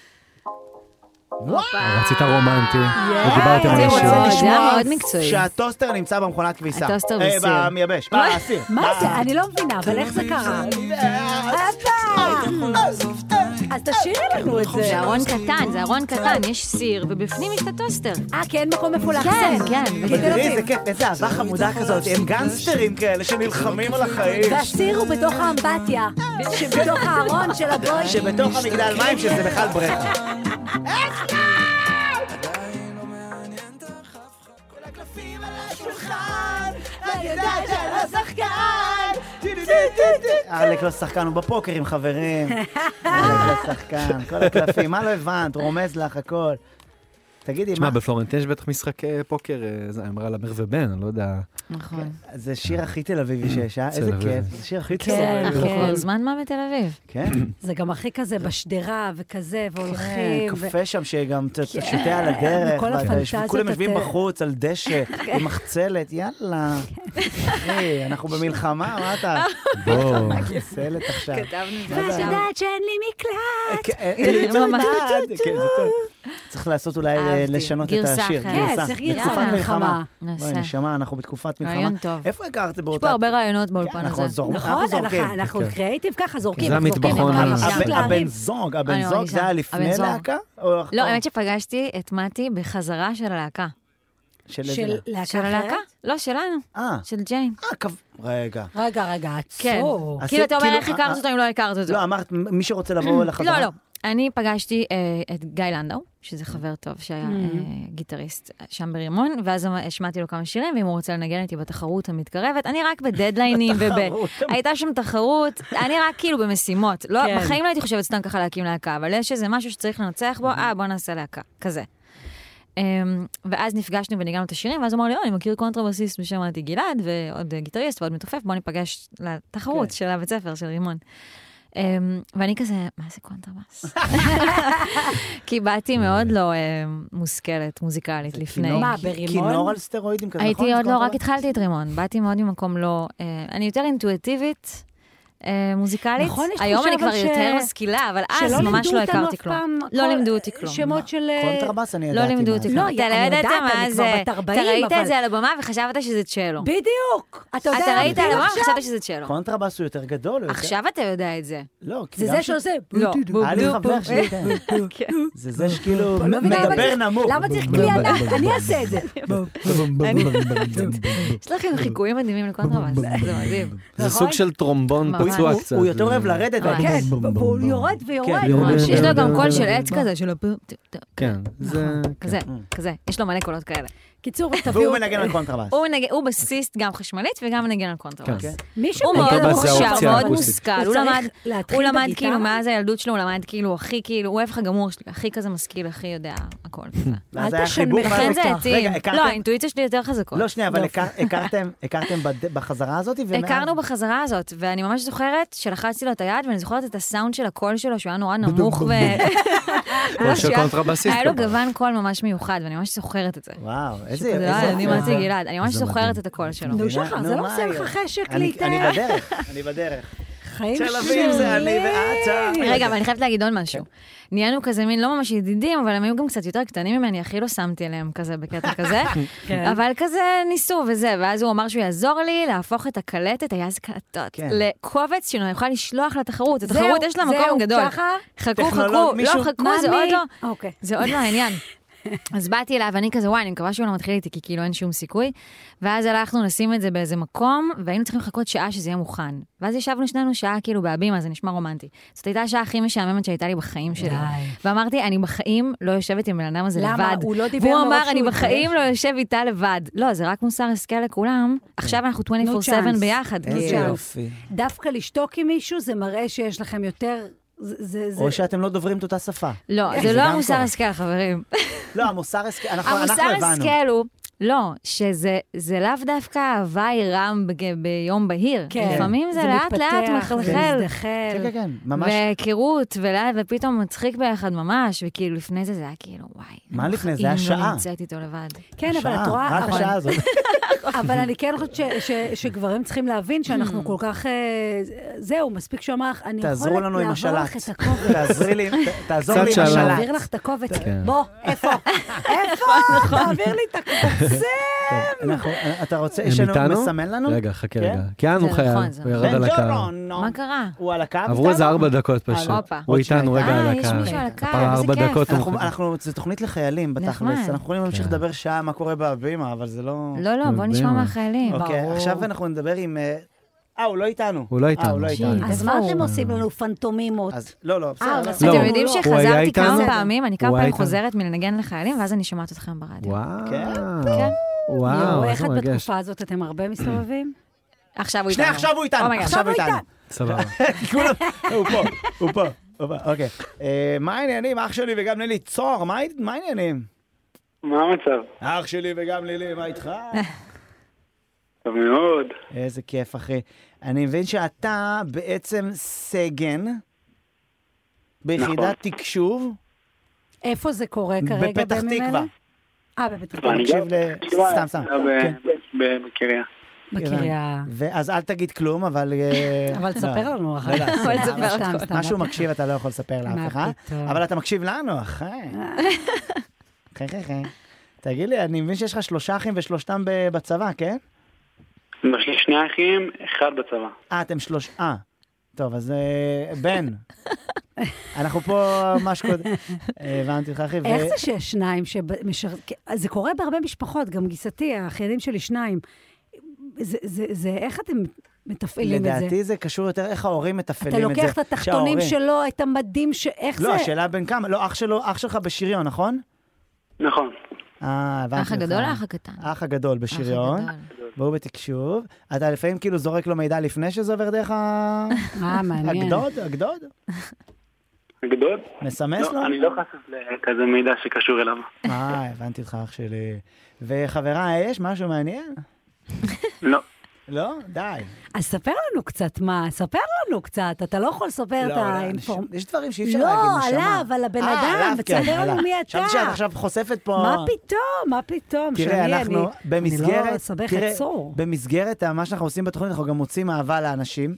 רצית רומנטי, ודיברתם על אני זה השיר. מאוד, רוצה זה היה לשמוע מאוד מקצועי. שהטוסטר נמצא במכונת כביסה. הטוסטר אה, בסיר. במייבש, בסיר. מה זה? אני לא מבינה, אבל איך זה קרה? אז תשאירי לנו את זה. זה ארון קטן, זה ארון קטן, יש סיר, ובפנים יש את הטוסטר. אה, כי אין מקום איפה כן, לאחסן. כן. כדי תראי, להביא. איזה כיף, איזה אהבה חמודה כזאת. הם גנגסטרים כאלה שנלחמים על החיים. והסיר הוא בתוך האמבטיה, שבתוך הארון של הבוי. שבתוך המגדל מים, שזה בכלל בריכה. אלק לא שחקן, הוא בפוקר עם חברים. אלק לא שחקן, כל הקלפים, מה לא הבנת? רומז לך הכל. תגידי, תשמע, מה? בפלורנטין יש בטח משחקי פוקר, אה, זה אמרה למר ובן, אני לא יודע. נכון. זה שיר הכי תל אביבי שיש, אה? איזה תל כיף. אביבי. זה שיר הכי תל כן, אביבי. אחרי זמן מה בתל אביב. כן. זה גם הכי כזה בשדרה וכזה, כן, והולכים. ו- קפה שם שגם אתה אתה שותה על הדרך. כל ואתה- הפנטזיות כולם יושבים הת- בחוץ על דשא, עם מחצלת, יאללה. אחי, אנחנו במלחמה, מה אתה? בוא. מחצלת עכשיו. כתבנו את ואת זה. יודעת שאין לי מקלט. כן, אין לי ממש. צלד. כן, זה טוב. צריך לעשות אולי אה, אהבתי. לשנות את גרסה השיר. אחרת. כן, גרסה. צריך בתקופת גרסה מלחמה. מלחמה. בואי, נעשה. נשמה, אנחנו בתקופת מלחמה. רעיון טוב. איפה הכרת יש באותה... פה הרבה רעיונות באולפן אנחנו הזה. זורקים. נכון, אנחנו אנחנו- זורקים. אנחנו כן. קריאיטיב ככה, זורקים. זה אנחנו זורקים, המטבחון אבל ה- פשוט הבן- הבן להרים. זוג, הבן אני זוג, מרגישה. זה היה לפני הבן זוג. להקה? או אחר? לא, האמת שפגשתי את מתי בחזרה של הלהקה. של איזה של להקה? להקה של הלהקה? אחרת? לא, שלנו. אה, של ג'יין. אה, קו... רגע. רגע, רגע, כן. עצור. אז כאילו, זה- אתה אומר, כאילו, איך אה, הכרת אה, אותו אם לא הכרת אותו? לא, אמרת, מי שרוצה לבוא לחזרה? לא, לא. אני פגשתי אה, את גיא לנדאו, שזה חבר טוב שהיה אה, גיטריסט שם ברימון, ואז השמעתי לו כמה שירים, ואם הוא רוצה לנגן איתי בתחרות המתקרבת, אני רק בדדליינים, בתחרות. הייתה שם תחרות, אני רק כאילו במשימות. לא, כן. בחיים לא הייתי חושבת סתם ככה להקים להקה, אבל יש איזה משהו שצריך לנצח בו, אה, בוא נעשה להקה, כזה. Um, ואז נפגשנו וניגענו את השירים, ואז הוא אמר לי, אני מכיר קונטרבסיסט בשמעתי גלעד, ועוד גיטריסט ועוד מתופף, בוא ניפגש לתחרות כן. של הבית ספר, של רימון. Um, ואני כזה, מה זה קונטרבס? כי באתי מאוד לא uh, מושכלת, מוזיקלית לפני. כינור- מה, ברימון? כינור על סטרואידים כזה, נכון? הייתי זה עוד לא, קונטרבס? רק התחלתי את רימון, באתי מאוד ממקום לא, uh, אני יותר אינטואיטיבית, uh, מוזיקלית. נכון, יש היום תחושה, אני כבר אבל ש- יותר משכילה, אבל אז שלא ממש לימדו לא אותנו הכרתי אף כלום. פעם לא כל- לימדו אותי כלום. שמות של... קונטרבס אני לא ידעתי. לימדו מה אותי זה. כלום. לא, אתה לא אני ידעת יודעת, מה אני זה, כבר בת ארבעים, אתה ראית אבל- את זה על הבמה וחשבת שזה צ'לו. בדיוק. אתה יודע, אתה ראית על בדיוק הבמה עכשיו? וחשבת שזה צ'לו. קונטרבס הוא יותר גדול. הוא יותר- עכשיו אתה יודע את זה. לא, כי זה גם זה ש- שעושה... לא. היה לי חבר שלי, כן. זה זה שכאילו לא מבינה למה מדבר צריך- נמוך. למה צריך כלי ענק? אני אעשה את זה. יש לכם חיקויים מדהימים לקונטרבאס, זה מדהים. זה נכון? סוג של טרומבון ממש. פצוע הוא- קצת. הוא יותר אוהב לרדת. ממש. כן, והוא יורד ויורד. כן, ממש. יש לו גם קול של כן. עץ כזה, של הפ... כן, זה... כזה, כזה. יש לו מלא קולות כאלה. קיצור, והוא תביאו... מנגן על קונטרבס. הוא מנגן- הוא בסיסט גם חשמלית וגם מנגן על קונטרבאס. כן. מישהו הוא מאוד קונטרבאס זה מוכשר, האופציה מאוד האקוסטית. מושכל. הוא הוא צריך למד, להתחיל הוא למד בגיטרה? כאילו, מאז הילדות שלו, הוא למד כאילו הכי כאילו, הוא ההפך הגמור שלי, הכי כזה משכיל, הכי יודע הכל כזה. ואז אל היה תשנמך. חיבור. לכן מה זה רגע, התאים. הכרתם- לא, האינטואיציה שלי יותר חזקות. לא, שנייה, אבל הכר- הכרתם הכרתם בד- בחזרה הזאת? ומאז- הכרנו בחזרה הזאת, ואני ממש זוכרת שלחצתי לו את היד, ואני זוכרת את הסאונד של הקול שלו, שהוא היה נורא נמוך, ו... קול של קונטרבסיסט. היה לו גוון קול ממש מיוחד, ואני ממש זוכרת את זה. וואו, איזה... שזה לא איזה היה, אני יופי. אמרתי גלעד, אני ממש זה זוכרת מדהים. את הקול שלו. נו, שחר, נו, זה לא מה עושה יהיה? לך חשק אני- אני להתאר. בדרך, אני בדרך. החיים תל אביב זה אני ואתה. רגע, אבל אני חייבת להגיד עוד משהו. נהיינו כזה מין לא ממש ידידים, אבל הם היו גם קצת יותר קטנים ממני, הכי לא שמתי עליהם כזה בקטע כזה. אבל כזה ניסו וזה, ואז הוא אמר שהוא יעזור לי להפוך את הקלטת, היה איזה קלטות, לקובץ שאני יכולה לשלוח לתחרות. התחרות יש לה מקום גדול. חכו, חכו, לא חכו, זה עוד לא. זה עוד לא העניין. אז באתי אליו, ואני כזה, וואי, אני מקווה שהוא לא מתחיל איתי, כי כאילו אין שום סיכוי. ואז הלכנו לשים את זה באיזה מקום, והיינו צריכים לחכות שעה שזה יהיה מוכן. ואז ישבנו שנינו שעה כאילו בהבימה, זה נשמע רומנטי. זאת הייתה השעה הכי משעממת שהייתה לי בחיים שלי. ואמרתי, אני בחיים לא יושבת עם בן אדם הזה לבד. למה? הוא לא דיבר והוא אמר, אני בחיים לא יושב איתה לבד. לא, זה רק מוסר השכל לכולם. עכשיו אנחנו עשרים וארבע שבע ביחד. איזה יופי. דווקא לשתוק עם מישהו, זה מראה שיש לכם יותר... או שאתם לא דוברים את אותה שפה. לא, זה לא המוסר השכל, חברים. לא, המוסר השכל, אנחנו הבנו. המוסר השכל הוא, לא, שזה לאו דווקא הוואי רם ביום בהיר. לפעמים זה לאט לאט מחלחל. כן, כן, ממש. והיכרות, ופתאום מצחיק ביחד ממש, וכאילו לפני זה זה היה כאילו, וואי. מה לפני? זה היה שעה. אם לא נמצאת איתו לבד. כן, אבל את רואה... רק השעה הזאת. אבל אני כן חושבת שגברים צריכים להבין שאנחנו כל כך... זהו, מספיק שאומר, אני יכולת לעבור לך את הקובץ. תעזרי לי, תעזור לי עם השלט. תעביר לך את הקובץ. בוא, איפה? איפה? תעביר לי את הקובץ. אתה רוצה שנו מסמן לנו? רגע, חכה רגע. כי אנו חייב, הוא ירד על הקו. מה קרה? הוא על הקו? עברו איזה ארבע דקות פשוט. הוא איתנו רגע על הקו. יש מישהו על הקו, איזה כיף. אנחנו, זה תוכנית לחיילים בתכלס. אנחנו יכולים להמשיך לדבר שעה מה קורה בהבימה, אבל זה לא... לא, לא, בוא נשמע מהחיילים. אוקיי, עכשיו אנחנו נדבר עם... אה, הוא לא איתנו. הוא לא איתנו. אז מה אתם עושים לנו פנטומימות? לא, לא, בסדר. אתם יודעים שחזרתי כמה פעמים, אני כמה פעמים חוזרת מלנגן לחיילים, ואז אני שומעת אתכם ברדיו. וואו. כן. וואו, איך את בתקופה הזאת אתם הרבה מסתובבים? עכשיו הוא איתנו. שני, עכשיו הוא איתנו. עכשיו הוא איתנו. סבבה. הוא פה, הוא פה. אוקיי. מה העניינים? אח שלי וגם לילי. צור, מה העניינים? מה המצב? אח שלי וגם לילי, מה איתך? טוב מאוד. איזה כיף, אחי. אני מבין שאתה בעצם סגן ביחידת תקשוב. איפה זה קורה כרגע? בפתח תקווה. אה, בפתח תקווה. תקשיב ל... סתם, סתם. בקריה. בקריה. ואז אל תגיד כלום, אבל... אבל תספר לנו אחר. משהו מקשיב, אתה לא יכול לספר לאף אחד. אבל אתה מקשיב לנו, אחי. אחי, אחי, אחי. תגיד לי, אני מבין שיש לך שלושה אחים ושלושתם בצבא, כן? יש לי שני אחים, אחד בצבא. אה, אתם שלוש... אה, טוב, אז בן, אנחנו פה משהו קודם. הבנתי לך, אחי. איך זה שיש שניים שמשר... זה קורה בהרבה משפחות, גם גיסתי, האחיינים שלי שניים. זה איך אתם מתפעלים את זה? לדעתי זה קשור יותר איך ההורים מתפעלים את זה. אתה לוקח את התחתונים שלו, את המדים, איך זה? לא, השאלה בין כמה. לא, אח שלו, אח שלך בשריון, נכון? נכון. האח הגדול או האח הקטן? האח הגדול בשריון, והוא בתקשוב. אתה לפעמים כאילו זורק לו מידע לפני שזה עובר דרך ה... אה, מעניין. הגדוד? הגדוד? הגדוד? מסמס לו? לא, אני לא חשוף לכזה מידע שקשור אליו. אה, הבנתי אותך, אח שלי. וחברה, יש משהו מעניין? לא. לא? די. אז ספר לנו קצת מה, ספר לנו קצת, אתה לא יכול לספר את האינפורמציה. יש דברים שאי אפשר להגיד משמה. לא, עליו, על הבן אדם, ותספר לנו מי אתה. חשבתי שאת עכשיו חושפת פה... מה פתאום, מה פתאום? תראה, אנחנו במסגרת... אני לא אסבך את צור. במסגרת מה שאנחנו עושים בתוכנית, אנחנו גם מוצאים אהבה לאנשים.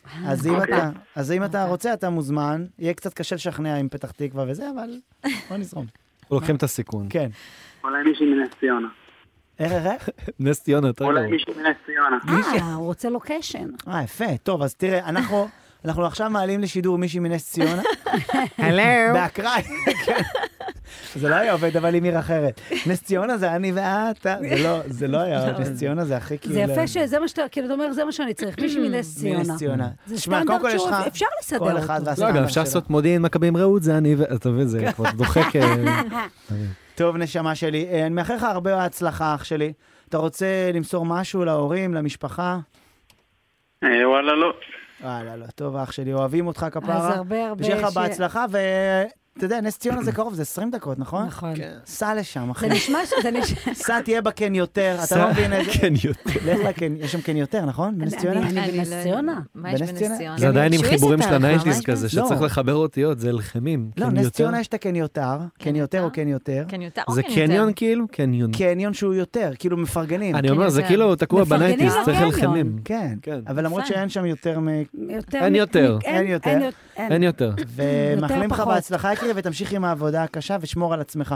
אז אם אתה רוצה, אתה מוזמן. יהיה קצת קשה לשכנע עם פתח תקווה וזה, אבל בוא נזרום. אנחנו לוקחים את הסיכון. כן. אולי מישהי מנס ציונה. איך, איך? נס ציונה, אתה אולי מישהי מנס ציונה. אה, הוא רוצה לוקשן. אה, יפה. טוב, אז תראה, אנחנו... אנחנו עכשיו מעלים לשידור מישהי מנס ציונה. הלו. באקראי. זה לא היה עובד, אבל עם עיר אחרת. נס ציונה זה אני ואתה. זה לא היה, נס ציונה זה הכי כאילו... זה יפה שזה מה שאתה, כאילו, אתה אומר, זה מה שאני צריך, מישהי מנס ציונה. מנס ציונה. זה סטנדרט שהוא, אפשר לסדר אותו. כל אחד לא, גם אפשר לעשות מודיעין מכבים רעות, זה אני ואתה מבין, זה כבר דוחק... טוב, נשמה שלי, אני מאחל לך הרבה הצלחה, אח שלי. אתה רוצה למסור משהו להורים, למשפחה? וואלה, לא. וואלה, לא. טוב, אח שלי, אוהבים אותך כפרה. אז הרבה הרבה... ושיהיה לך בהצלחה, אתה יודע, נס ציונה זה קרוב, זה עשרים דקות, נכון? נכון. סע לשם, אחי. זה נשמע שזה נשמע... סע, תהיה בקן יותר, אתה לא מבין איזה... כן, יותר. לך לקן, יש שם קן יותר, נכון? בנס ציונה? אני בנס ציונה. מה יש בנס בנס ציונה? ציונה? זה עדיין עם שהוא חיבורים יספר של לך, מה הנייטיז יש כזה, בנס- לא. שצריך לחבר אותיות, זה לחמים. לא, כן, נס יותר. ציונה יש את הקן יותר, קן יותר או קן יותר. כן יותר או זה כן יותר? קניון כאילו? קניון. קניון שהוא יותר, כאילו מפרגנים. אני אומר, זה יותר. כאילו תקוע מפרגנים בנייטיז, צריך לקניון. לחמים. כן, כן. אבל למרות יפה. שאין שם יותר מ... יותר אין מ- יותר. אין יותר. אין יותר. ומאחלים לך פחות. בהצלחה, יקרי, ותמשיך עם העבודה הקשה ושמור על עצמך.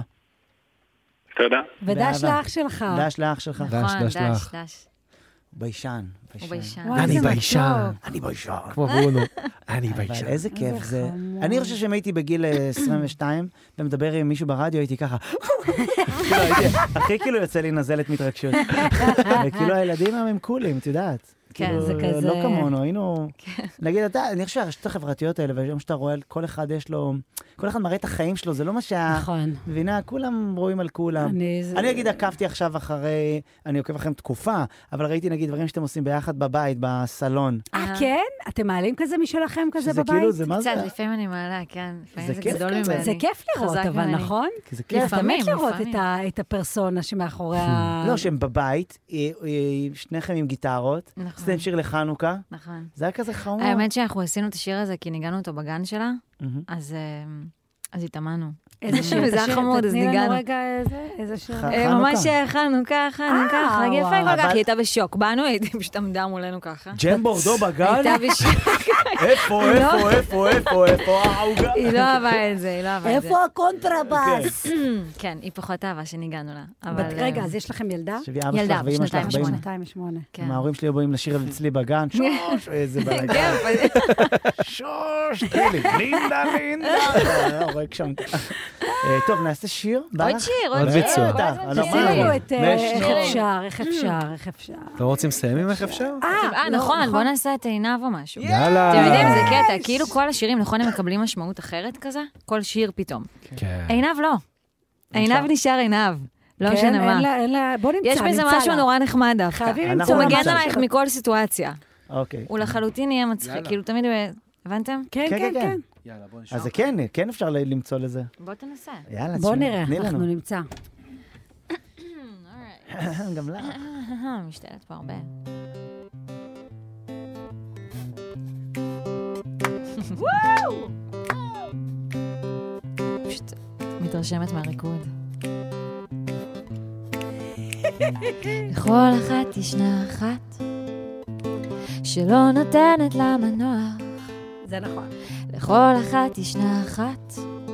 תודה. ודש באהבה. לאח שלך. דש לאח שלך. דש, נכון, דש לך. דש. ביישן. הוא ביישן. וואי, אני איזה ביישן. מתוק. אני ביישן. כמו ברונו. אני אבל ביישן. איזה כיף איזה זה. חמוד. אני חושב שאם הייתי בגיל אה, עשרים ושתיים ומדבר עם מישהו ברדיו, הייתי ככה. כאילו, הייתי- הכי כאילו יוצא לי נזלת מתרגשות. וכאילו הילדים הם קולים, את יודעת. כן, כאילו, זה כזה- לא כמונו, היינו... נגיד, אתה, אני חושב שהרשתות החברתיות האלה, והיום שאתה רואה, כל אחד יש לו... כל אחד מראה את החיים שלו, זה לא מה שה... נכון. מבינה, כולם רואים על כולם. אני- זה- אני אגיד, עקבתי עכשיו אחרי... אני עוקב אחריהם תקופה, אבל ראיתי, נגיד, דברים שאתם עושים ביחד בבית, בסלון. אה, כן? אתם מעלים כזה משלכם כזה שזה בבית? כאילו, זה מה זה? קצת, לפעמים אני מעלה, כן. לפעמים זה זה כיף גדול כזה. ממני. זה כיף לראות, חזק אבל ממני. נכון? כי זה כיף. לפעמים, באמת לראות לפעמים. את ה- את הפרסונה שמאחורי ה... לא, שהם בבית, אה, אה, שניכם עם גיטרות, נכון. עשיתם שיר לחנוכה, נכון. זה היה כזה חמור. האמת שאנחנו עשינו את השיר הזה כי ניגענו אותו בגן שלה, מהמם. אז אה, אז התאמנו. איזה שיר, וזה היה תשאיר- חמוד, אז תתני לנו ניגענו. רגע איזה, איזה שיר. ח- אה, חנוכה. ממש חנוכה, חנוכה, אה, חג יפה וואו. כל כך, אבל- היא הייתה בשוק. באנו, הייתי פשוט עמדה מולנו ככה. ג'ם בורדו בגן? הייתה בשוק. איפה, איפה, איפה, איפה, איפה, העוגה? היא לא אהבה את זה, היא לא אהבה את זה. איפה הקונטרבאס? כן, היא פחות אהבה שניגענו לה. אבל... בת- רגע, אז יש לכם ילדה? תחשבי, אבא ילדה, שלך ואמא שלך בשנתיים באים, ושמונה. שנתיים ושמונה. כן. עם ההורים שלי באים לשיר אצלי בגן, שוש, איזה בלגן. כן, אבל- שוש, תן לי, לינדה, לינדה. אה, רואה שם. אה, טוב, נעשה שיר. בא עוד לך? שיר, עוד עוד שיר. ביצוע. כל הזמן בטח, שירים. אמרנו. תשימו את אה, איך משנות. אפשר, איך אפשר, איך אפשר. אתם רוצים לסיים עם איך אפשר? אה, לא, נכון, בוא נעשה את עינב או משהו. יאללה. אתם יודעים, זה קטע, כאילו כל השירים, נכון, הם מקבלים משמעות אחרת כזה? כל שיר פתאום. כן. עינב לא. עינב נשאר עינב. לא כן, משנה אין מה. לה- אין לה... בוא נמצא, יש נמצא בזה משהו לה. נורא נחמד דווקא. חייבים אנחנו למצוא הוא לה נמצא. מגן משהו. עלייך מכל סיטואציה. אוקיי. הוא לחלוטין יהיה מצחיק, כאילו תמיד... הבנתם? כן, כן, כן. יאללה, בוא נשמע. אז זה כן, כן אפשר ל- למצוא לזה. בוא תנסה. יאללה, בוא תשמעי, נראה, תני אנחנו לנו. נמצא. גם לך. משתלת פה הרבה. פשוט מתרשמת מהריקוד. לכל אחת ישנה אחת שלא נותנת לה מנוח. זה נכון. לכל אחת ישנה אחת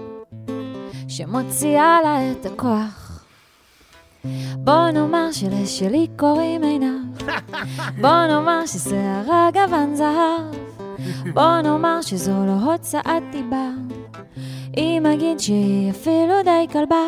שמוציאה לה את הכוח. בוא נאמר שלשלי קוראים עינב, בוא נאמר ששערה גוון זהב, בוא נאמר שזו לא הוצאת דיבה, אם אגיד שהיא אפילו די כלבה.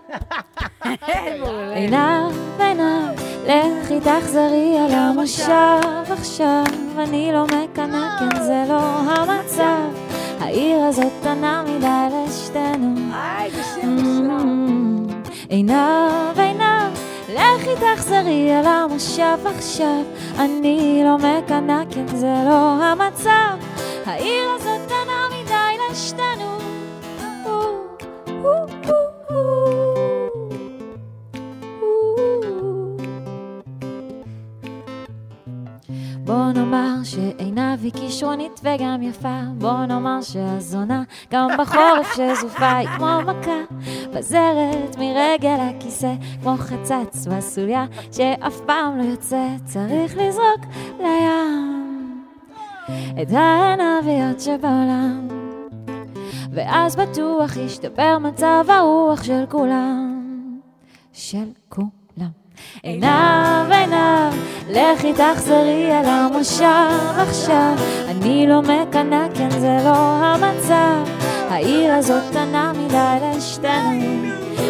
עינב, עינב, לכי תחזרי על המושב עכשיו, אני לא מקנה, כן זה לא המצב, העיר הזאת קטנה מדי לשתינו. עינב, עינב, לכי תחזרי על המושב עכשיו, אני לא מקנה, כן זה לא המצב, העיר הזאת קטנה מדי לשתינו. בוא נאמר שעינב היא כישרונית וגם יפה, בוא נאמר שהזונה גם בחורף שזופה היא כמו מכה בזרת מרגל הכיסא, כמו חצץ בסוליה שאף פעם לא יוצא, צריך לזרוק לים את הענביות שבעולם, ואז בטוח ישתפר מצב הרוח של כולם, של כולם. עינב, עינב, לכי תחזרי על המושב עכשיו, אני לא מקנה, כן זה לא המצב, העיר הזאת קטנה מדי לשתינו.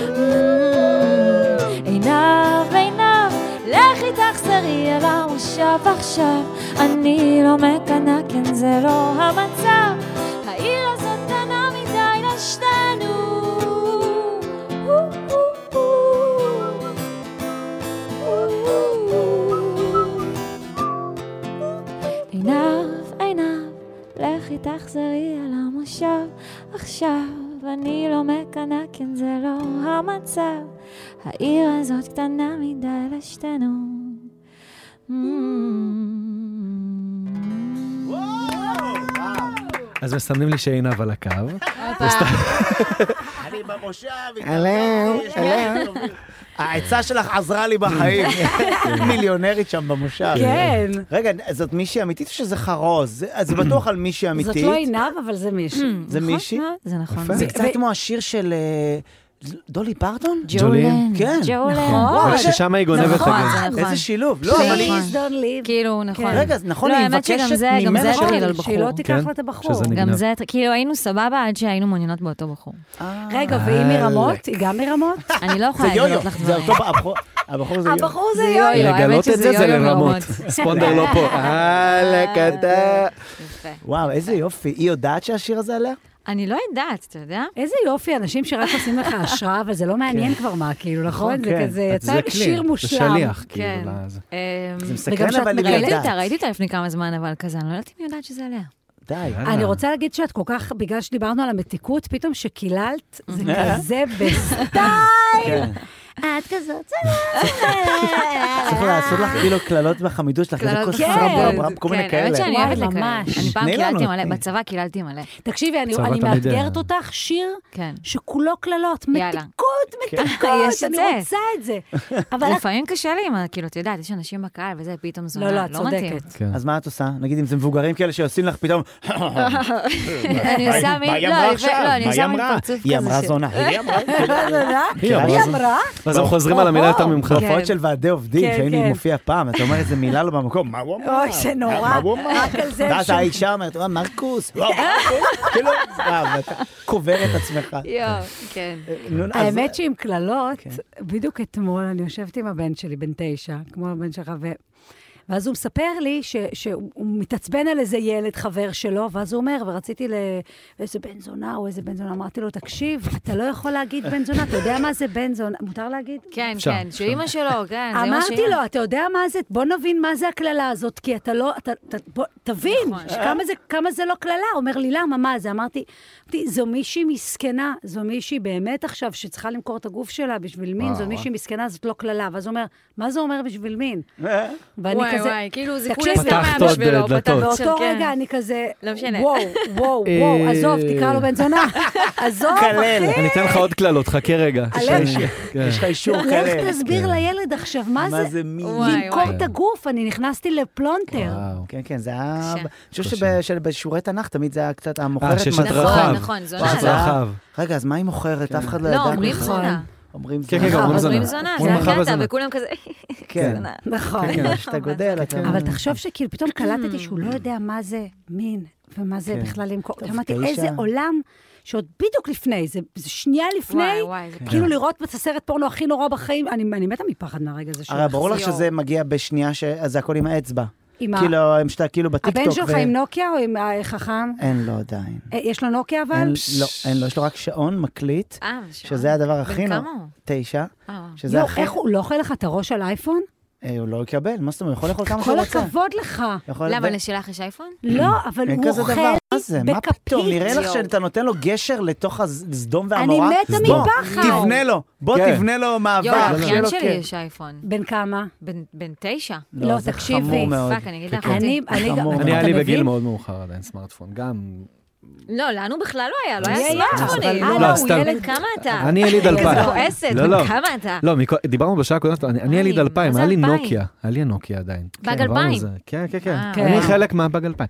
עינב, עינב, לכי תחזרי על המושב עכשיו, אני לא מקנה, כן זה לא המצב, העיר הזאת קטנה מדי לשתינו. עינב, עינב, לכי תחזרי על המושב עכשיו, אני לא מקנה, כן זה לא המצב. העיר הזאת קטנה מדי לשתנו. אז מסמנים לי שעינב על הקו. אני במושב. אלם, אלם. העצה שלך עזרה לי בחיים. מיליונרית שם במושב. כן. רגע, זאת מישהי אמיתית או שזה חרוז? זה בטוח על מישהי אמיתית. זאת לא עינב, אבל זה מישהי. זה מישהי? זה נכון. זה קצת כמו השיר של דולי פרטון? ג'ולן. כן. ג'ולן. ששם היא גונבת את הגן. איזה שילוב. לא, אבל היא... Please don't leave. כאילו, נכון. רגע, נכון, היא מבקשת גם זה התחיל על בחור. שהיא לא תיקח לה את הבחור. גם זה, כאילו, היינו סבבה עד שהיינו מעוניינות באותו בחור. רגע, והיא מרמות? היא גם מרמות? אני לא יכולה לגלות לך דברים. זה אותו הבחור זה יו. הבחור זה יו. לגלות את זה זה לרמות. ספונדר לא פה. אה, לקטע. וואו, איזה יופי. היא יודעת שהשיר הזה עליה? אני לא יודעת, אתה יודע? איזה יופי, אנשים שרק עושים לך השראה, אבל זה לא מעניין כבר מה, כאילו, נכון? זה כזה, יצא שיר מושלם. זה שליח, כאילו. זה מסקרן, אבל היא יודעת. ראיתי אותה לפני כמה זמן, אבל כזה, אני לא יודעת אם יודעת שזה עליה. די. אני רוצה להגיד שאת כל כך, בגלל שדיברנו על המתיקות, פתאום שקיללת, זה כזה בסטייל. את כזאת, צריך לעשות לך כאילו קללות בחמידות שלך, כזה כוס סרב, כל מיני כאלה. האמת שאני אוהבת לקלל. ממש. אני פעם קיללתי מלא, בצבא קיללתי מלא. תקשיבי, אני מאתגרת אותך שיר שכולו קללות, מתיקות, מתיקות, אני רוצה את זה. לפעמים קשה לי, כאילו, את יודעת, יש אנשים בקהל וזה פתאום זונה, לא, לא, צודקת. אז מה את עושה? נגיד אם זה מבוגרים כאלה שעושים לך פתאום... אני עושה מי... לא, אני עושה מין פרצוף כזה. היא אמרה זונה. היא אמרה. היא אמרה. אז הם חוזרים על המילה יותר ממך. בהופעות של ועדי עובדים, שהייתי מופיע פעם, אתה אומר איזה מילה לא במקום, מה הוא אמר? אוי, זה נורא, רק על זה. ואז האישה אומרת, מרקוס, כאילו, אתה קובר את עצמך. יואו, כן. האמת שעם קללות, בדיוק אתמול, אני יושבת עם הבן שלי, בן תשע, כמו הבן שלך, ואז הוא מספר לי שהוא מתעצבן על איזה ילד חבר שלו, ואז הוא אומר, ורציתי לאיזה בן זונה או איזה בן זונה, אמרתי לו, תקשיב, אתה לא יכול להגיד בן זונה, אתה יודע מה זה בן זונה? מותר להגיד? כן, כן, שאמא שלו, כן. אמרתי לו, אתה יודע מה זה? בוא נבין מה זה הכללה הזאת, כי אתה לא, תבין, כמה זה לא כללה. אומר לי, למה, מה זה? אמרתי, זו מישהי מסכנה, זו מישהי באמת עכשיו שצריכה למכור את הגוף שלה בשביל מין, זו מישהי מסכנה, זאת לא כללה. ואז הוא אומר, מה זה אומר בשביל מין? ואני כזה, וואי, כאילו זה כולה סתם היה בשבילו. באותו רגע אני כזה, וואו, וואו, וואו, עזוב, תקרא לו בן זונה. עזוב, אחי. אני אתן לך עוד כללות, חכה רגע. יש לך אישור כלל. לך תסביר לילד עכשיו, מה זה? למכור את הגוף, אני נכנסתי לפלונטר. כן, כן, זה היה... אני חושב שבשיעורי תנ"ך תמיד זה היה קצת המוכרת מזון. נכון, זונה. רגע, אז מה היא מוכרת? אף אחד לא לא, ידע. אומרים זונה. אומרים כן, כן, אומרים זונה, זה הקטע, וכולם כזה... כן, נכון. שאתה גודל. אבל תחשוב שכאילו פתאום קלטתי שהוא לא יודע מה זה מין, ומה זה בכלל למכור. אמרתי, איזה עולם שעוד בדיוק לפני, זה שנייה לפני, כאילו לראות בסרט פורנו הכי נורא בחיים, אני מתה מפחד מהרגע הזה. הרי ברור לך שזה מגיע בשנייה, אז זה הכל עם האצבע. כאילו, הם שאתה כאילו בטיקטוק. הבן שלך עם נוקיה או עם חכם? אין לו עדיין. יש לו נוקיה אבל? לא, אין לו, יש לו רק שעון מקליט, שזה הדבר הכי נורא. תשע. יו, איך הוא לא אוכל לך את הראש על אייפון? הוא לא יקבל, מה זאת אומרת? יכול לאכול כמה שהוא רוצה. כל הכבוד לך. למה, לשלך יש אייפון? לא, אבל הוא אוכל בכפית. מה פתאום? נראה לך שאתה נותן לו גשר לתוך הסדום והמורה? אני מתה מפחד. תבנה לו, בוא תבנה לו מעבר. יו, האחיין שלי יש אייפון. בן כמה? בן תשע. לא, תקשיבי. פאק, אני אגיד לך. אני היה לי בגיל מאוד מאוחר עדיין סמארטפון, גם... לא, לנו בכלל לא היה, לא היה סמארטפונים. אה, לא, הוא ילד כמה אתה? אני יליד אלפיים. כזה כועסת, כמה אתה? לא, דיברנו בשעה הקודמת, אני יליד אלפיים, היה לי נוקיה, היה לי נוקיה עדיין. בג אלפיים. כן, כן, כן. אני חלק מהבג אלפיים.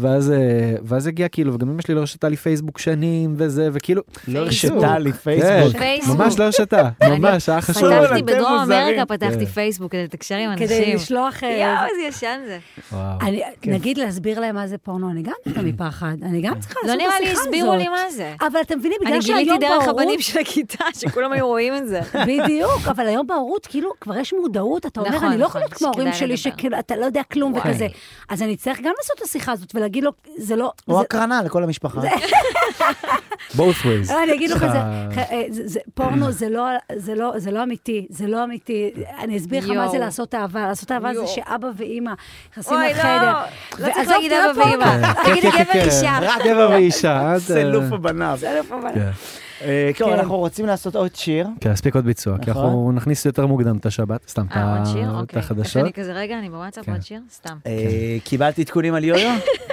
ואז הגיע כאילו, וגם אמא שלי לא הרשתה לי פייסבוק שנים וזה, וכאילו... לא הרשתה לי פייסבוק. ממש לא הרשתה, ממש, היה חשוב. פתחתי בדרום אמריקה, פתחתי פייסבוק כדי לתקשר עם אנשים. כדי לשלוח... יואו, איזה ישן זה. נגיד להסביר להם מה זה פורנו, אני גם נתן מפחד, אני גם צריכה לא נראה לי, הסבירו לי מה זה. אבל אתם מבינים, בגלל אני שהיום גיליתי בהורות... דרך הבנים של הכיתה, שכולם היו רואים את זה. בדיוק, אבל היום בהורות, כאילו, כבר יש מודעות, אתה אומר, אני לא יכולה להיות כמו ההורים שלי, שאתה לא יודע כלום וכזה. אז אני צריך גם לעשות את השיחה הזאת, ולהגיד לו, זה לא... או הקרנה לכל המשפחה. both ways. אני אגיד לו כזה, פורנו זה לא אמיתי, זה לא אמיתי. אני אסביר לך מה זה לעשות אהבה. לעשות אהבה זה שאבא ואמא נכנסים לחדר. לא צריך להגיד אבא ואמא. תגידי גבר אישה. רק גבר ואישה. סלוף הבניו. סלוף הבניו. כן, אנחנו רוצים לעשות עוד שיר. כן, להספיק עוד ביצוע, כי אנחנו נכניס יותר מוקדם את השבת, סתם את החדשות. איך אני כזה רגע, אני בוואטסאפ עוד שיר? סתם. קיבלתי עדכונים על יו-יו?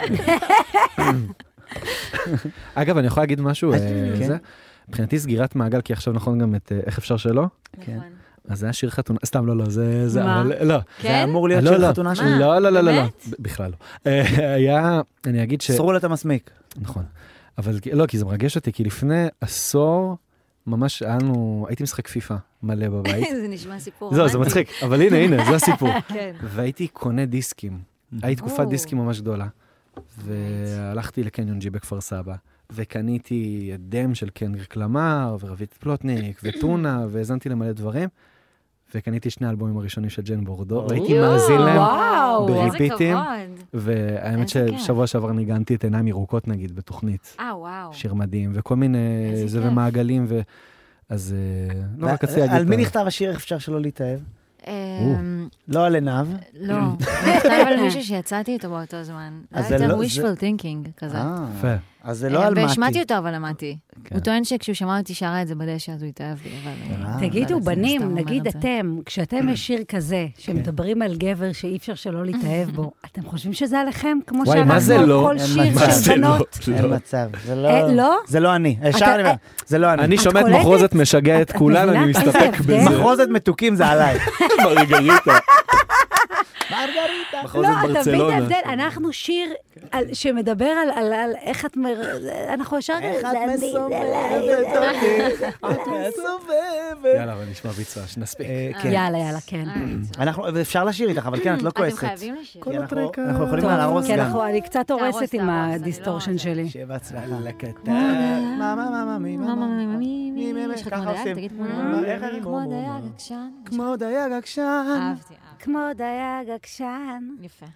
אגב, אני יכול להגיד משהו, מבחינתי סגירת מעגל, כי עכשיו נכון גם את איך אפשר שלא. נכון. אז זה היה שיר חתונה, סתם לא, לא, זה, מה? לא. זה אמור להיות שיר חתונה שלי? לא, לא, לא, לא, בכלל לא. היה, אני אגיד ש... סרו לה את המסמיק. נכון. אבל לא, כי זה מרגש אותי, כי לפני עשור, ממש היינו, הייתי משחק פיפה מלא בבית. זה נשמע סיפור. זהו, זה מצחיק, אבל הנה, הנה, זה הסיפור. והייתי קונה דיסקים. הייתי תקופת דיסקים ממש גדולה. והלכתי לקניון ג'י בכפר סבא, וקניתי דם של קנדריק למר, ורבית פלוטניק, וטונה, והזנתי למלא דברים. וקניתי שני האלבומים הראשונים של ג'ן בורדו, והייתי מאזין להם בריפיטים. והאמת ששבוע שעבר ניגנתי את עיניים ירוקות, נגיד, בתוכנית. אה, וואו. שיר מדהים, וכל מיני, זה ומעגלים, ו... אז לא רק רציתי להגיד... על מי נכתב השיר איך אפשר שלא להתאהב? לא על עיניו. לא, נכתב על מישהו שיצאתי איתו באותו זמן. זה היה יותר wishful thinking כזה. יפה. אז זה לא על מתי. והשמעתי אותו אבל למדתי. הוא טוען שכשהוא שמע אותי שרה את זה בדשא, אז הוא התאהב לי. תגידו, בנים, נגיד אתם, כשאתם יש שיר כזה, שמדברים על גבר שאי אפשר שלא להתאהב בו, אתם חושבים שזה עליכם? כמו שאנחנו על כל שיר של בנות. אין מצב. לא? זה לא אני. זה לא אני. אני שומע את מחרוזת משגע את כולן, אני מסתפק בזה. מחרוזת מתוקים זה עליי. מרגריטה. מרגריטה. לא, אתה מבין את ההבדל, אנחנו שיר שמדבר על איך את מר... אנחנו ישר... איך את מסובבת אותי, את מסובבת. יאללה, אבל נשמע ביצוע, שנספיק. יאללה, יאללה, כן. אפשר לשיר איתך, אבל כן, את לא כועסת. אתם חייבים לשיר. אנחנו יכולים להרוס גם. אני קצת הורסת עם הדיסטורשן שלי. שבהצלחה. לקטה. מה, מה, מה, מה, מי, מה, מה, מי, מי, מי, ככה עושים. כמו דייג עקשן. כמו דייג עקשן. אהבתי. כמו דייג עקשן. יפה.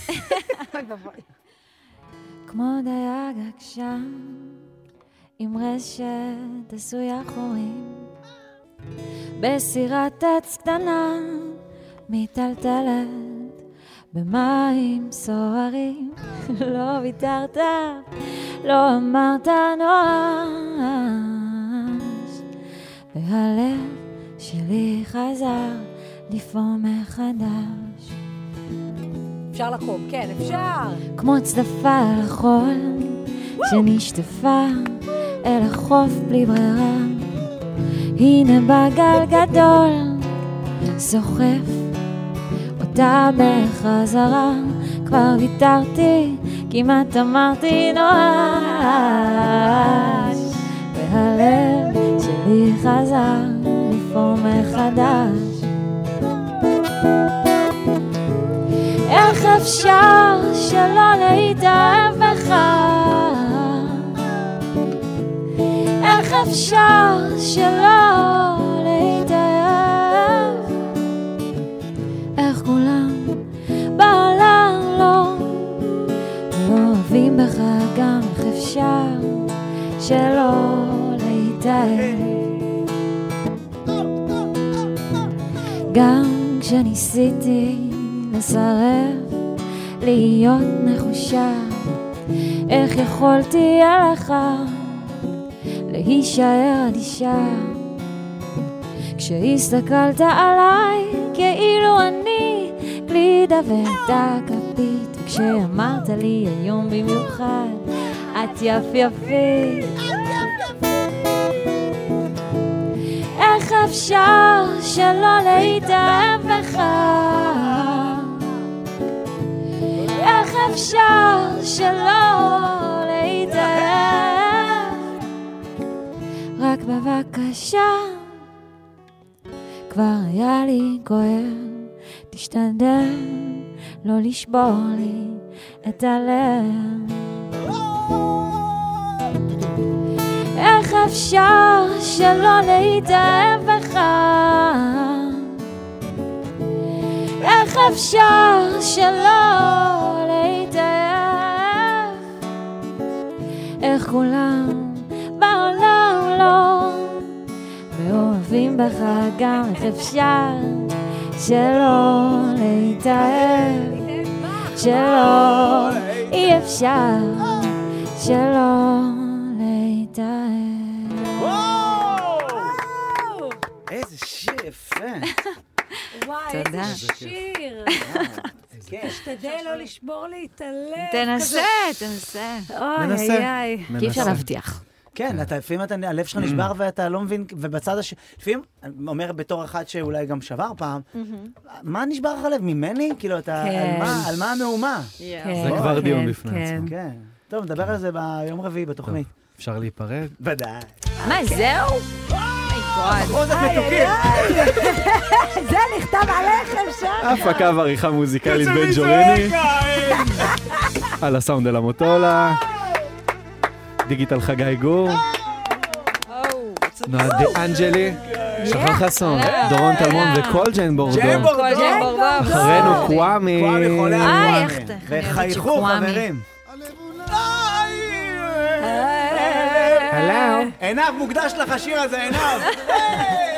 כמו דייג עקשן, עם רשת עשויה חורים, בסירת עץ קטנה, מיטלטלת במים סוערים. לא ויתרת, לא אמרת נואש, והלב שלי חזר לפעום מחדש. אפשר לקום, כן, אפשר. כמו צדפה על החול שנשטפה אל החוף בלי ברירה, הנה בגל גדול סוחף אותה בחזרה. כבר ויתרתי, כמעט אמרתי נואש, והלב שלי חזר לפעום מחדש. איך אפשר שלא להתאהב בך? איך אפשר שלא להתאהב? איך כולם בעולם לא אוהבים בך גם? איך אפשר שלא להתאהב? גם כשניסיתי לסרב להיות נחושה, איך יכולתי עליך להישאר אדישה? כשהסתכלת עליי כאילו אני גלידה ואתה כפית, כשאמרת לי היום במיוחד את יפייפית. איך אפשר שלא להתאהב בך? איך אפשר שלא להתאהב? רק בבקשה, כבר היה לי כואב, תשתדל לא לשבור לי את הלב. איך אפשר שלא להתאהב בך? איך אפשר שלא להתאהב? איך כולם בעולם לא מאוהבים בך גם? איך אפשר שלא להתאהב? שלא אי אפשר שלא להתאהב. איזה שיר יפה. וואי, תודה. איזה שיר. תשתדל לא לשבור לי את הלב. תנסה, תנסה. אוי, מנסה. איי, איי. כי אי אפשר להבטיח. כן, אתה לפעמים אתה, הלב שלך נשבר ואתה לא מבין, ובצד הש... לפעמים, אני אומר בתור אחד שאולי גם שבר פעם, מה נשבר לך הלב? ממני? כאילו, אתה, כן. על מה, על מה המהומה? כן, זה כבר כן, דיון בפני כן. עצמו. כן. טוב, נדבר על זה ביום רביעי בתוכנית. אפשר להיפרד? ודאי. מה, זהו? חוזק מתוקים. זה נכתב עליכם שם. הפקה ועריכה מוזיקלית בן ג'וריני. על הסאונד אל המוטולה. דיגיטל חגי גור. נועה דה אנג'לי. שחר חסון. דורון טלמון וכל ג'יין בורדו. ג'יין בורדו. ג'יין בורדו. אחרינו קוואמי. קוואמי חולה על איי, קוואמי. איך אתה- וחייכו קוואמי. חברים. הלו. עינב, מוקדש לך השיר הזה, עינב.